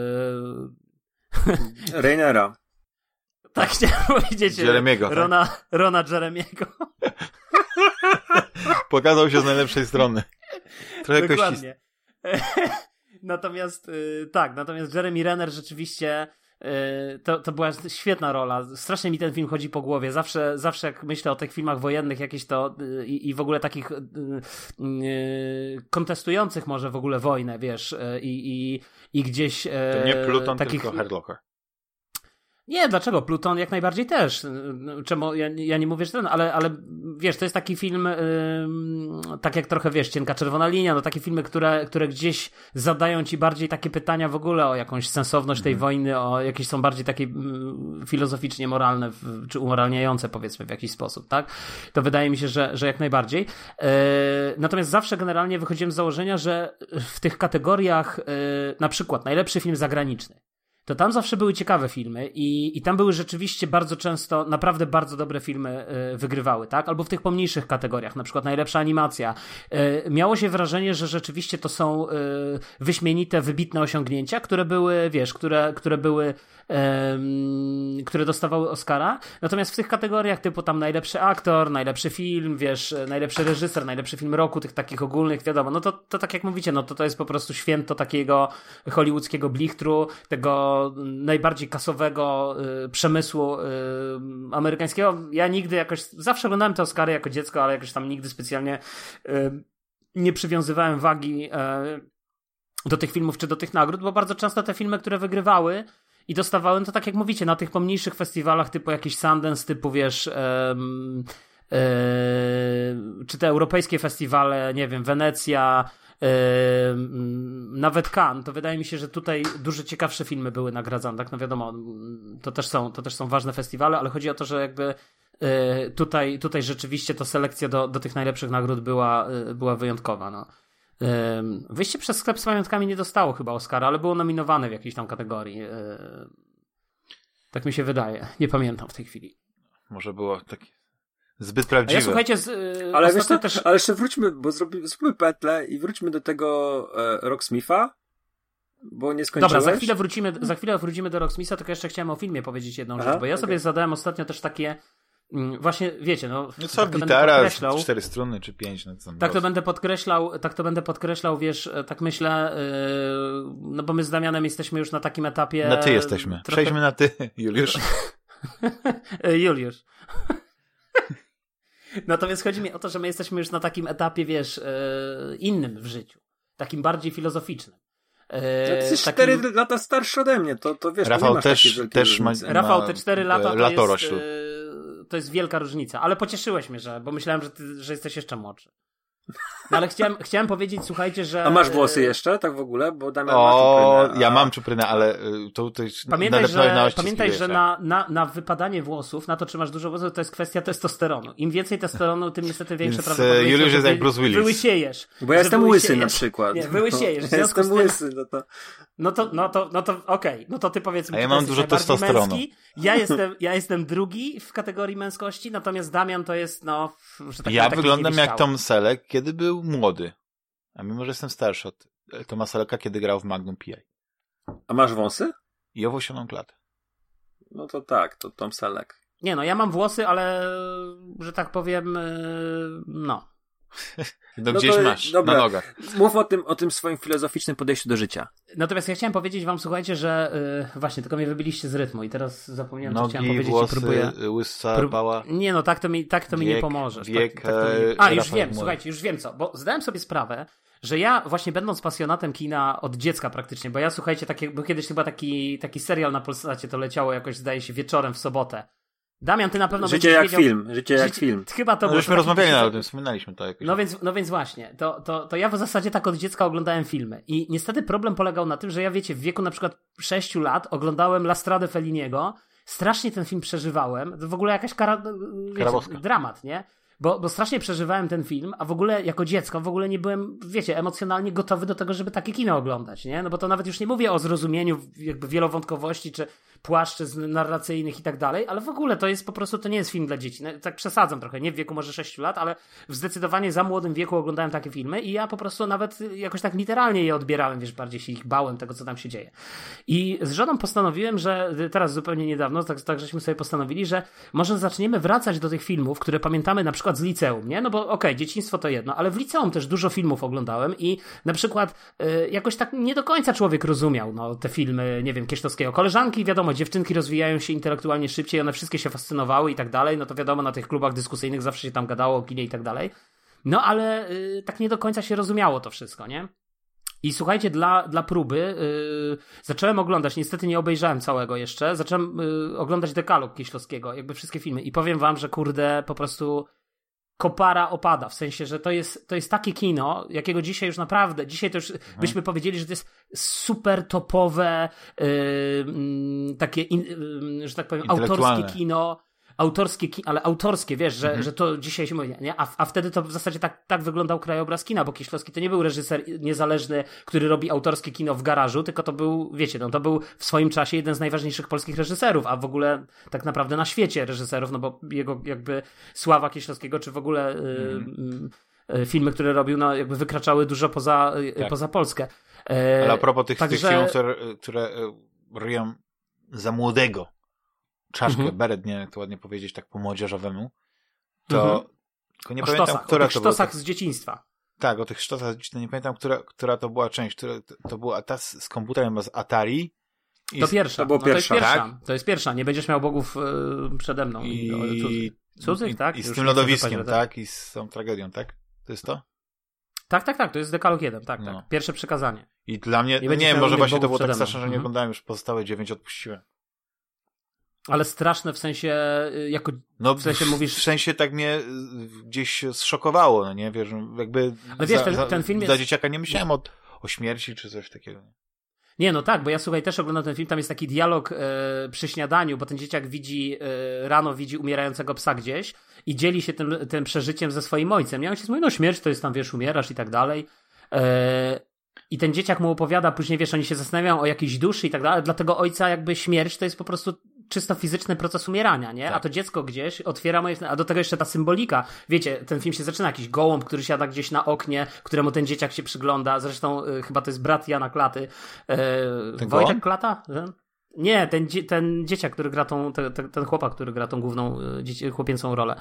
Rainera. Tak chciałem powiedzieć. Jeremiego. Rona Jeremiego. Pokazał się z najlepszej strony. Trochę dokładnie. Natomiast Jeremy Renner rzeczywiście to była świetna rola. Strasznie mi ten film chodzi po głowie. Zawsze jak myślę o tych filmach wojennych jakieś to i w ogóle takich kontestujących może w ogóle wojnę, wiesz, i gdzieś to nie Pluton, takich... tylko Hurt Locker. Nie, dlaczego? Pluton jak najbardziej też. Czemu? Ja nie mówię, że ten, ale wiesz, to jest taki film, tak jak trochę, wiesz, Cienka czerwona linia, no takie filmy, które gdzieś zadają ci bardziej takie pytania w ogóle o jakąś sensowność tej wojny, o jakieś są bardziej takie filozoficznie moralne, czy umoralniające, powiedzmy, w jakiś sposób, tak? To wydaje mi się, że jak najbardziej. Natomiast zawsze generalnie wychodziłem z założenia, że w tych kategoriach, na przykład najlepszy film zagraniczny, to tam zawsze były ciekawe filmy i tam były rzeczywiście bardzo często naprawdę bardzo dobre filmy wygrywały, tak? Albo w tych pomniejszych kategoriach, na przykład najlepsza animacja. Miało się wrażenie, że rzeczywiście to są wyśmienite, wybitne osiągnięcia, które były, wiesz, które były które dostawały Oscara. Natomiast w tych kategoriach typu tam najlepszy aktor, najlepszy film, wiesz, najlepszy reżyser, najlepszy film roku, tych takich ogólnych, wiadomo, no to tak jak mówicie, no to jest po prostu święto takiego hollywoodzkiego blichtru, tego najbardziej kasowego przemysłu amerykańskiego. Ja nigdy jakoś, zawsze oglądałem te Oscary jako dziecko, ale jakoś tam nigdy specjalnie nie przywiązywałem wagi do tych filmów czy do tych nagród, bo bardzo często te filmy, które wygrywały i dostawałem, to tak jak mówicie, na tych pomniejszych festiwalach typu jakiś Sundance, typu wiesz czy te europejskie festiwale, nie wiem, Wenecja, nawet Cannes, to wydaje mi się, że tutaj dużo ciekawsze filmy były nagradzane, tak, no wiadomo, to też są ważne festiwale, ale chodzi o to, że jakby tutaj rzeczywiście to selekcja do tych najlepszych nagród była wyjątkowa, no. Wyjście przez sklep z pamiątkami nie dostało chyba Oscara, ale było nominowane w jakiejś tam kategorii. Tak mi się wydaje. Nie pamiętam w tej chwili. Może było takie zbyt prawdziwe. Ja słuchajcie, ale wiesz co, ale jeszcze wróćmy, bo zróbmy petlę i wróćmy do tego Rocksmitha, bo nie skończyłeś. Dobra, za chwilę wrócimy do Rocksmitha, tylko jeszcze chciałem o filmie powiedzieć jedną rzecz, bo ja sobie zadałem ostatnio też takie właśnie, wiecie, no co, tak gitara, 4 struny czy 5, no co. Tak to będę podkreślał, wiesz, tak myślę, no bo my z Damianem jesteśmy już na takim etapie. Na ty jesteśmy. Przejdźmy na ty, Juliusz. Juliusz. Natomiast chodzi mi o to, że my jesteśmy już na takim etapie, wiesz, innym w życiu. Takim bardziej filozoficznym. Ty jesteś 4 lata starszy ode mnie, to wiesz, Rafał to też ma Rafał, te 4 lata to to jest wielka różnica, ale pocieszyłeś mnie, bo myślałem, że jesteś jeszcze młodszy. No ale chciałem powiedzieć, słuchajcie, że... A masz włosy jeszcze, tak w ogóle? Bo Damian ma czuprynę. Ja mam czuprynę, ale to Pamiętaj, że na wypadanie włosów, na to, czy masz dużo włosów, to jest kwestia testosteronu. Im więcej testosteronu, tym niestety większe prawdopodobieństwo, Juliusz jest jak Bruce Willis. Wyłysiejesz. Bo ja jestem łysy na przykład. Nie, wyłysiejesz. Ja jestem łysy, No to okej. No to ty powiedz mi, a ja mam dużo testosteronu. Ja jestem drugi w kategorii męskości, natomiast Damian to jest, no... Że tak ja wyglądam jak Tom Selleck, kiedy był młody. A mimo, że jestem starszy od Toma Sellecka, kiedy grał w Magnum P.I. A masz wąsy? I owłosioną klatę. No to tak, to Tom Selleck. Nie no, ja mam włosy, ale że tak powiem, no. No gdzieś masz, dobra, na nogach. Mów o tym swoim filozoficznym podejściu do życia. Natomiast ja chciałem powiedzieć wam, słuchajcie, że właśnie, tylko mnie wybiliście z rytmu i teraz zapomniałem, co chciałem powiedzieć. Włosy, łysa, bała. Nie no, tak to mi nie pomożesz. Wiek, już wiem, słuchajcie, już wiem co, bo zdałem sobie sprawę, że ja właśnie będąc pasjonatem kina od dziecka praktycznie, bo ja słuchajcie, był kiedyś chyba taki serial na Polsacie, to leciało jakoś, zdaje się, wieczorem w sobotę. Damian, ty na pewno Życie jak film. Życie jak film. Chyba to żeśmy rozmawiali o tym, wspominaliśmy to jakoś. No więc właśnie, to ja w zasadzie tak od dziecka oglądałem filmy i niestety problem polegał na tym, że ja wiecie, w wieku na przykład 6 lat oglądałem La Stradę Felliniego, strasznie ten film przeżywałem, to w ogóle jakaś dramat, nie? Bo strasznie przeżywałem ten film, a w ogóle jako dziecko w ogóle nie byłem, wiecie, emocjonalnie gotowy do tego, żeby takie kino oglądać, nie? No bo to nawet już nie mówię o zrozumieniu jakby wielowątkowości, czy płaszczyzn narracyjnych i tak dalej, ale w ogóle to jest po prostu, to nie jest film dla dzieci. No, tak przesadzam trochę, nie w wieku może 6 lat, ale w zdecydowanie za młodym wieku oglądałem takie filmy i ja po prostu nawet jakoś tak literalnie je odbierałem, wiesz, bardziej się ich bałem tego, co tam się dzieje. I z żoną postanowiłem, że teraz zupełnie niedawno, tak żeśmy sobie postanowili, że może zaczniemy wracać do tych filmów, które pamiętamy na przykład z liceum, nie? No bo okej, dzieciństwo to jedno, ale w liceum też dużo filmów oglądałem i na przykład jakoś tak nie do końca człowiek rozumiał, no, te filmy, nie wiem, Kieślowskiego. Koleżanki, wiadomo, dziewczynki rozwijają się intelektualnie szybciej, one wszystkie się fascynowały i tak dalej, no to wiadomo, na tych klubach dyskusyjnych zawsze się tam gadało o kinie i tak dalej. No ale tak nie do końca się rozumiało to wszystko, nie? I słuchajcie, dla próby zacząłem oglądać, niestety nie obejrzałem całego jeszcze, zacząłem oglądać Dekalog Kieślowskiego, jakby wszystkie filmy i powiem wam, że kurde, po prostu kopara opada, w sensie, że to jest takie kino, jakiego dzisiaj już naprawdę, dzisiaj to już byśmy powiedzieli, że to jest super topowe, takie, że tak powiem, autorskie kino, ale autorskie, wiesz, że to dzisiaj się mówi, nie? A wtedy to w zasadzie tak wyglądał krajobraz kina, bo Kieślowski to nie był reżyser niezależny, który robi autorskie kino w garażu, tylko to był, wiecie, no to był w swoim czasie jeden z najważniejszych polskich reżyserów, a w ogóle tak naprawdę na świecie reżyserów, no bo jego jakby sława Kieślowskiego, czy w ogóle filmy, które robił, no jakby wykraczały dużo poza Polskę. Ale a propos tych filmów, które ryją za młodego, czaszkę, beret, nie jak to ładnie powiedzieć, tak po młodzieżowemu, to tylko nie pamiętam, która to była. O tych sztosach z dzieciństwa. Tak, o tych sztosach z dzieciństwa, nie pamiętam, która to była część, to była ta z komputerem z Atari. To pierwsza. To było pierwsza. Tak? To jest pierwsza, nie będziesz miał bogów przede mną. Cudzych, tak? I z tym lodowiskiem, tak? I z tą tragedią, tak? To jest to? Tak, to jest Dekalog 1, tak. Pierwsze przykazanie. I dla mnie, nie wiem, może właśnie to było tak straszne, że nie oglądałem, już pozostałe 9 odpuściłem. Ale straszne w sensie, jako w sensie mówisz... W sensie tak mnie gdzieś zszokowało, no nie, wiesz, jakby ale wiesz, ten film jest... Za dzieciaka nie myślałem o śmierci czy coś takiego. Nie, no tak, bo ja słuchaj, też oglądam ten film, tam jest taki dialog przy śniadaniu, bo ten dzieciak rano widzi umierającego psa gdzieś i dzieli się tym przeżyciem ze swoim ojcem. Ja on się mówi, no śmierć to jest tam, wiesz, umierasz i tak dalej. I ten dzieciak mu opowiada, później wiesz, oni się zastanawiają o jakiejś duszy i tak dalej, dla tego ojca jakby śmierć to jest po prostu czysto fizyczny proces umierania, nie? Tak. A to dziecko gdzieś otwiera a do tego jeszcze ta symbolika. Wiecie, ten film się zaczyna, jakiś gołąb, który siada gdzieś na oknie, któremu ten dzieciak się przygląda. Zresztą chyba to jest brat Jana Klaty. Wojtek Klata? Nie, ten dzieciak, który gra ten chłopak, który gra tą główną chłopięcą rolę.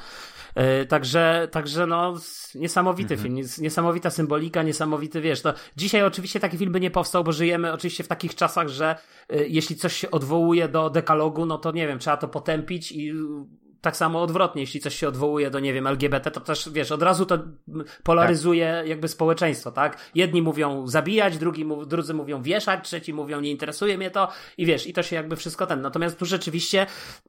Także no niesamowity film, niesamowita symbolika, niesamowity, wiesz, to dzisiaj oczywiście taki film by nie powstał, bo żyjemy oczywiście w takich czasach, że jeśli coś się odwołuje do dekalogu, no to nie wiem, trzeba to potępić i tak samo odwrotnie, jeśli coś się odwołuje do, nie wiem, LGBT, to też, wiesz, od razu to polaryzuje jakby społeczeństwo, tak? Jedni mówią zabijać, drudzy mówią wieszać, trzeci mówią nie interesuje mnie to i wiesz, i to się jakby wszystko natomiast tu rzeczywiście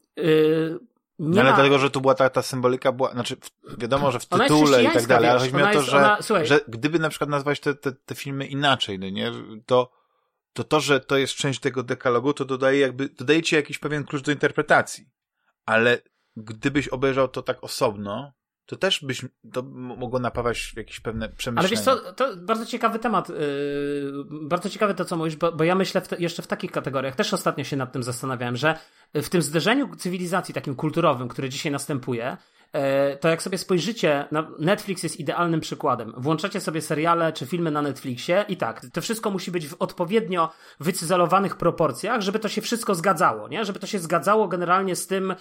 nie ale ma... dlatego, że tu była ta symbolika, znaczy wiadomo, że w tytule i tak dalej, ale chodzi mi o to, że gdyby na przykład nazwać te filmy inaczej, no nie, to, że to jest część tego dekalogu, to dodaje ci jakiś pewien klucz do interpretacji, ale gdybyś obejrzał to tak osobno, to też to mogło napawać jakieś pewne przemyślenia. Ale wiesz co, to bardzo ciekawy temat, bardzo ciekawe to, co mówisz, bo ja myślę jeszcze w takich kategoriach, też ostatnio się nad tym zastanawiałem, że w tym zderzeniu cywilizacji takim kulturowym, które dzisiaj następuje, to jak sobie spojrzycie, Netflix jest idealnym przykładem. Włączacie sobie seriale czy filmy na Netflixie i tak, to wszystko musi być w odpowiednio wycyzelowanych proporcjach, żeby to się wszystko zgadzało, nie? Żeby to się zgadzało generalnie z tym,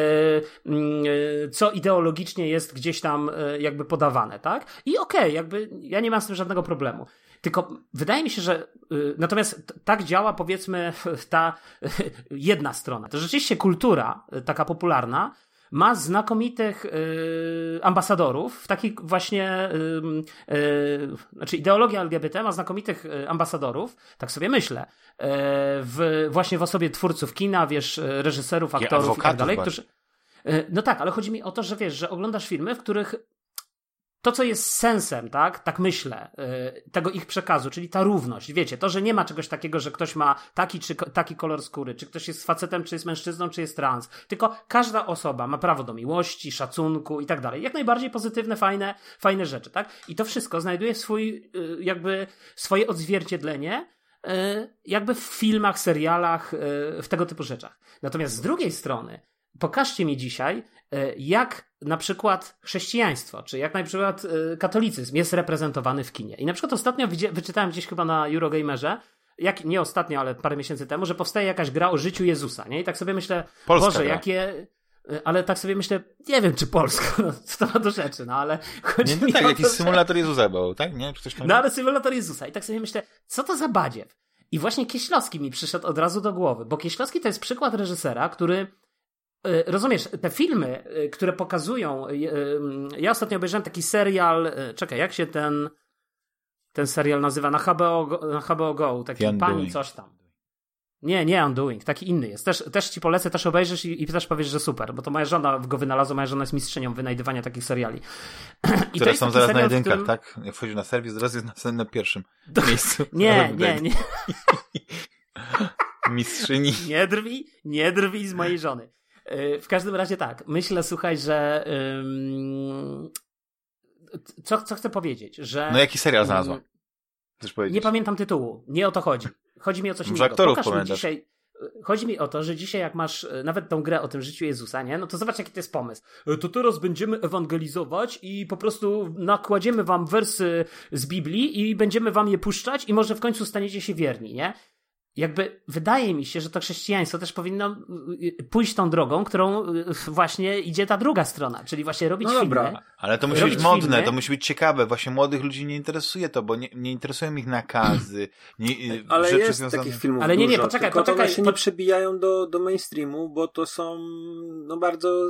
co ideologicznie jest gdzieś tam jakby podawane, tak? I okej, jakby ja nie mam z tym żadnego problemu. Tylko wydaje mi się, że natomiast tak działa, powiedzmy, ta jedna strona. To rzeczywiście kultura taka popularna ma znakomitych ambasadorów, takich właśnie, znaczy ideologia LGBT ma znakomitych ambasadorów, tak sobie myślę, właśnie w osobie twórców kina, wiesz, reżyserów, aktorów i tak dalej, którzy... No tak, ale chodzi mi o to, że wiesz, że oglądasz filmy, w których to, co jest sensem, tak myślę, tego ich przekazu, czyli ta równość, wiecie, to, że nie ma czegoś takiego, że ktoś ma taki czy taki kolor skóry, czy ktoś jest facetem, czy jest mężczyzną, czy jest trans, tylko każda osoba ma prawo do miłości, szacunku i tak dalej. Jak najbardziej pozytywne, fajne rzeczy, tak? I to wszystko znajduje swoje odzwierciedlenie jakby w filmach, serialach, w tego typu rzeczach. Natomiast z drugiej strony, pokażcie mi dzisiaj, jak na przykład chrześcijaństwo, czy jak na przykład katolicyzm jest reprezentowany w kinie. I na przykład ostatnio wyczytałem gdzieś chyba na Eurogamerze, nie ostatnio, ale parę miesięcy temu, że powstaje jakaś gra o życiu Jezusa, nie? I tak sobie myślę, Polska Boże, gra. jakie... Ale tak sobie myślę, nie wiem czy Polska, co to ma do rzeczy, ale chodzi mi tak, o jakiś to, symulator Jezusa był, tak? Nie? Czy coś tam... No ale symulator Jezusa. I tak sobie myślę, co to za badziew? I właśnie Kieślowski mi przyszedł od razu do głowy, bo Kieślowski to jest przykład reżysera, który rozumiesz, te filmy, które pokazują... Ja ostatnio obejrzałem taki serial... Czekaj, jak się ten ten serial nazywa na HBO Go, taki pani coś tam. Nie Undoing, taki inny jest. Też ci polecę, też obejrzysz i też powiesz, że super, bo to moja żona go wynalazła, moja żona jest mistrzynią wynajdywania takich seriali. Które są zaraz na jedynkach, którym... tak? Jak wchodzisz na serwis, zaraz jest na pierwszym miejscu. Nie. Mistrzyni. Nie drwij z mojej żony. W każdym razie tak, myślę, słuchaj, że co chcę powiedzieć, że... No jaki serial znalazła? Chcesz powiedzieć? Nie pamiętam tytułu, nie o to chodzi. Chodzi mi o coś innego. Pokaż mi dzisiaj... Chodzi mi o to, że dzisiaj jak masz nawet tą grę o tym życiu Jezusa, nie? No to zobacz, jaki to jest pomysł. To teraz będziemy ewangelizować i po prostu nakładziemy wam wersy z Biblii i będziemy wam je puszczać i może w końcu staniecie się wierni, nie? Jakby wydaje mi się, że to chrześcijaństwo też powinno pójść tą drogą, którą właśnie idzie ta druga strona, czyli właśnie robić filmy. Ale to musi być modne, to musi być ciekawe. Właśnie młodych ludzi nie interesuje to, bo nie interesują ich nakazy. Ale rzeczy jest związane... takich filmów ale nie, dużo, poczekaj. One się nie przebijają do mainstreamu, bo to są bardzo...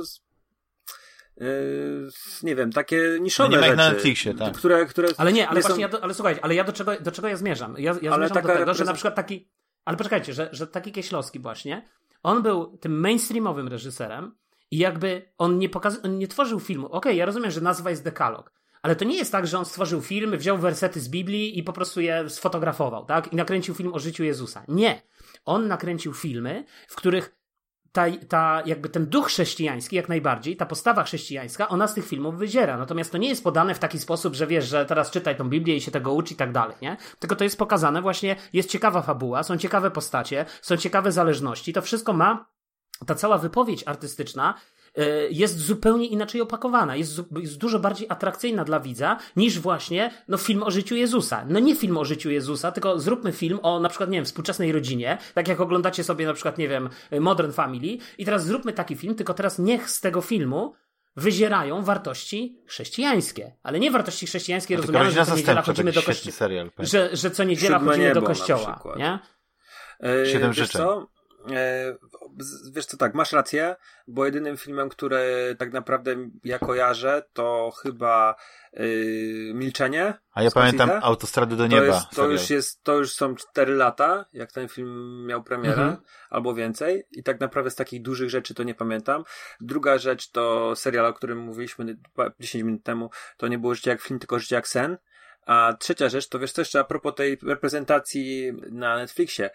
nie wiem, takie niszowe rzeczy. Nie ma ich na Netflixie, tak. Które ale są... ale słuchajcie, ale ja do czego ja zmierzam? Ja zmierzam do tego, że na przykład taki... Ale poczekajcie, że taki Kieślowski właśnie, on był tym mainstreamowym reżyserem i jakby on nie tworzył filmu. Okej, ja rozumiem, że nazwa jest Dekalog, ale to nie jest tak, że on stworzył film, wziął wersety z Biblii i po prostu je sfotografował, tak? I nakręcił film o życiu Jezusa. Nie. On nakręcił filmy, w których jakby ten duch chrześcijański, jak najbardziej, ta postawa chrześcijańska, ona z tych filmów wyziera. Natomiast to nie jest podane w taki sposób, że wiesz, że teraz czytaj tą Biblię i się tego uczy i tak dalej, nie? Tylko to jest pokazane właśnie, jest ciekawa fabuła, są ciekawe postacie, są ciekawe zależności, to wszystko ma, ta cała wypowiedź artystyczna jest zupełnie inaczej opakowana, jest dużo bardziej atrakcyjna dla widza niż właśnie film o życiu Jezusa. No nie film o życiu Jezusa, tylko zróbmy film o na przykład, nie wiem, współczesnej rodzinie, tak jak oglądacie sobie na przykład, nie wiem, Modern Family i teraz zróbmy taki film, tylko teraz niech z tego filmu wyzierają wartości chrześcijańskie. Ale nie wartości chrześcijańskie rozumiane, że co niedziela chodzimy do kościoła. Że co niedziela chodzimy do kościoła. Nie? 7 życzeń. Wiesz co, tak, masz rację, bo jedynym filmem, który tak naprawdę ja kojarzę, to chyba Milczenie. A ja pamiętam Autostrady do nieba. To już są 4 lata, jak ten film miał premierę, albo więcej, i tak naprawdę z takich dużych rzeczy to nie pamiętam. Druga rzecz to serial, o którym mówiliśmy 10 minut temu, to nie było Życie jak film, tylko Życie jak sen. A trzecia rzecz, to wiesz co, jeszcze a propos tej reprezentacji na Netflixie.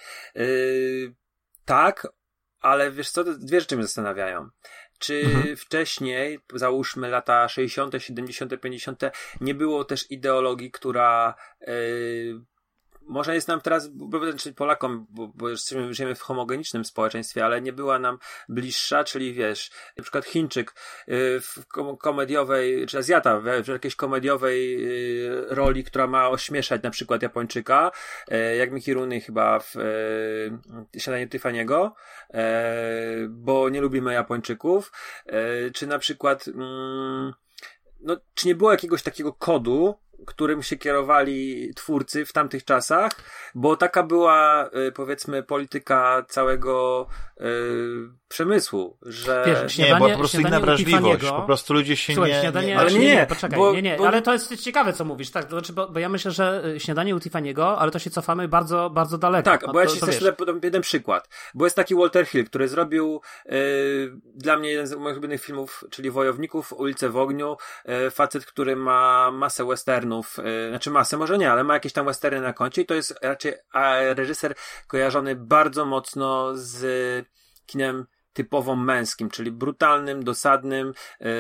Tak, ale wiesz co, dwie rzeczy mnie zastanawiają. Czy wcześniej, załóżmy lata 60., 70., 50., nie było też ideologii, która może jest nam teraz, czyli Polakom, bo żyjemy w homogenicznym społeczeństwie, ale nie była nam bliższa, czyli wiesz, na przykład Chińczyk w komediowej, czy Azjata w jakiejś komediowej roli, która ma ośmieszać na przykład Japończyka, jak Mickey Rooney chyba w Śniadaniu Tiffany'ego, bo nie lubimy Japończyków, czy na przykład czy nie było jakiegoś takiego kodu, którym się kierowali twórcy w tamtych czasach, bo taka była, powiedzmy, polityka całego przemysłu, że... Wiesz, nie, bo po prostu inna wrażliwość, po prostu ludzie się ale to jest ciekawe, co mówisz, tak, to znaczy, bo ja myślę, że Śniadanie u Tiffany'ego, ale to się cofamy bardzo, bardzo daleko. Tak, bo ja ci chcę podać jeden przykład, bo jest taki Walter Hill, który zrobił dla mnie jeden z moich ulubionych filmów, czyli Wojowników, Ulice w ogniu, facet, który ma masę westernów, znaczy masę może nie, ale ma jakieś tam westerny na koncie i to jest raczej reżyser kojarzony bardzo mocno z kinem typowo męskim, czyli brutalnym, dosadnym,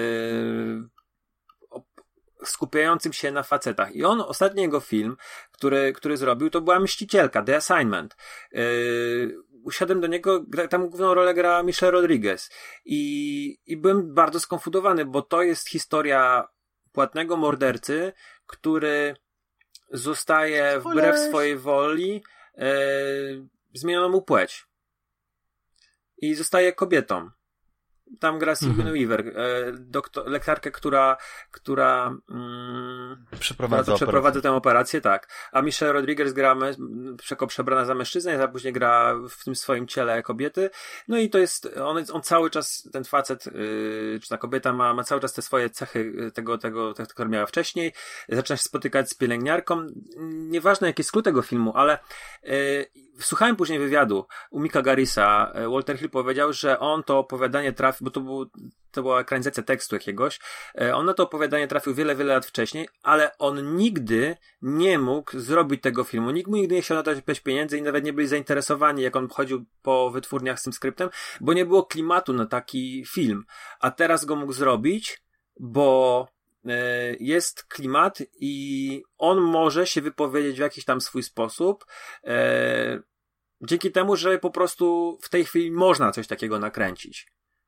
skupiającym się na facetach. I ostatni jego film, który zrobił, to była Mścicielka, The Assignment. Usiadłem do niego, tam główną rolę gra Michelle Rodriguez. I byłem bardzo skonfundowany, bo to jest historia płatnego mordercy, który zostaje wbrew swojej woli zmieniono mu płeć. I zostaje kobietą. Tam gra Sigourney Weaver, lekarkę, która przeprowadza tę operację, tak. A Michelle Rodriguez gra przebrana za mężczyznę, a później gra w tym swoim ciele kobiety. No i to jest, on cały czas, ten facet, czy ta kobieta ma cały czas te swoje cechy tego, które miała wcześniej. Zaczyna się spotykać z pielęgniarką. Nieważne jaki jest skrót tego filmu, ale słuchałem później wywiadu u Micka Garrisa. Walter Hill powiedział, że on to opowiadanie trafił, bo to była ekranizacja tekstu jakiegoś. On na to opowiadanie trafił wiele, wiele lat wcześniej, ale on nigdy nie mógł zrobić tego filmu. Nikt mu nigdy nie chciał nadać pieniędzy i nawet nie byli zainteresowani, jak on chodził po wytwórniach z tym skryptem, bo nie było klimatu na taki film. A teraz go mógł zrobić, bo jest klimat i on może się wypowiedzieć w jakiś tam swój sposób, dzięki temu, że po prostu w tej chwili można coś takiego nakręcić.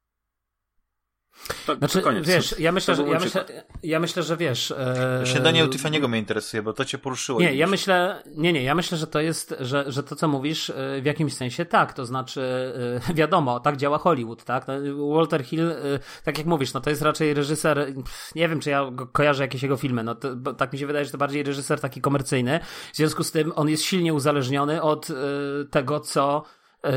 Znaczy, koniec. Wiesz, ja myślę, że wiesz... Śniadanie u Tiffany'ego mnie interesuje, bo to cię poruszyło. Ja myślę, że to jest, że to, co mówisz, w jakimś sensie tak, to znaczy, wiadomo, tak działa Hollywood, tak? Walter Hill, tak jak mówisz, no to jest raczej reżyser, nie wiem, czy ja kojarzę jakieś jego filmy, no to, bo tak mi się wydaje, że to bardziej reżyser taki komercyjny, w związku z tym on jest silnie uzależniony od tego, co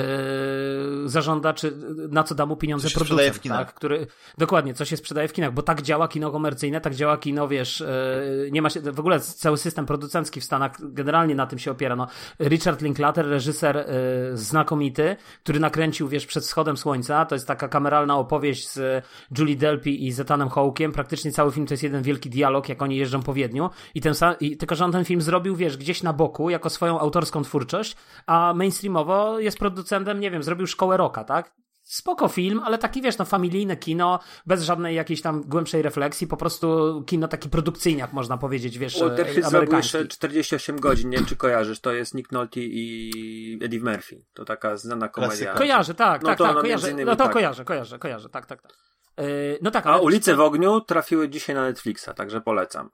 zażąda, czy na co da mu pieniądze producent, tak? Dokładnie, co się sprzedaje w kinach, bo tak działa kino komercyjne, tak działa kino, wiesz, nie ma się, w ogóle cały system producencki w Stanach generalnie na tym się opiera, no. Richard Linklater, reżyser znakomity, który nakręcił, wiesz, Przed wschodem słońca, to jest taka kameralna opowieść z Julie Delpy i z Ethanem Hawke'iem, praktycznie cały film to jest jeden wielki dialog, jak oni jeżdżą po Wiedniu tylko, że on ten film zrobił, wiesz, gdzieś na boku, jako swoją autorską twórczość, a mainstreamowo jest producentem, nie wiem, zrobił Szkołę Rocka, tak? Spoko film, ale taki, wiesz, no familijne kino, bez żadnej jakiejś tam głębszej refleksji, po prostu kino taki produkcyjniak, można powiedzieć, wiesz, Walter Hill zrobił jeszcze 48 godzin, nie wiem, czy kojarzysz, to jest Nick Nolte i Eddie Murphy, to taka znana komedia. Kojarzę, tak, kojarzę, no to kojarzę, tak. No tak, a Ulice w ogniu trafiły dzisiaj na Netflixa, także polecam.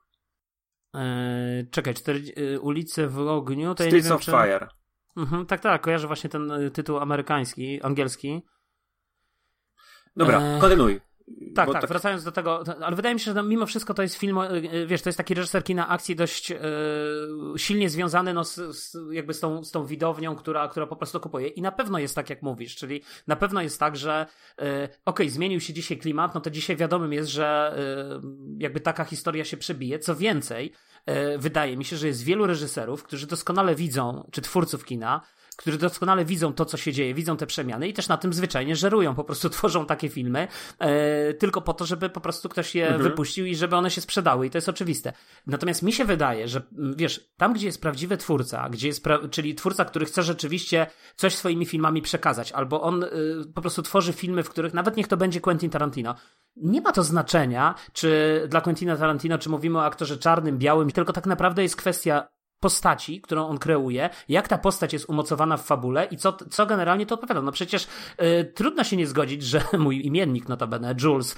Czekaj, Ulice w ogniu, to Streets ja nie wiem, of Fire. Tak, kojarzę właśnie ten tytuł angielski. Dobra, kontynuuj. Tak, wracając do tego, ale wydaje mi się, że mimo wszystko to jest film, wiesz, to jest taki reżyser kina akcji dość silnie związany no, jakby z tą widownią, która po prostu kupuje. I na pewno jest tak, jak mówisz, czyli na pewno jest tak, że zmienił się dzisiaj klimat, no to dzisiaj wiadomym jest, że jakby taka historia się przebije. Co więcej, wydaje mi się, że jest wielu reżyserów, którzy doskonale widzą, czy twórców kina, którzy doskonale widzą to, co się dzieje, widzą te przemiany i też na tym zwyczajnie żerują, po prostu tworzą takie filmy tylko po to, żeby po prostu ktoś je wypuścił i żeby one się sprzedały i to jest oczywiste. Natomiast mi się wydaje, że wiesz, tam gdzie jest prawdziwy twórca, czyli twórca, który chce rzeczywiście coś swoimi filmami przekazać, albo on po prostu tworzy filmy, w których nawet niech to będzie Quentin Tarantino, nie ma to znaczenia, czy dla Quentina Tarantino, czy mówimy o aktorze czarnym, białym, tylko tak naprawdę jest kwestia postaci, którą on kreuje, jak ta postać jest umocowana w fabule i co generalnie to odpowiada. No przecież trudno się nie zgodzić, że mój imiennik notabene, Jules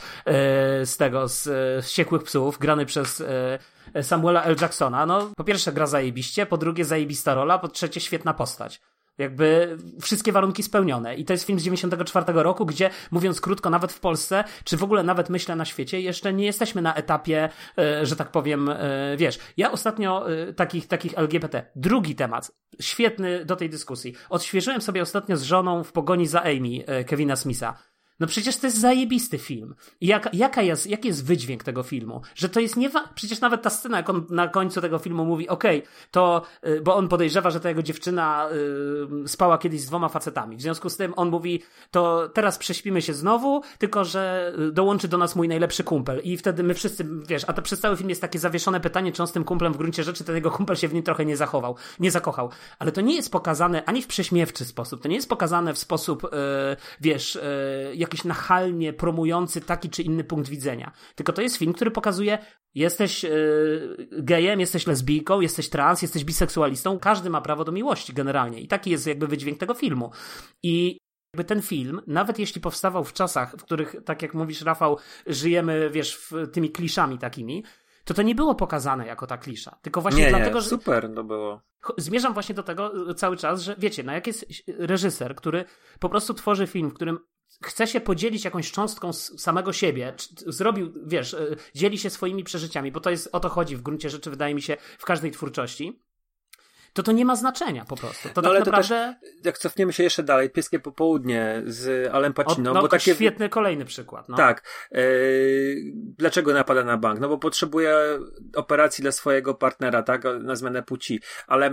z Wściekłych Psów, grany przez Samuela L. Jacksona, no po pierwsze gra zajebiście, po drugie zajebista rola, po trzecie świetna postać. Jakby wszystkie warunki spełnione. I to jest film z 94 roku, gdzie, mówiąc krótko, nawet w Polsce, czy w ogóle nawet myślę na świecie, jeszcze nie jesteśmy na etapie, że tak powiem, wiesz, ja ostatnio takich LGBT. Drugi temat, świetny do tej dyskusji. Odświeżyłem sobie ostatnio z żoną W pogoni za Amy, Kevina Smitha. No przecież to jest zajebisty film. I jaki jest wydźwięk tego filmu? Że to jest przecież nawet ta scena, jak on na końcu tego filmu mówi, bo on podejrzewa, że ta jego dziewczyna spała kiedyś z 2 facetami. W związku z tym on mówi, to teraz prześpimy się znowu, tylko że dołączy do nas mój najlepszy kumpel. I wtedy my wszyscy, wiesz, a to przez cały film jest takie zawieszone pytanie, czy on z tym kumplem w gruncie rzeczy, ten jego kumpel się w nim trochę nie zakochał. Ale to nie jest pokazane ani w prześmiewczy sposób, to nie jest pokazane w sposób, jakiś nachalnie promujący taki czy inny punkt widzenia. Tylko to jest film, który pokazuje, jesteś gejem, jesteś lesbijką, jesteś trans, jesteś biseksualistą, każdy ma prawo do miłości generalnie. I taki jest jakby wydźwięk tego filmu. I jakby ten film, nawet jeśli powstawał w czasach, w których, tak jak mówisz, Rafał, żyjemy, wiesz, tymi kliszami takimi, to nie było pokazane jako ta klisza. Tylko właśnie dlatego, że... super to było. Zmierzam właśnie do tego cały czas, że wiecie, jak jest reżyser, który po prostu tworzy film, w którym chce się podzielić jakąś cząstką z samego siebie, zrobił, wiesz, dzieli się swoimi przeżyciami, bo o to chodzi w gruncie rzeczy, wydaje mi się, w każdej twórczości, to nie ma znaczenia po prostu. To tak naprawdę... Też, jak cofniemy się jeszcze dalej, Pieskie Popołudnie z Alem Pacino. Bo takie... Świetny kolejny przykład. No. Tak. Dlaczego napada na bank? No bo potrzebuje operacji dla swojego partnera, tak? Na zmianę płci. Ale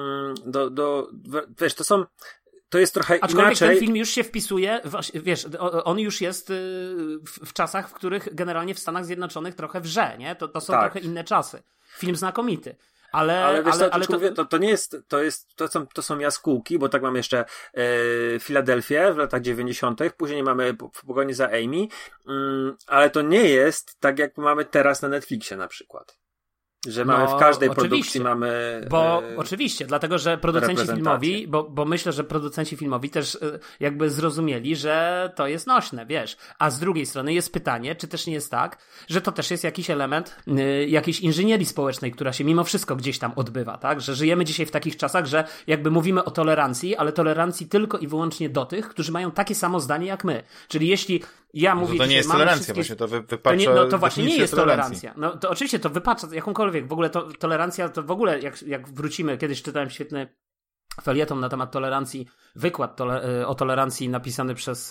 wiesz, to jest trochę aczkolwiek inaczej. Ten film już się wpisuje, wiesz, on już jest w czasach, w których generalnie w Stanach Zjednoczonych trochę wrze, nie? To są trochę inne czasy. Film znakomity. Ale mówię, to nie jest, to są jaskółki, bo tak mamy jeszcze Filadelfię w latach 90., później mamy W pogoni za Amy, ale to nie jest tak, jak mamy teraz na Netflixie na przykład. Że mamy w każdej produkcji mamy... Bo oczywiście, dlatego że producenci filmowi, bo myślę, że producenci filmowi też jakby zrozumieli, że to jest nośne, wiesz. A z drugiej strony jest pytanie, czy też nie jest tak, że to też jest jakiś element jakiejś inżynierii społecznej, która się mimo wszystko gdzieś tam odbywa, tak? Że żyjemy dzisiaj w takich czasach, że jakby mówimy o tolerancji, ale tolerancji tylko i wyłącznie do tych, którzy mają takie samo zdanie jak my. Czyli jeśli ja mówię, to nie jest tolerancja, właśnie to wypacza. To właśnie nie jest tolerancja. No to oczywiście to wypacza jakąkolwiek. W ogóle tolerancja to w ogóle, jak wrócimy, kiedyś czytałem świetny felieton na temat tolerancji, wykład o tolerancji napisany przez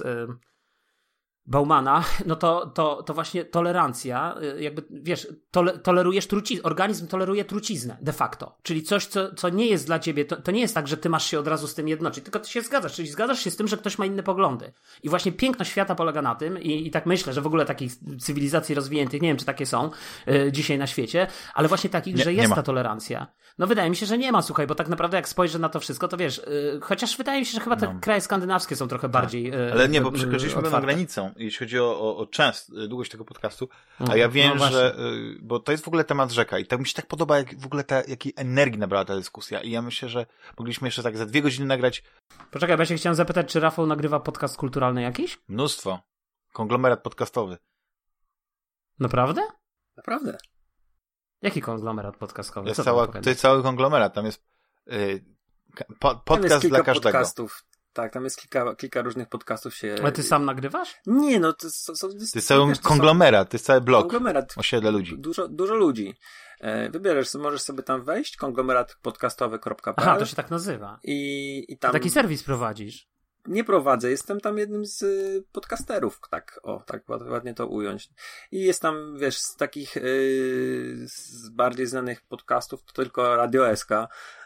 Baumana, no to właśnie tolerancja, jakby wiesz, tolerujesz organizm toleruje truciznę de facto, czyli coś, co nie jest dla ciebie, to nie jest tak, że ty masz się od razu z tym jednoczyć, tylko ty się zgadzasz, czyli zgadzasz się z tym, że ktoś ma inne poglądy. I właśnie piękno świata polega na tym, i tak myślę, że w ogóle takich cywilizacji rozwiniętych, nie wiem, czy takie są dzisiaj na świecie, ale właśnie takich, że jest ta tolerancja. No wydaje mi się, że nie ma, słuchaj, bo tak naprawdę jak spojrzę na to wszystko, to wiesz, chociaż wydaje mi się, że chyba te kraje skandynawskie są trochę bardziej ale nie, bo przekroczyliśmy pewną granicą, jeśli chodzi o długość tego podcastu, a ja wiem, że, bo to jest w ogóle temat rzeka i to mi się tak podoba, jak w ogóle jakiej energii nabrała ta dyskusja i ja myślę, że mogliśmy jeszcze tak za 2 godziny nagrać. Poczekaj, bo ja się chciałem zapytać, czy Rafał nagrywa podcast kulturalny jakiś? Mnóstwo. Konglomerat podcastowy. Naprawdę? Naprawdę. Jaki konglomerat podcastowy? To jest cały konglomerat, tam jest podcast dla każdego. Podcastów. Tak, tam jest kilka różnych podcastów się... Ale ty sam nagrywasz? Nie, no to jest cały konglomerat, to jest cały blog. Konglomerat. Osiedle ludzi. Dużo ludzi. Wybierzesz, możesz sobie tam wejść, konglomeratpodcastowy.pl. Aha, to się tak nazywa. I tam... Taki serwis prowadzisz. Nie prowadzę, jestem tam jednym z podcasterów, tak ładnie to ująć. I jest tam, wiesz, z takich z bardziej znanych podcastów to tylko Radio SK.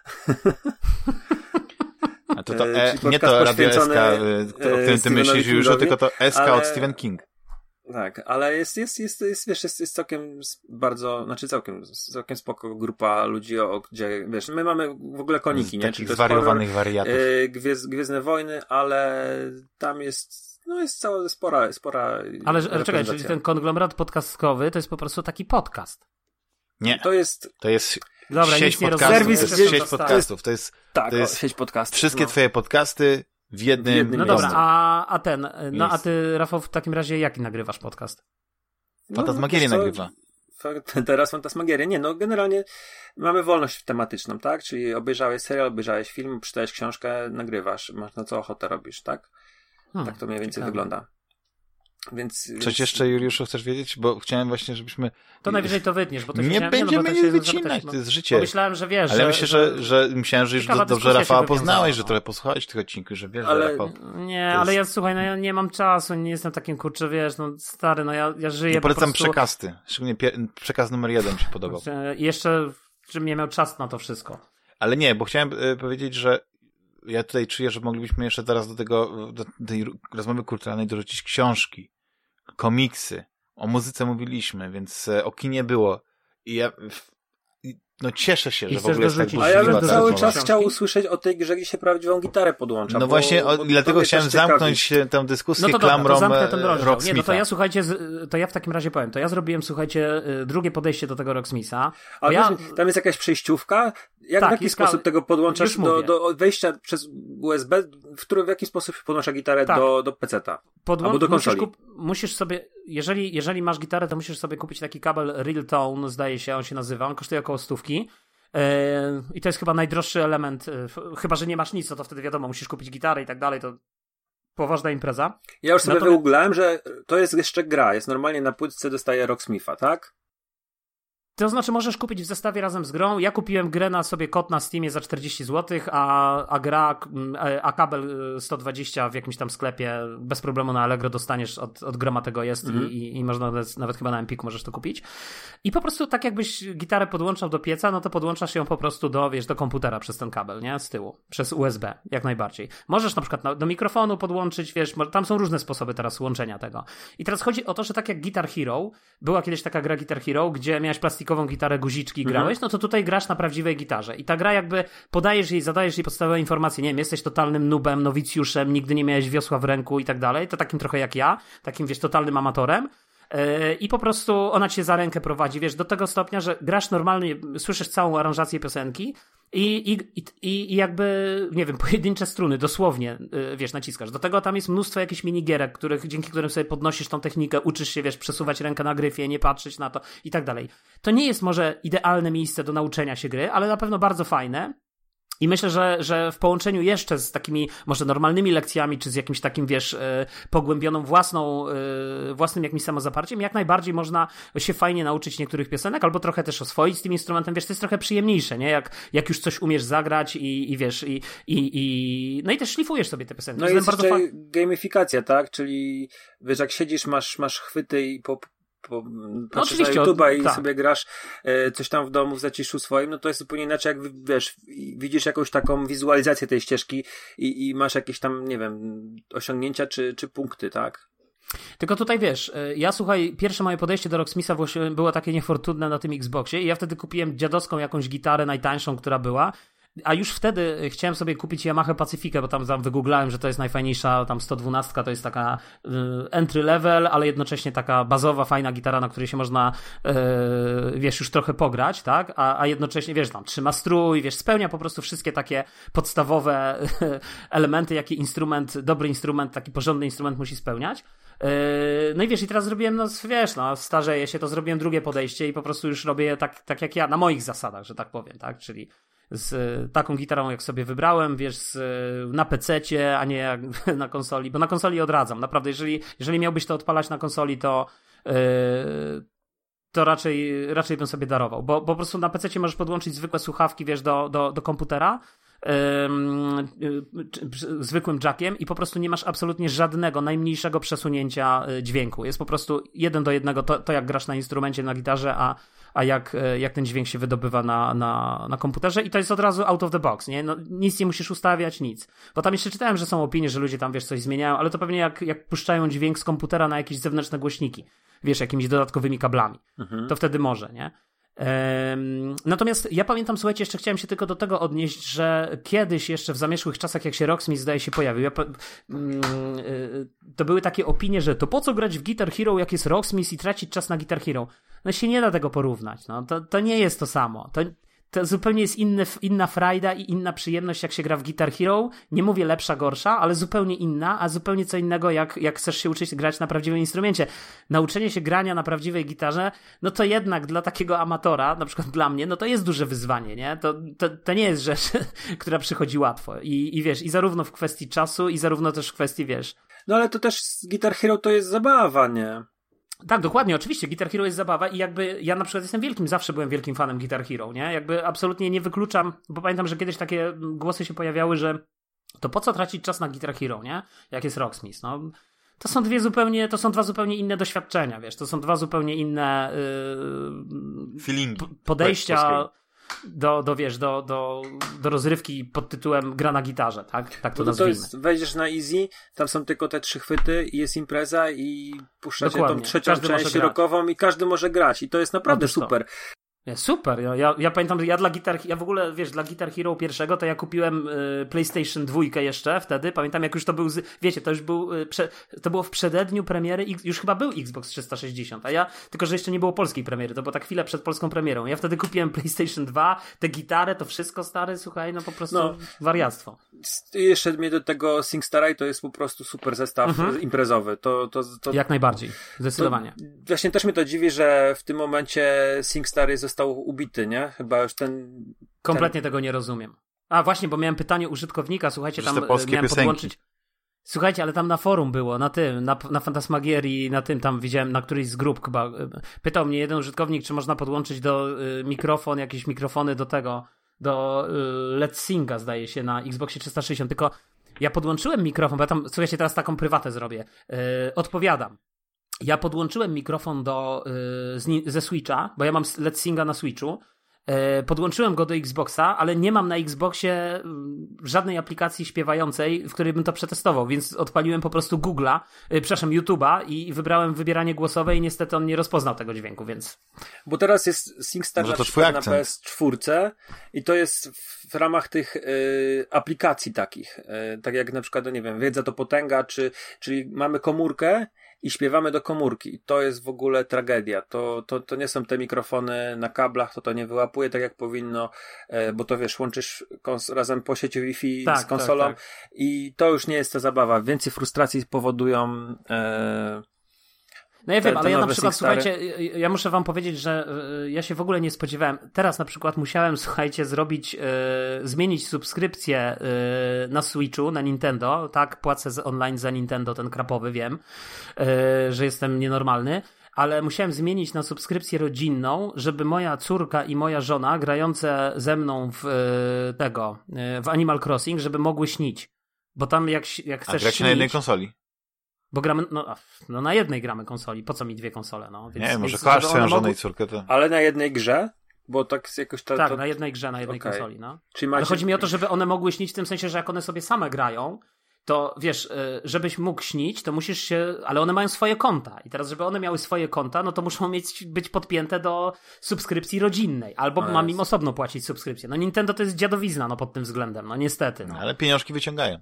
A to nie to Radio SK, o którym ty myślisz już, tylko to SK od Stephen King. Tak, ale jest całkiem bardzo, znaczy całkiem spoko grupa ludzi, gdzie, wiesz, my mamy w ogóle koniki, nie? Takich zwariowanych wariatów. Gwiezdne Wojny, ale tam jest cała spora. Ale czekaj, czyli ten konglomerat podcastowy to jest po prostu taki podcast. Nie. To jest dobra, sieć podcastów. Sieć podcastów. To jest sieć podcastów. Wszystkie twoje podcasty w jednym No dobra, a ty, Rafał, w takim razie jaki nagrywasz podcast? Fantasmagierie nagrywa. Teraz Fantasmagierie. Nie, no generalnie mamy wolność tematyczną, tak? Czyli obejrzałeś serial, obejrzałeś film, przeczytałeś książkę, nagrywasz. Masz na co ochotę robisz, tak? Tak to mniej więcej wygląda. Więc coś jeszcze, Juliuszu, chcesz wiedzieć? Bo chciałem właśnie, żebyśmy... To najwyżej to wytniesz, bo to nie będziemy wycinać, to jest życie. Myślałem, że wiesz... Ale myślę, że myślałem, że już dobrze Rafała poznałeś, że trochę posłuchałeś tych odcinków, że wiesz, że Rafał... Nie, ale ja, słuchaj, no ja nie mam czasu, nie jestem takim, kurczę, wiesz, no stary, no ja żyję po polecam prostu... przekasty, szczególnie przekaz numer 1 mi się podobał. Jeszcze, żebym nie miał czasu na to wszystko. Ale nie, bo chciałem powiedzieć, że ja tutaj czuję, że moglibyśmy jeszcze teraz do tej rozmowy kulturalnej dorzucić książki, komiksy. O muzyce mówiliśmy, więc o kinie było. I ja cieszę się, że w ogóle jest tak burzliwa. A ja bym cały czas chciał usłyszeć o tej grze, gdzie się prawdziwą gitarę podłącza. No właśnie, dlatego chciałem zamknąć tę dyskusję klamrą Rocksmitha. Nie, no to ja, słuchajcie, to ja w takim razie powiem, to ja zrobiłem, słuchajcie, drugie podejście do tego Rocksmitha. Ale tam jest jakaś przejściówka? W jaki sposób tego podłączasz do wejścia przez USB? W jaki sposób się podłącza gitarę do PC-ta? Albo do konsoli? Musisz sobie, jeżeli masz gitarę, to musisz sobie kupić taki kabel Real Tone, zdaje się, on się nazywa, on kosztuje około 100. I to jest chyba najdroższy element, chyba że nie masz nic, no to wtedy wiadomo, musisz kupić gitarę i tak dalej, to poważna impreza. Ja już sobie wygooglałem, że to jest jeszcze gra. Jest normalnie na płytce, dostaje Rocksmitha, tak? To znaczy możesz kupić w zestawie razem z grą. Ja kupiłem grę na sobie kod na Steamie za 40 zł, a kabel 120 w jakimś tam sklepie bez problemu na Allegro dostaniesz, od groma tego jest i można nawet chyba na Empiku możesz to kupić. I po prostu tak jakbyś gitarę podłączał do pieca, no to podłączasz ją po prostu do komputera przez ten kabel, nie? Z tyłu. Przez USB, jak najbardziej. Możesz na przykład do mikrofonu podłączyć, wiesz, tam są różne sposoby teraz łączenia tego. I teraz chodzi o to, że tak jak Guitar Hero, była kiedyś taka gra Guitar Hero, gdzie miałeś plastikową gitarę, guziczki grałeś, no to tutaj grasz na prawdziwej gitarze. I ta gra jakby zadajesz jej podstawowe informacje, nie wiem, jesteś totalnym noobem, nowicjuszem, nigdy nie miałeś wiosła w ręku i tak dalej, to takim trochę jak ja, takim, wiesz, totalnym amatorem. I po prostu ona cię za rękę prowadzi, wiesz, do tego stopnia, że grasz normalnie, słyszysz całą aranżację piosenki i jakby, nie wiem, pojedyncze struny, dosłownie, wiesz, naciskasz. Do tego tam jest mnóstwo jakichś minigierek, dzięki którym sobie podnosisz tą technikę, uczysz się, wiesz, przesuwać rękę na gryfie, nie patrzeć na to i tak dalej. To nie jest może idealne miejsce do nauczenia się gry, ale na pewno bardzo fajne. I myślę, że w połączeniu jeszcze z takimi może normalnymi lekcjami, czy z jakimś takim, wiesz, pogłębioną własnym jakimś samozaparciem, jak najbardziej można się fajnie nauczyć niektórych piosenek, albo trochę też oswoić z tym instrumentem, wiesz, to jest trochę przyjemniejsze, nie? Jak już coś umiesz zagrać i wiesz, no i też szlifujesz sobie te piosenki. No i jest jeszcze gamifikacja, tak? Czyli, wiesz, jak siedzisz, masz chwyty i patrzysz na YouTube'a i sobie grasz coś tam w domu w zaciszu swoim, no to jest zupełnie inaczej, jak wiesz, widzisz jakąś taką wizualizację tej ścieżki i masz jakieś tam, nie wiem, osiągnięcia czy punkty, tak? Tylko tutaj wiesz, ja słuchaj, pierwsze moje podejście do Rocksmitha było takie niefortunne na tym Xboxie i ja wtedy kupiłem dziadowską jakąś gitarę, najtańszą, która była. A już wtedy chciałem sobie kupić Yamaha Pacificę, bo tam wygooglałem, że to jest najfajniejsza, tam 112 to jest taka entry level, ale jednocześnie taka bazowa, fajna gitara, na której się można, wiesz, już trochę pograć, tak? A jednocześnie, wiesz, tam trzyma strój, wiesz, spełnia po prostu wszystkie takie podstawowe elementy, jakie dobry instrument, taki porządny instrument musi spełniać. No i wiesz, i teraz zrobiłem, no wiesz, no starzeję się, to zrobiłem drugie podejście i po prostu już robię tak jak ja, na moich zasadach, że tak powiem, tak? Czyli z taką gitarą, jak sobie wybrałem, wiesz, na PC-cie, a nie jak na konsoli, bo na konsoli odradzam, naprawdę, jeżeli miałbyś to odpalać na konsoli, to raczej bym sobie darował, bo po prostu na PC-cie możesz podłączyć zwykłe słuchawki, wiesz, do komputera, zwykłym jackiem i po prostu nie masz absolutnie żadnego, najmniejszego przesunięcia dźwięku. Jest po prostu 1:1 to jak grasz na instrumencie, na gitarze, a jak ten dźwięk się wydobywa na komputerze i to jest od razu out of the box, nie? No, nic nie musisz ustawiać, nic. Bo tam jeszcze czytałem, że są opinie, że ludzie tam, wiesz, coś zmieniają, ale to pewnie jak puszczają dźwięk z komputera na jakieś zewnętrzne głośniki, wiesz, jakimiś dodatkowymi kablami. To wtedy może, nie? Natomiast ja pamiętam, słuchajcie, jeszcze chciałem się tylko do tego odnieść, że kiedyś jeszcze w zamierzchłych czasach, jak się Rocksmith zdaje się pojawił, to były takie opinie, że to po co grać w Guitar Hero, jak jest Rocksmith i tracić czas na Guitar Hero. No się nie da tego porównać, no. To nie jest to samo. To zupełnie jest inna frajda i inna przyjemność, jak się gra w Guitar Hero. Nie mówię lepsza, gorsza, ale zupełnie inna, a zupełnie co innego, jak chcesz się uczyć grać na prawdziwym instrumencie. Nauczenie się grania na prawdziwej gitarze, no to jednak dla takiego amatora, na przykład dla mnie, no to jest duże wyzwanie, nie? To nie jest rzecz, która przychodzi łatwo. I wiesz, i zarówno w kwestii czasu, i zarówno też w kwestii, wiesz... No ale to też Guitar Hero to jest zabawa, nie? Tak, dokładnie, oczywiście, Guitar Hero jest zabawa i jakby ja na przykład zawsze byłem wielkim fanem Guitar Hero, nie? Jakby absolutnie nie wykluczam, bo pamiętam, że kiedyś takie głosy się pojawiały, że to po co tracić czas na Guitar Hero, nie? Jak jest Rocksmith, no. To są dwa zupełnie inne doświadczenia, wiesz, to są dwa zupełnie inne podejścia do rozrywki pod tytułem gra na gitarze, tak to nazwijmy. To jest, wejdziesz na easy, tam są tylko te 3 chwyty i jest impreza i puszczacie tą trzecią część rockową i każdy może grać i to jest naprawdę super. Super, ja pamiętam, ja w ogóle, wiesz, dla Guitar Hero pierwszego to ja kupiłem PlayStation 2 jeszcze wtedy, pamiętam jak już to był, wiecie, to już był, to było w przededniu premiery, już chyba był Xbox 360, tylko że jeszcze nie było polskiej premiery, to było tak chwilę przed polską premierą, ja wtedy kupiłem PlayStation 2, tę gitarę, to wszystko stary, słuchaj, no po prostu wariactwo. I jeszcze mnie do tego SingStar to jest po prostu super zestaw imprezowy, to jak najbardziej, zdecydowanie. Właśnie też mnie to dziwi, że w tym momencie SingStar został ubity, nie? Chyba już Kompletnie tego nie rozumiem. A właśnie, bo miałem pytanie użytkownika, słuchajcie, tam te polskie miałem piosenki. podłączyć... Słuchajcie, ale tam na forum było, na Fantasmagierii, na tym tam widziałem, na którejś z grup chyba. Pytał mnie jeden użytkownik, czy można podłączyć jakieś mikrofony do tego, do Let's Singa, zdaje się, na Xboxie 360, tylko ja podłączyłem mikrofon, bo ja tam, słuchajcie, teraz taką prywatę zrobię. Odpowiadam. Ja podłączyłem mikrofon ze Switcha, bo ja mam Let's Singa na Switchu. Podłączyłem go do Xboxa, ale nie mam na Xboxie żadnej aplikacji śpiewającej, w której bym to przetestował, więc odpaliłem po prostu YouTube'a i wybrałem wybieranie głosowe i niestety on nie rozpoznał tego dźwięku, więc... Bo teraz jest SingStar na PS4 i to jest w ramach tych aplikacji takich, tak jak na przykład, nie wiem, Wiedza to potęga, czyli mamy komórkę i śpiewamy do komórki. To jest w ogóle tragedia. To nie są te mikrofony na kablach, to nie wyłapuje tak jak powinno, bo to wiesz, łączysz razem po sieci Wi-Fi z konsolą i to już nie jest ta zabawa. Więcej frustracji powodują no ja wiem, ale ja na przykład, słuchajcie, ja muszę wam powiedzieć, że ja się w ogóle nie spodziewałem. Teraz na przykład musiałem, słuchajcie, zmienić subskrypcję na Switchu, na Nintendo, tak, płacę online za Nintendo, ten krapowy, wiem, że jestem nienormalny, ale musiałem zmienić na subskrypcję rodzinną, żeby moja córka i moja żona grające ze mną w Animal Crossing, żeby mogły śnić. Bo tam jak chcesz grać śnić... na jednej konsoli. Bo gramy, no na jednej gramy konsoli, po co mi dwie konsole, no. Więc, nie, może kochasz swoją żonę i córkę to... Ale na jednej grze? Bo tak jakoś Tak, na jednej grze, na jednej konsoli, no. Ale chodzi mi o to, żeby one mogły śnić w tym sensie, że jak one sobie same grają, to wiesz, żebyś mógł śnić, to musisz się, ale one mają swoje konta i teraz, żeby one miały swoje konta, no to muszą być podpięte do subskrypcji rodzinnej, albo mam im osobno płacić subskrypcję. No Nintendo to jest dziadowizna, no pod tym względem, no niestety. No. Ale pieniążki wyciągają.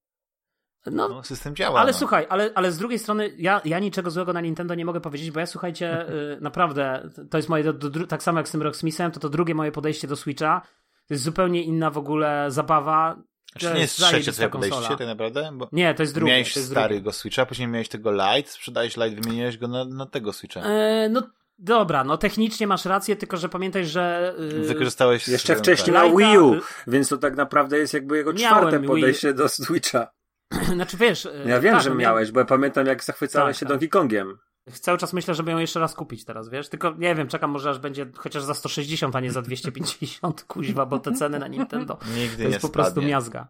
No, system działa. Ale słuchaj, ale z drugiej strony ja niczego złego na Nintendo nie mogę powiedzieć, bo ja słuchajcie, naprawdę, to jest moje, tak samo jak z tym Rocksmithem, to drugie moje podejście do Switcha, to jest zupełnie inna w ogóle zabawa. Czy nie jest trzecie twoje podejście tak naprawdę? Bo nie, to jest drugie. Miałeś starego Switcha, później miałeś tego Lite, sprzedałeś Lite, wymieniłeś go na tego Switcha. No dobra, no technicznie masz rację, tylko że pamiętaj, że... Wykorzystałeś... Jeszcze wcześniej na Wii U, więc to tak naprawdę jest jakby jego czwarte podejście do Switcha. Znaczy wiesz... Ja wiem, że miałeś, bo ja pamiętam jak zachwycałeś się Donkey Kongiem. Cały czas myślę, żeby ją jeszcze raz kupić teraz, wiesz? Tylko nie wiem, czekam może aż będzie chociaż za 160, a nie za 250, kuźwa, bo te ceny na Nintendo nigdy to jest po prostu miazga.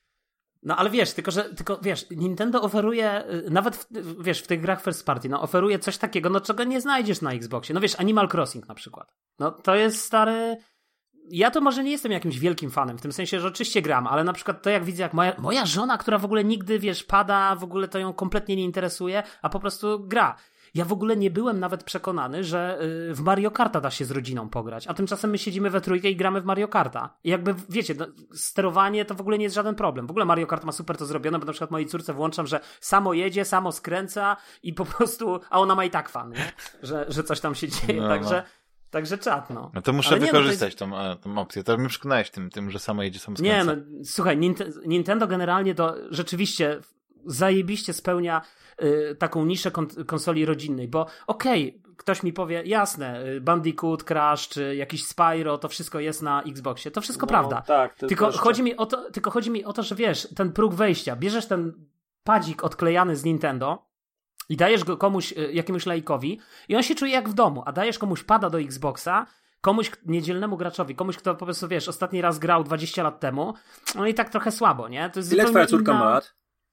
No ale wiesz, tylko wiesz, Nintendo oferuje, nawet w tych grach first party, no oferuje coś takiego, no czego nie znajdziesz na Xboxie. No wiesz, Animal Crossing na przykład. No to jest stary... Ja to może nie jestem jakimś wielkim fanem, w tym sensie, że oczywiście gram, ale na przykład to jak widzę, jak moja żona, która w ogóle nigdy, wiesz, pada, w ogóle to ją kompletnie nie interesuje, a po prostu gra. Ja w ogóle nie byłem nawet przekonany, że w Mario Karta da się z rodziną pograć, a tymczasem my siedzimy we trójkę i gramy w Mario Karta. I jakby, wiecie, sterowanie to w ogóle nie jest żaden problem. W ogóle Mario Kart ma super to zrobione, bo na przykład mojej córce włączam, że samo jedzie, samo skręca i po prostu, a ona ma i tak fan, nie? Że coś tam się dzieje, Także czat, no. No to muszę wykorzystać tą opcję. To mnie przekonałeś tym, że samo jedzie, samo skręca. Nie, no słuchaj, Nintendo generalnie to rzeczywiście zajebiście spełnia taką niszę konsoli rodzinnej, bo okej, ktoś mi powie, jasne, Bandicoot, Crash, czy jakiś Spyro, to wszystko jest na Xboxie. To wszystko prawda. Tak, tylko chodzi mi o to, że wiesz, ten próg wejścia, bierzesz ten padzik odklejany z Nintendo i dajesz go komuś, jakiemuś laikowi i on się czuje jak w domu, a dajesz komuś pada do Xboxa, komuś niedzielnemu graczowi, komuś, kto po prostu, wiesz, ostatni raz grał 20 lat temu, no i tak trochę słabo, nie? To jest ile twoja córka ma lat?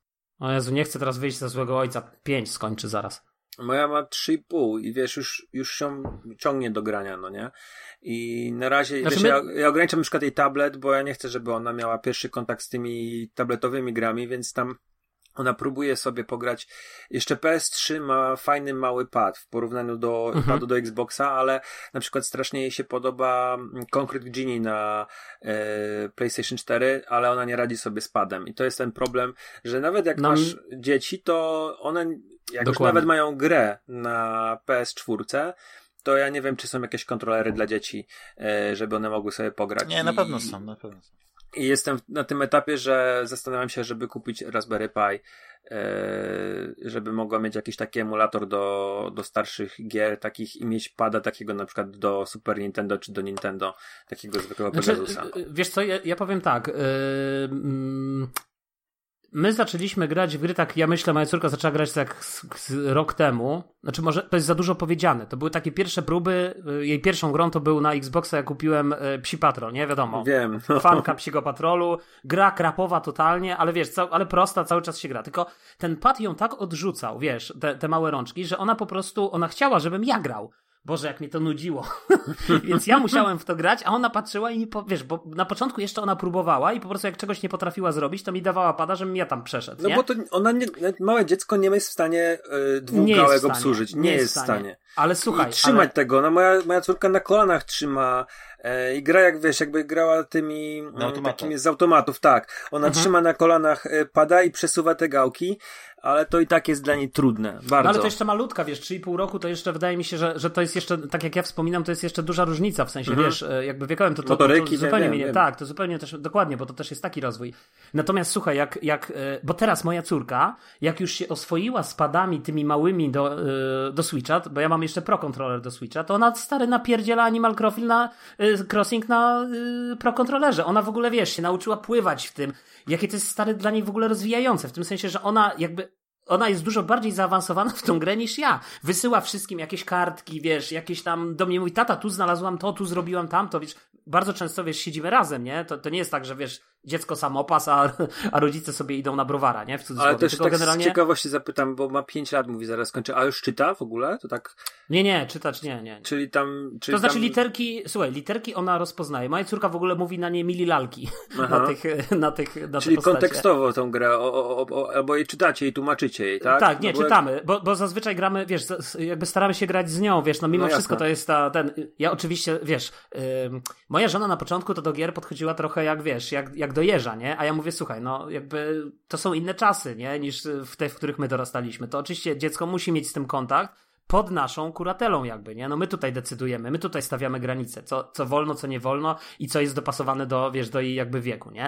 O Jezu, nie chcę teraz wyjść za złego ojca. 5 skończy zaraz. Moja ma 3,5 i wiesz, już się ciągnie do grania, no nie? I na razie, znaczy wiesz, ja ograniczam na przykład jej tablet, bo ja nie chcę, żeby ona miała pierwszy kontakt z tymi tabletowymi grami, więc tam ona próbuje sobie pograć. Jeszcze PS3 ma fajny mały pad w porównaniu do padu do Xboxa, ale na przykład strasznie jej się podoba Concrete Genie na PlayStation 4, ale ona nie radzi sobie z padem. I to jest ten problem, że nawet jak masz dzieci, to one jak już nawet mają grę na PS4, to ja nie wiem, czy są jakieś kontrolery dla dzieci, żeby one mogły sobie pograć. Nie, na pewno są. I jestem na tym etapie, że zastanawiam się, żeby kupić Raspberry Pi, żeby mogła mieć jakiś taki emulator do starszych gier takich i mieć pada takiego na przykład do Super Nintendo czy do Nintendo, takiego zwykłego Pegasusa. Wiesz co, ja powiem tak, My zaczęliśmy grać w gry, tak ja myślę, moja córka zaczęła grać tak rok temu. Znaczy może to jest za dużo powiedziane. To były takie pierwsze próby. Jej pierwszą grą to był na Xboxa, ja kupiłem Psi Patrol, nie? Wiadomo. Wiem. Fanka Psiego Patrolu. Gra krapowa totalnie, ale wiesz, ale prosta, cały czas się gra. Tylko ten pad ją tak odrzucał, wiesz, te małe rączki, że ona po prostu, ona chciała, żebym ja grał. Boże, jak mnie to nudziło. Więc ja musiałem w to grać, a ona patrzyła i wiesz, bo na początku jeszcze ona próbowała i po prostu jak czegoś nie potrafiła zrobić, to mi dawała pada, żebym ja tam przeszedł. No nie? bo to małe dziecko nie jest w stanie dwóch gałek obsłużyć. Nie jest w stanie. Ale słuchaj. I trzymać tego. No moja córka na kolanach trzyma i gra jak wiesz, jakby grała tymi takimi z automatów, tak. Ona trzyma na kolanach pada i przesuwa te gałki, ale to i tak jest dla niej trudne. Bardzo. No ale to jeszcze malutka, wiesz, 3,5 roku to jeszcze wydaje mi się, że to jest jeszcze, tak jak ja wspominam, to jest jeszcze duża różnica, w sensie, wiesz, jakby wiekowym to zupełnie wiem. Tak, to zupełnie też, dokładnie, bo to też jest taki rozwój. Natomiast słuchaj, bo teraz moja córka, jak już się oswoiła z padami tymi małymi do Switcha, bo ja mam jeszcze Pro Controller do Switcha, to ona stary napierdziela Animal Crossing na Pro Controllerze. Ona w ogóle, wiesz, się nauczyła pływać w tym, jakie to jest stary dla niej w ogóle rozwijające, w tym sensie, że ona jest dużo bardziej zaawansowana w tą grę niż ja. Wysyła wszystkim jakieś kartki, wiesz, jakieś tam do mnie mówi, tata, tu znalazłam to, tu zrobiłam tamto, wiesz, bardzo często, wiesz, siedzimy razem, nie? To nie jest tak, że wiesz, dziecko samopas, a rodzice sobie idą na browara, nie? W cudzysłowie. Ale też tylko tak generalnie... z ciekawości zapytam, bo ma 5 lat, mówi, zaraz skończy, a już czyta w ogóle? To tak... Nie, czytać nie. Czyli tam... To znaczy literki ona rozpoznaje. Moja córka w ogóle mówi na nie mili lalki. Na czyli kontekstowo tą grę, albo jej czytacie i tłumaczycie jej, tak? Tak, nie, czytamy, bo zazwyczaj gramy, wiesz, jakby staramy się grać z nią, wiesz, no mimo wszystko to jest ja oczywiście, wiesz, moja żona na początku to do gier podchodziła trochę jak, wiesz, jak do jeża, nie? A ja mówię, słuchaj, no jakby to są inne czasy, nie? Niż w których my dorastaliśmy. To oczywiście dziecko musi mieć z tym kontakt pod naszą kuratelą jakby, nie? No my tutaj decydujemy, my tutaj stawiamy granice, co wolno, co nie wolno i co jest dopasowane do jej jakby wieku, nie?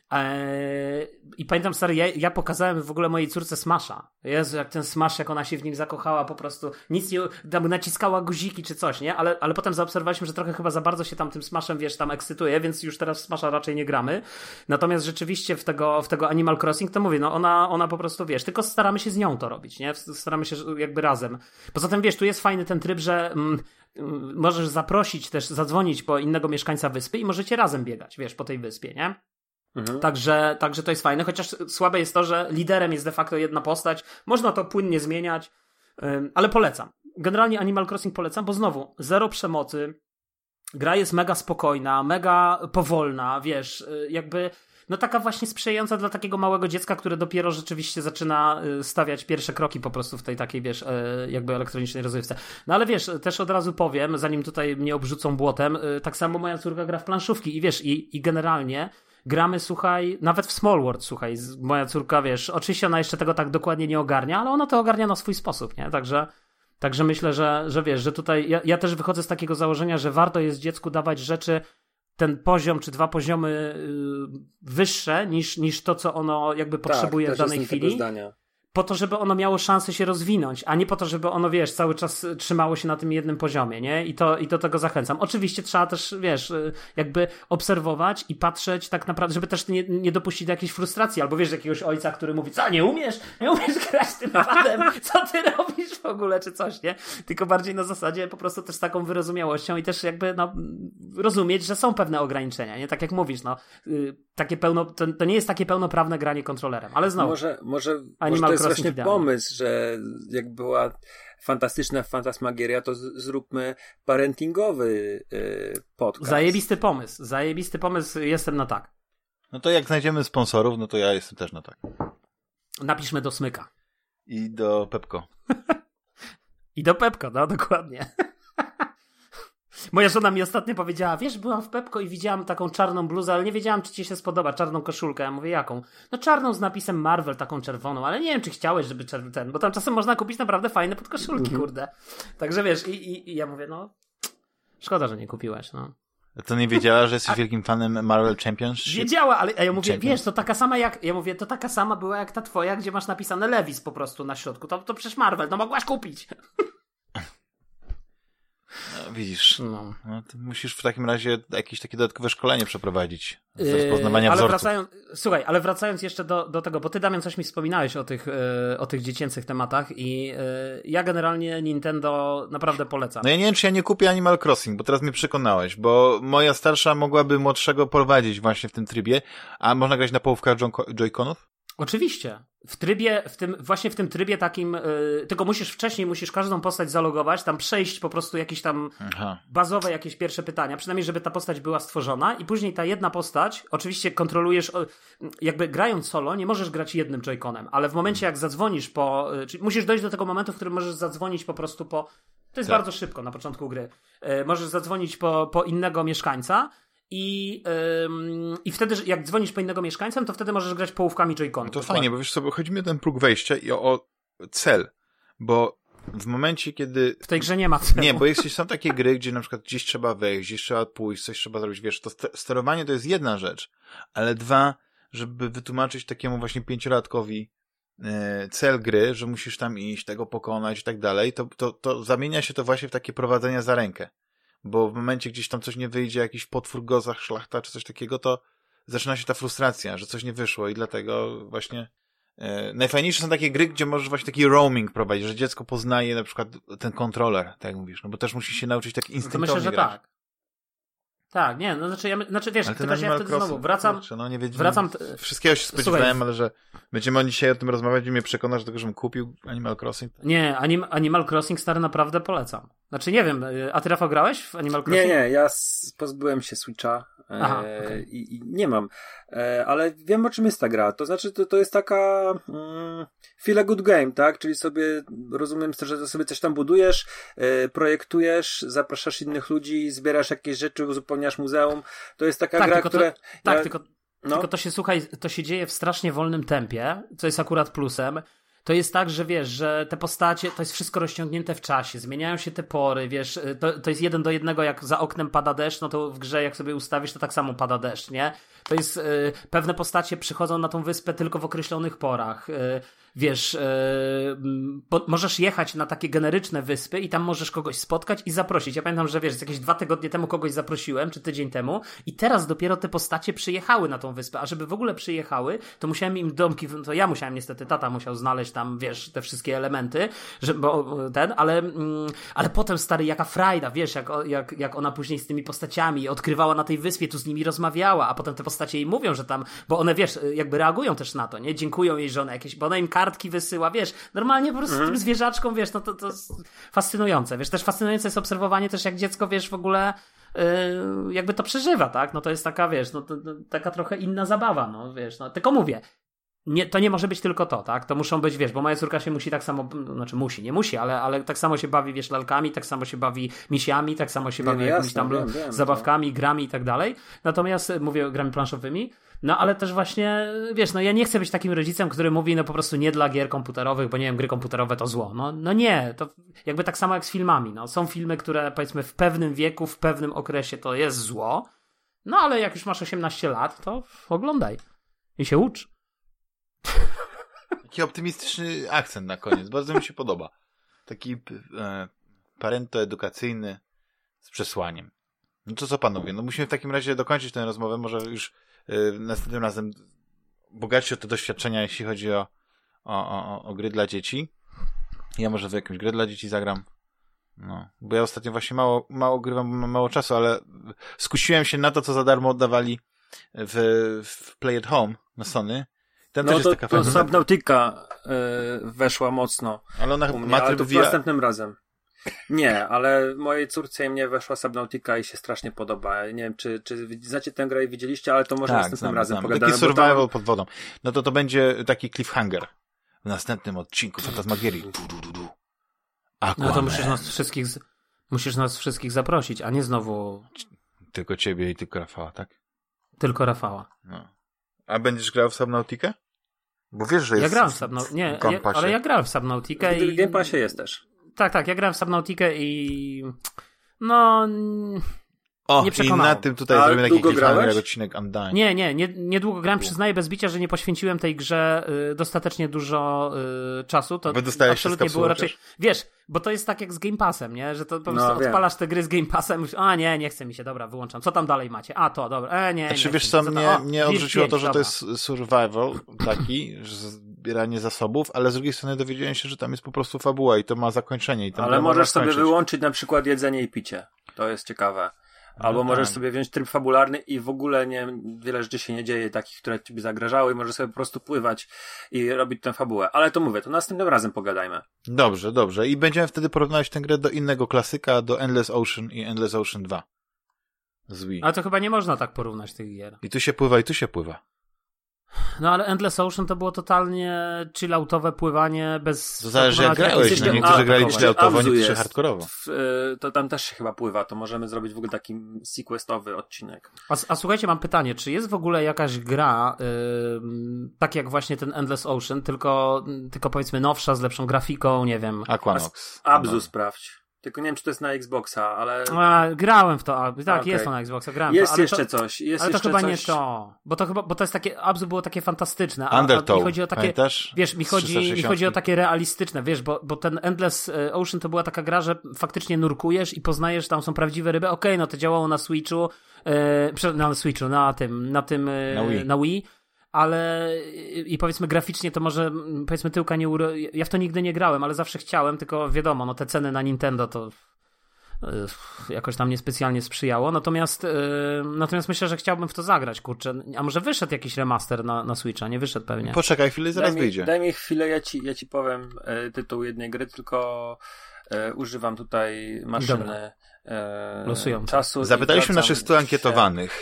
I pamiętam, stary, ja pokazałem w ogóle mojej córce Smasha. Jezu, jak ten Smash, jak ona się w nim zakochała, po prostu nic nie, tam naciskała guziki czy coś, nie? Ale potem zaobserwowaliśmy, że trochę chyba za bardzo się tam tym Smashem, wiesz, tam ekscytuje, więc już teraz w Smasha raczej nie gramy. Natomiast rzeczywiście w tego Animal Crossing, to mówię, no ona po prostu, wiesz, tylko staramy się z nią to robić, nie? Staramy się jakby razem. Poza tym, wiesz, tu jest fajny ten tryb, że możesz zaprosić też, zadzwonić po innego mieszkańca wyspy i możecie razem biegać, wiesz, po tej wyspie, nie? Także to jest fajne, chociaż słabe jest to, że liderem jest de facto jedna postać, można to płynnie zmieniać, ale polecam. Generalnie Animal Crossing polecam, bo znowu, zero przemocy, gra jest mega spokojna, mega powolna, wiesz, jakby, no taka właśnie sprzyjająca dla takiego małego dziecka, które dopiero rzeczywiście zaczyna stawiać pierwsze kroki po prostu w tej takiej, wiesz, jakby elektronicznej rozrywce. No ale wiesz, też od razu powiem, zanim tutaj mnie obrzucą błotem, tak samo moja córka gra w planszówki i wiesz, i generalnie gramy, słuchaj, nawet w Small World, słuchaj, moja córka, wiesz, oczywiście ona jeszcze tego tak dokładnie nie ogarnia, ale ona to ogarnia na swój sposób, nie? Także myślę, że wiesz, że tutaj ja też wychodzę z takiego założenia, że warto jest dziecku dawać rzeczy ten poziom czy 2 poziomy wyższe niż to, co ono jakby potrzebuje w danej chwili. Po to, żeby ono miało szansę się rozwinąć, a nie po to, żeby ono, wiesz, cały czas trzymało się na tym jednym poziomie, nie? I do tego zachęcam. Oczywiście trzeba też, wiesz, jakby obserwować i patrzeć tak naprawdę, żeby też nie dopuścić do jakiejś frustracji, albo wiesz, jakiegoś ojca, który mówi, co, nie umiesz grać tym padem, co ty robisz w ogóle, czy coś, nie? Tylko bardziej na zasadzie po prostu też z taką wyrozumiałością i też jakby, no, rozumieć, że są pewne ograniczenia, nie? Tak jak mówisz, no, takie to nie jest takie pełnoprawne granie kontrolerem, ale znowu. Może to jest właśnie pomysł, że jak była fantastyczna Fantasmagieria, to zróbmy parentingowy podcast. Zajebisty pomysł, jestem na tak. No to jak znajdziemy sponsorów, no to ja jestem też na tak. Napiszmy do Smyka. I do Pepko. I do Pepko, no dokładnie. Moja żona mi ostatnio powiedziała, wiesz, byłam w Pepko i widziałam taką czarną bluzę, ale nie wiedziałam, czy ci się spodoba, czarną koszulkę. Ja mówię, jaką? No czarną z napisem Marvel, taką czerwoną, ale nie wiem, czy chciałeś, żeby bo tam czasem można kupić naprawdę fajne podkoszulki, kurde. Także wiesz, i ja mówię, no, szkoda, że nie kupiłeś, no. A to nie wiedziała, że jesteś wielkim fanem Marvel Championship? Wiedziała, ale ja mówię, wiesz, to taka sama to taka sama była jak ta twoja, gdzie masz napisane Levis po prostu na środku. To przecież Marvel, no mogłaś kupić. Widzisz, no to musisz w takim razie jakieś takie dodatkowe szkolenie przeprowadzić z rozpoznawania ale wzorców. Ale wracając jeszcze do tego, bo ty, Damian, coś mi wspominałeś o tych dziecięcych tematach i ja generalnie Nintendo naprawdę polecam. No ja nie wiem, czy ja nie kupię Animal Crossing, bo teraz mnie przekonałeś, bo moja starsza mogłaby młodszego prowadzić właśnie w tym trybie, a można grać na połówkach Joy-Conów? Oczywiście. Właśnie w tym trybie takim, tylko musisz każdą postać zalogować, tam przejść po prostu jakieś tam bazowe jakieś pierwsze pytania, przynajmniej żeby ta postać była stworzona i później ta jedna postać, oczywiście kontrolujesz, jakby grając solo, nie możesz grać jednym Joy-Conem, ale w momencie jak zadzwonisz czyli musisz dojść do tego momentu, w którym możesz zadzwonić po prostu to jest bardzo szybko na początku gry, możesz zadzwonić po innego mieszkańca, I wtedy, jak dzwonisz po innego mieszkańca, to wtedy możesz grać połówkami Joy-Conów. No to fajnie, bo wiesz co, chodzi mi o ten próg wejścia i o cel, bo w momencie, kiedy... W tej grze nie ma celu. Nie, bo są takie gry, gdzie na przykład gdzieś trzeba wejść, gdzieś trzeba pójść, coś trzeba zrobić, wiesz, to sterowanie to jest jedna rzecz, ale dwa, żeby wytłumaczyć takiemu właśnie 5-latkowi cel gry, że musisz tam iść, tego pokonać i tak dalej, to zamienia się to właśnie w takie prowadzenie za rękę. Bo w momencie gdzieś tam coś nie wyjdzie, jakiś potwór gozach, szlachta czy coś takiego, to zaczyna się ta frustracja, że coś nie wyszło i dlatego właśnie najfajniejsze są takie gry, gdzie możesz właśnie taki roaming prowadzić, że dziecko poznaje na przykład ten kontroler, tak jak mówisz, no bo też musi się nauczyć tak instynktownie to myślę, że grać. Tak. Tak, nie, no znaczy wiesz, tylko że ja wtedy znowu wracam... Wszystkiego się spodziewałem, ale że będziemy dzisiaj o tym rozmawiać i mnie przekonasz do tego, żebym kupił Animal Crossing. Nie, Animal Crossing stary naprawdę polecam. Znaczy nie wiem, a ty, Rafał, grałeś w Animal Crossing? Nie, ja pozbyłem się Switcha i nie mam, ale wiem, o czym jest ta gra. To znaczy to jest taka feel a good game, tak? Czyli sobie, rozumiem, że sobie coś tam budujesz, projektujesz, zapraszasz innych ludzi, zbierasz jakieś rzeczy, uzupełniasz muzeum. To jest taka gra, która... Tylko to się, słuchaj, to się dzieje w strasznie wolnym tempie, co jest akurat plusem. To jest tak, że wiesz, że te postacie, to jest wszystko rozciągnięte w czasie, zmieniają się te pory, wiesz, to jest 1:1, jak za oknem pada deszcz, no to w grze jak sobie ustawisz, to tak samo pada deszcz, nie? To jest, pewne postacie przychodzą na tą wyspę tylko w określonych porach, wiesz, bo możesz jechać na takie generyczne wyspy i tam możesz kogoś spotkać i zaprosić. Ja pamiętam, że wiesz, jakieś 2 tygodnie temu kogoś zaprosiłem, czy tydzień temu i teraz dopiero te postacie przyjechały na tą wyspę, a żeby w ogóle przyjechały, to musiałem im domki, to ja musiałem niestety, tata musiał znaleźć tam, wiesz, te wszystkie elementy, ale potem, stary, jaka frajda, wiesz, jak ona później z tymi postaciami odkrywała na tej wyspie, tu z nimi rozmawiała, a potem te postacie jej mówią, że tam, bo one, wiesz, jakby reagują też na to, nie? Dziękują jej, że ona jakieś, bo ona im kartki wysyła, wiesz, normalnie po prostu tym zwierzaczkom, wiesz, no to jest fascynujące, wiesz, też fascynujące jest obserwowanie też, jak dziecko, wiesz, w ogóle jakby to przeżywa, tak? No to jest taka, wiesz, taka trochę inna zabawa, no, wiesz, no, tylko mówię, to nie może być tylko to, tak? To muszą być, wiesz, bo moja córka się musi tak samo, znaczy nie musi, ale tak samo się bawi, wiesz, lalkami, tak samo się bawi misiami, tak samo się bawi jakimiś tam zabawkami, grami i tak dalej. Natomiast, mówię, grami planszowymi, no ale też właśnie, wiesz, no ja nie chcę być takim rodzicem, który mówi, no po prostu nie dla gier komputerowych, bo nie wiem, gry komputerowe to zło. No nie, to jakby tak samo jak z filmami, no. Są filmy, które powiedzmy w pewnym wieku, w pewnym okresie to jest zło, no ale jak już masz 18 lat, to oglądaj i się ucz. Taki optymistyczny akcent na koniec, bardzo mi się podoba. Taki parento-edukacyjny z przesłaniem. No to co, panowie, no musimy w takim razie dokończyć tę rozmowę, może już następnym razem bogaci o te doświadczenia, jeśli chodzi o gry dla dzieci. Ja może w jakąś grę dla dzieci zagram. No, bo ja ostatnio właśnie mało grywam, bo mam mało czasu, ale skusiłem się na to, co za darmo oddawali w Play at Home na Sony. Tam no też to, jest taka to Subnautica weszła mocno. Ale ona ma tryb VR. Następnym razem. Nie, ale mojej córce i mnie weszła Subnautica i się strasznie podoba. Nie wiem, czy znacie tę grę i widzieliście, ale to może następnym razem pogadamy. Taki survival pod wodą. No to będzie taki cliffhanger w następnym odcinku Fantasmagierii. No to musisz nas wszystkich zaprosić, a nie znowu... Tylko ciebie i tylko Rafała, tak? Tylko Rafała. No. A będziesz grał w Subnautikę? Bo wiesz, że jest... Ja grałem w Subnautikę, ale ja grałem w Subnautikę i... W Game Passie jest też. Tak, ja grałem w Subnautikę i... No... nie przekonało. I na tym tutaj zrobimy taki cliffhanger jak odcinek Undying. Nie długo grałem, przyznaję bez bicia, że nie poświęciłem tej grze dostatecznie dużo czasu, to absolutnie było raczej, wiesz, bo to jest tak jak z Game Passem, nie, że to po prostu odpalasz te gry z Game Passem, mówisz, nie chce mi się, dobra, wyłączam, co tam dalej macie, to dobra, nie. Znaczy wiesz co, mnie odrzuciło to, że to jest survival taki, że zbieranie zasobów, ale z drugiej strony dowiedziałem się, że tam jest po prostu fabuła i to ma zakończenie. I tam ale możesz sobie wyłączyć na przykład jedzenie i picie, to jest ciekawe. Albo możesz sobie wziąć tryb fabularny i w ogóle wiele rzeczy się nie dzieje takich, które ci by zagrażały i możesz sobie po prostu pływać i robić tę fabułę. Ale to mówię, to następnym razem pogadajmy. Dobrze. I będziemy wtedy porównywać tę grę do innego klasyka, do Endless Ocean i Endless Ocean 2 z Wii. Ale to chyba nie można tak porównać tych gier. I tu się pływa, i tu się pływa. No ale Endless Ocean to było totalnie chilloutowe pływanie bez... To zależy jak grałeś, niektórzy grali chilloutowo, niektórzy hardkorowo. To tam też się chyba pływa, to możemy zrobić w ogóle taki sequestowy odcinek. A słuchajcie, mam pytanie, czy jest w ogóle jakaś gra, tak jak właśnie ten Endless Ocean, tylko powiedzmy nowsza, z lepszą grafiką, nie wiem... Aquanox. Abzu sprawdź. Tylko nie wiem, czy to jest na Xboxa, ale... grałem w to, tak, okay. Jest to na Xboxa, grałem jest w to. Jeszcze coś. Ale to chyba nie to, bo to jest takie, Abzu było takie fantastyczne. Undertow, mi chodzi o takie, pamiętasz? Wiesz, mi chodzi o takie realistyczne, wiesz, bo ten Endless Ocean to była taka gra, że faktycznie nurkujesz i poznajesz, tam są prawdziwe ryby, no to działało na Switchu, na Wii. Ale i powiedzmy graficznie to może powiedzmy tyłka nie ja w to nigdy nie grałem, ale zawsze chciałem, tylko wiadomo, te ceny na Nintendo to jakoś tam niespecjalnie sprzyjało, natomiast myślę, że chciałbym w to zagrać, kurczę, a może wyszedł jakiś remaster na Switcha, nie wyszedł pewnie. Poczekaj chwilę, zaraz wyjdzie. Daj mi chwilę, ja ci powiem tytuł jednej gry, tylko używam tutaj maszyny czasu. Zapytaliśmy naszych 100 ankietowanych.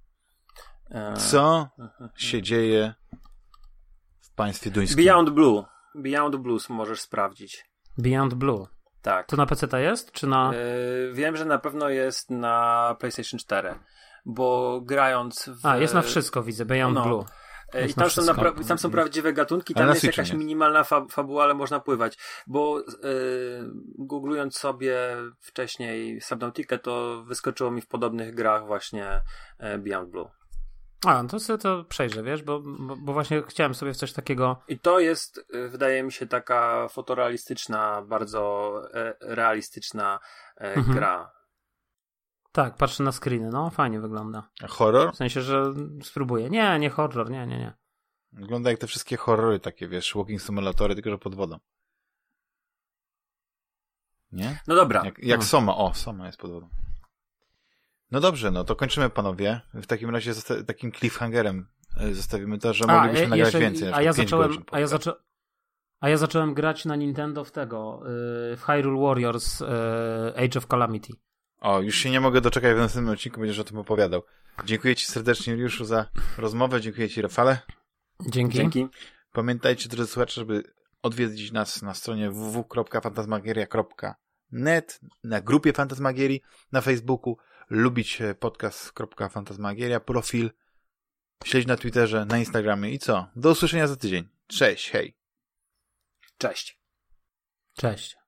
Co się dzieje w państwie duńskim? Beyond Blue możesz sprawdzić. Beyond Blue? Tak. To na PC jest? Czy na... Wiem, że na pewno jest na PlayStation 4, bo grając jest na wszystko, widzę, Beyond Blue. I tam są prawdziwe gatunki, tam jest jakaś minimalna fabuła, ale można pływać, bo googlując sobie wcześniej Subnautikę, to wyskoczyło mi w podobnych grach właśnie Beyond Blue. To sobie to przejrzę, wiesz, bo właśnie chciałem sobie w coś takiego... I to jest, wydaje mi się, taka fotorealistyczna, bardzo realistyczna gra. Tak, patrzę na screeny, fajnie wygląda. A horror? W sensie, że spróbuję. Nie horror, nie. Wygląda jak te wszystkie horrory takie, wiesz, walking simulatory, tylko że pod wodą. Nie? No dobra. Jak Soma. Soma jest pod wodą. No dobrze, to kończymy, panowie. W takim razie takim cliffhangerem zostawimy to, że moglibyśmy nagrać więcej. Ja zacząłem grać na Nintendo w Hyrule Warriors Age of Calamity. Już się nie mogę doczekać, w następnym odcinku będziesz o tym opowiadał. Dziękuję ci serdecznie, Juliuszu, za rozmowę. Dziękuję ci, Rafale. Dzięki. Pamiętajcie, drodzy słuchacze, żeby odwiedzić nas na stronie www.fantasmagieria.net, na grupie Fantasmagierii, na Facebooku, lubić podcast.fantasmagieria, profil, śledź na Twitterze, na Instagramie i co? Do usłyszenia za tydzień. Cześć, hej. Cześć. Cześć.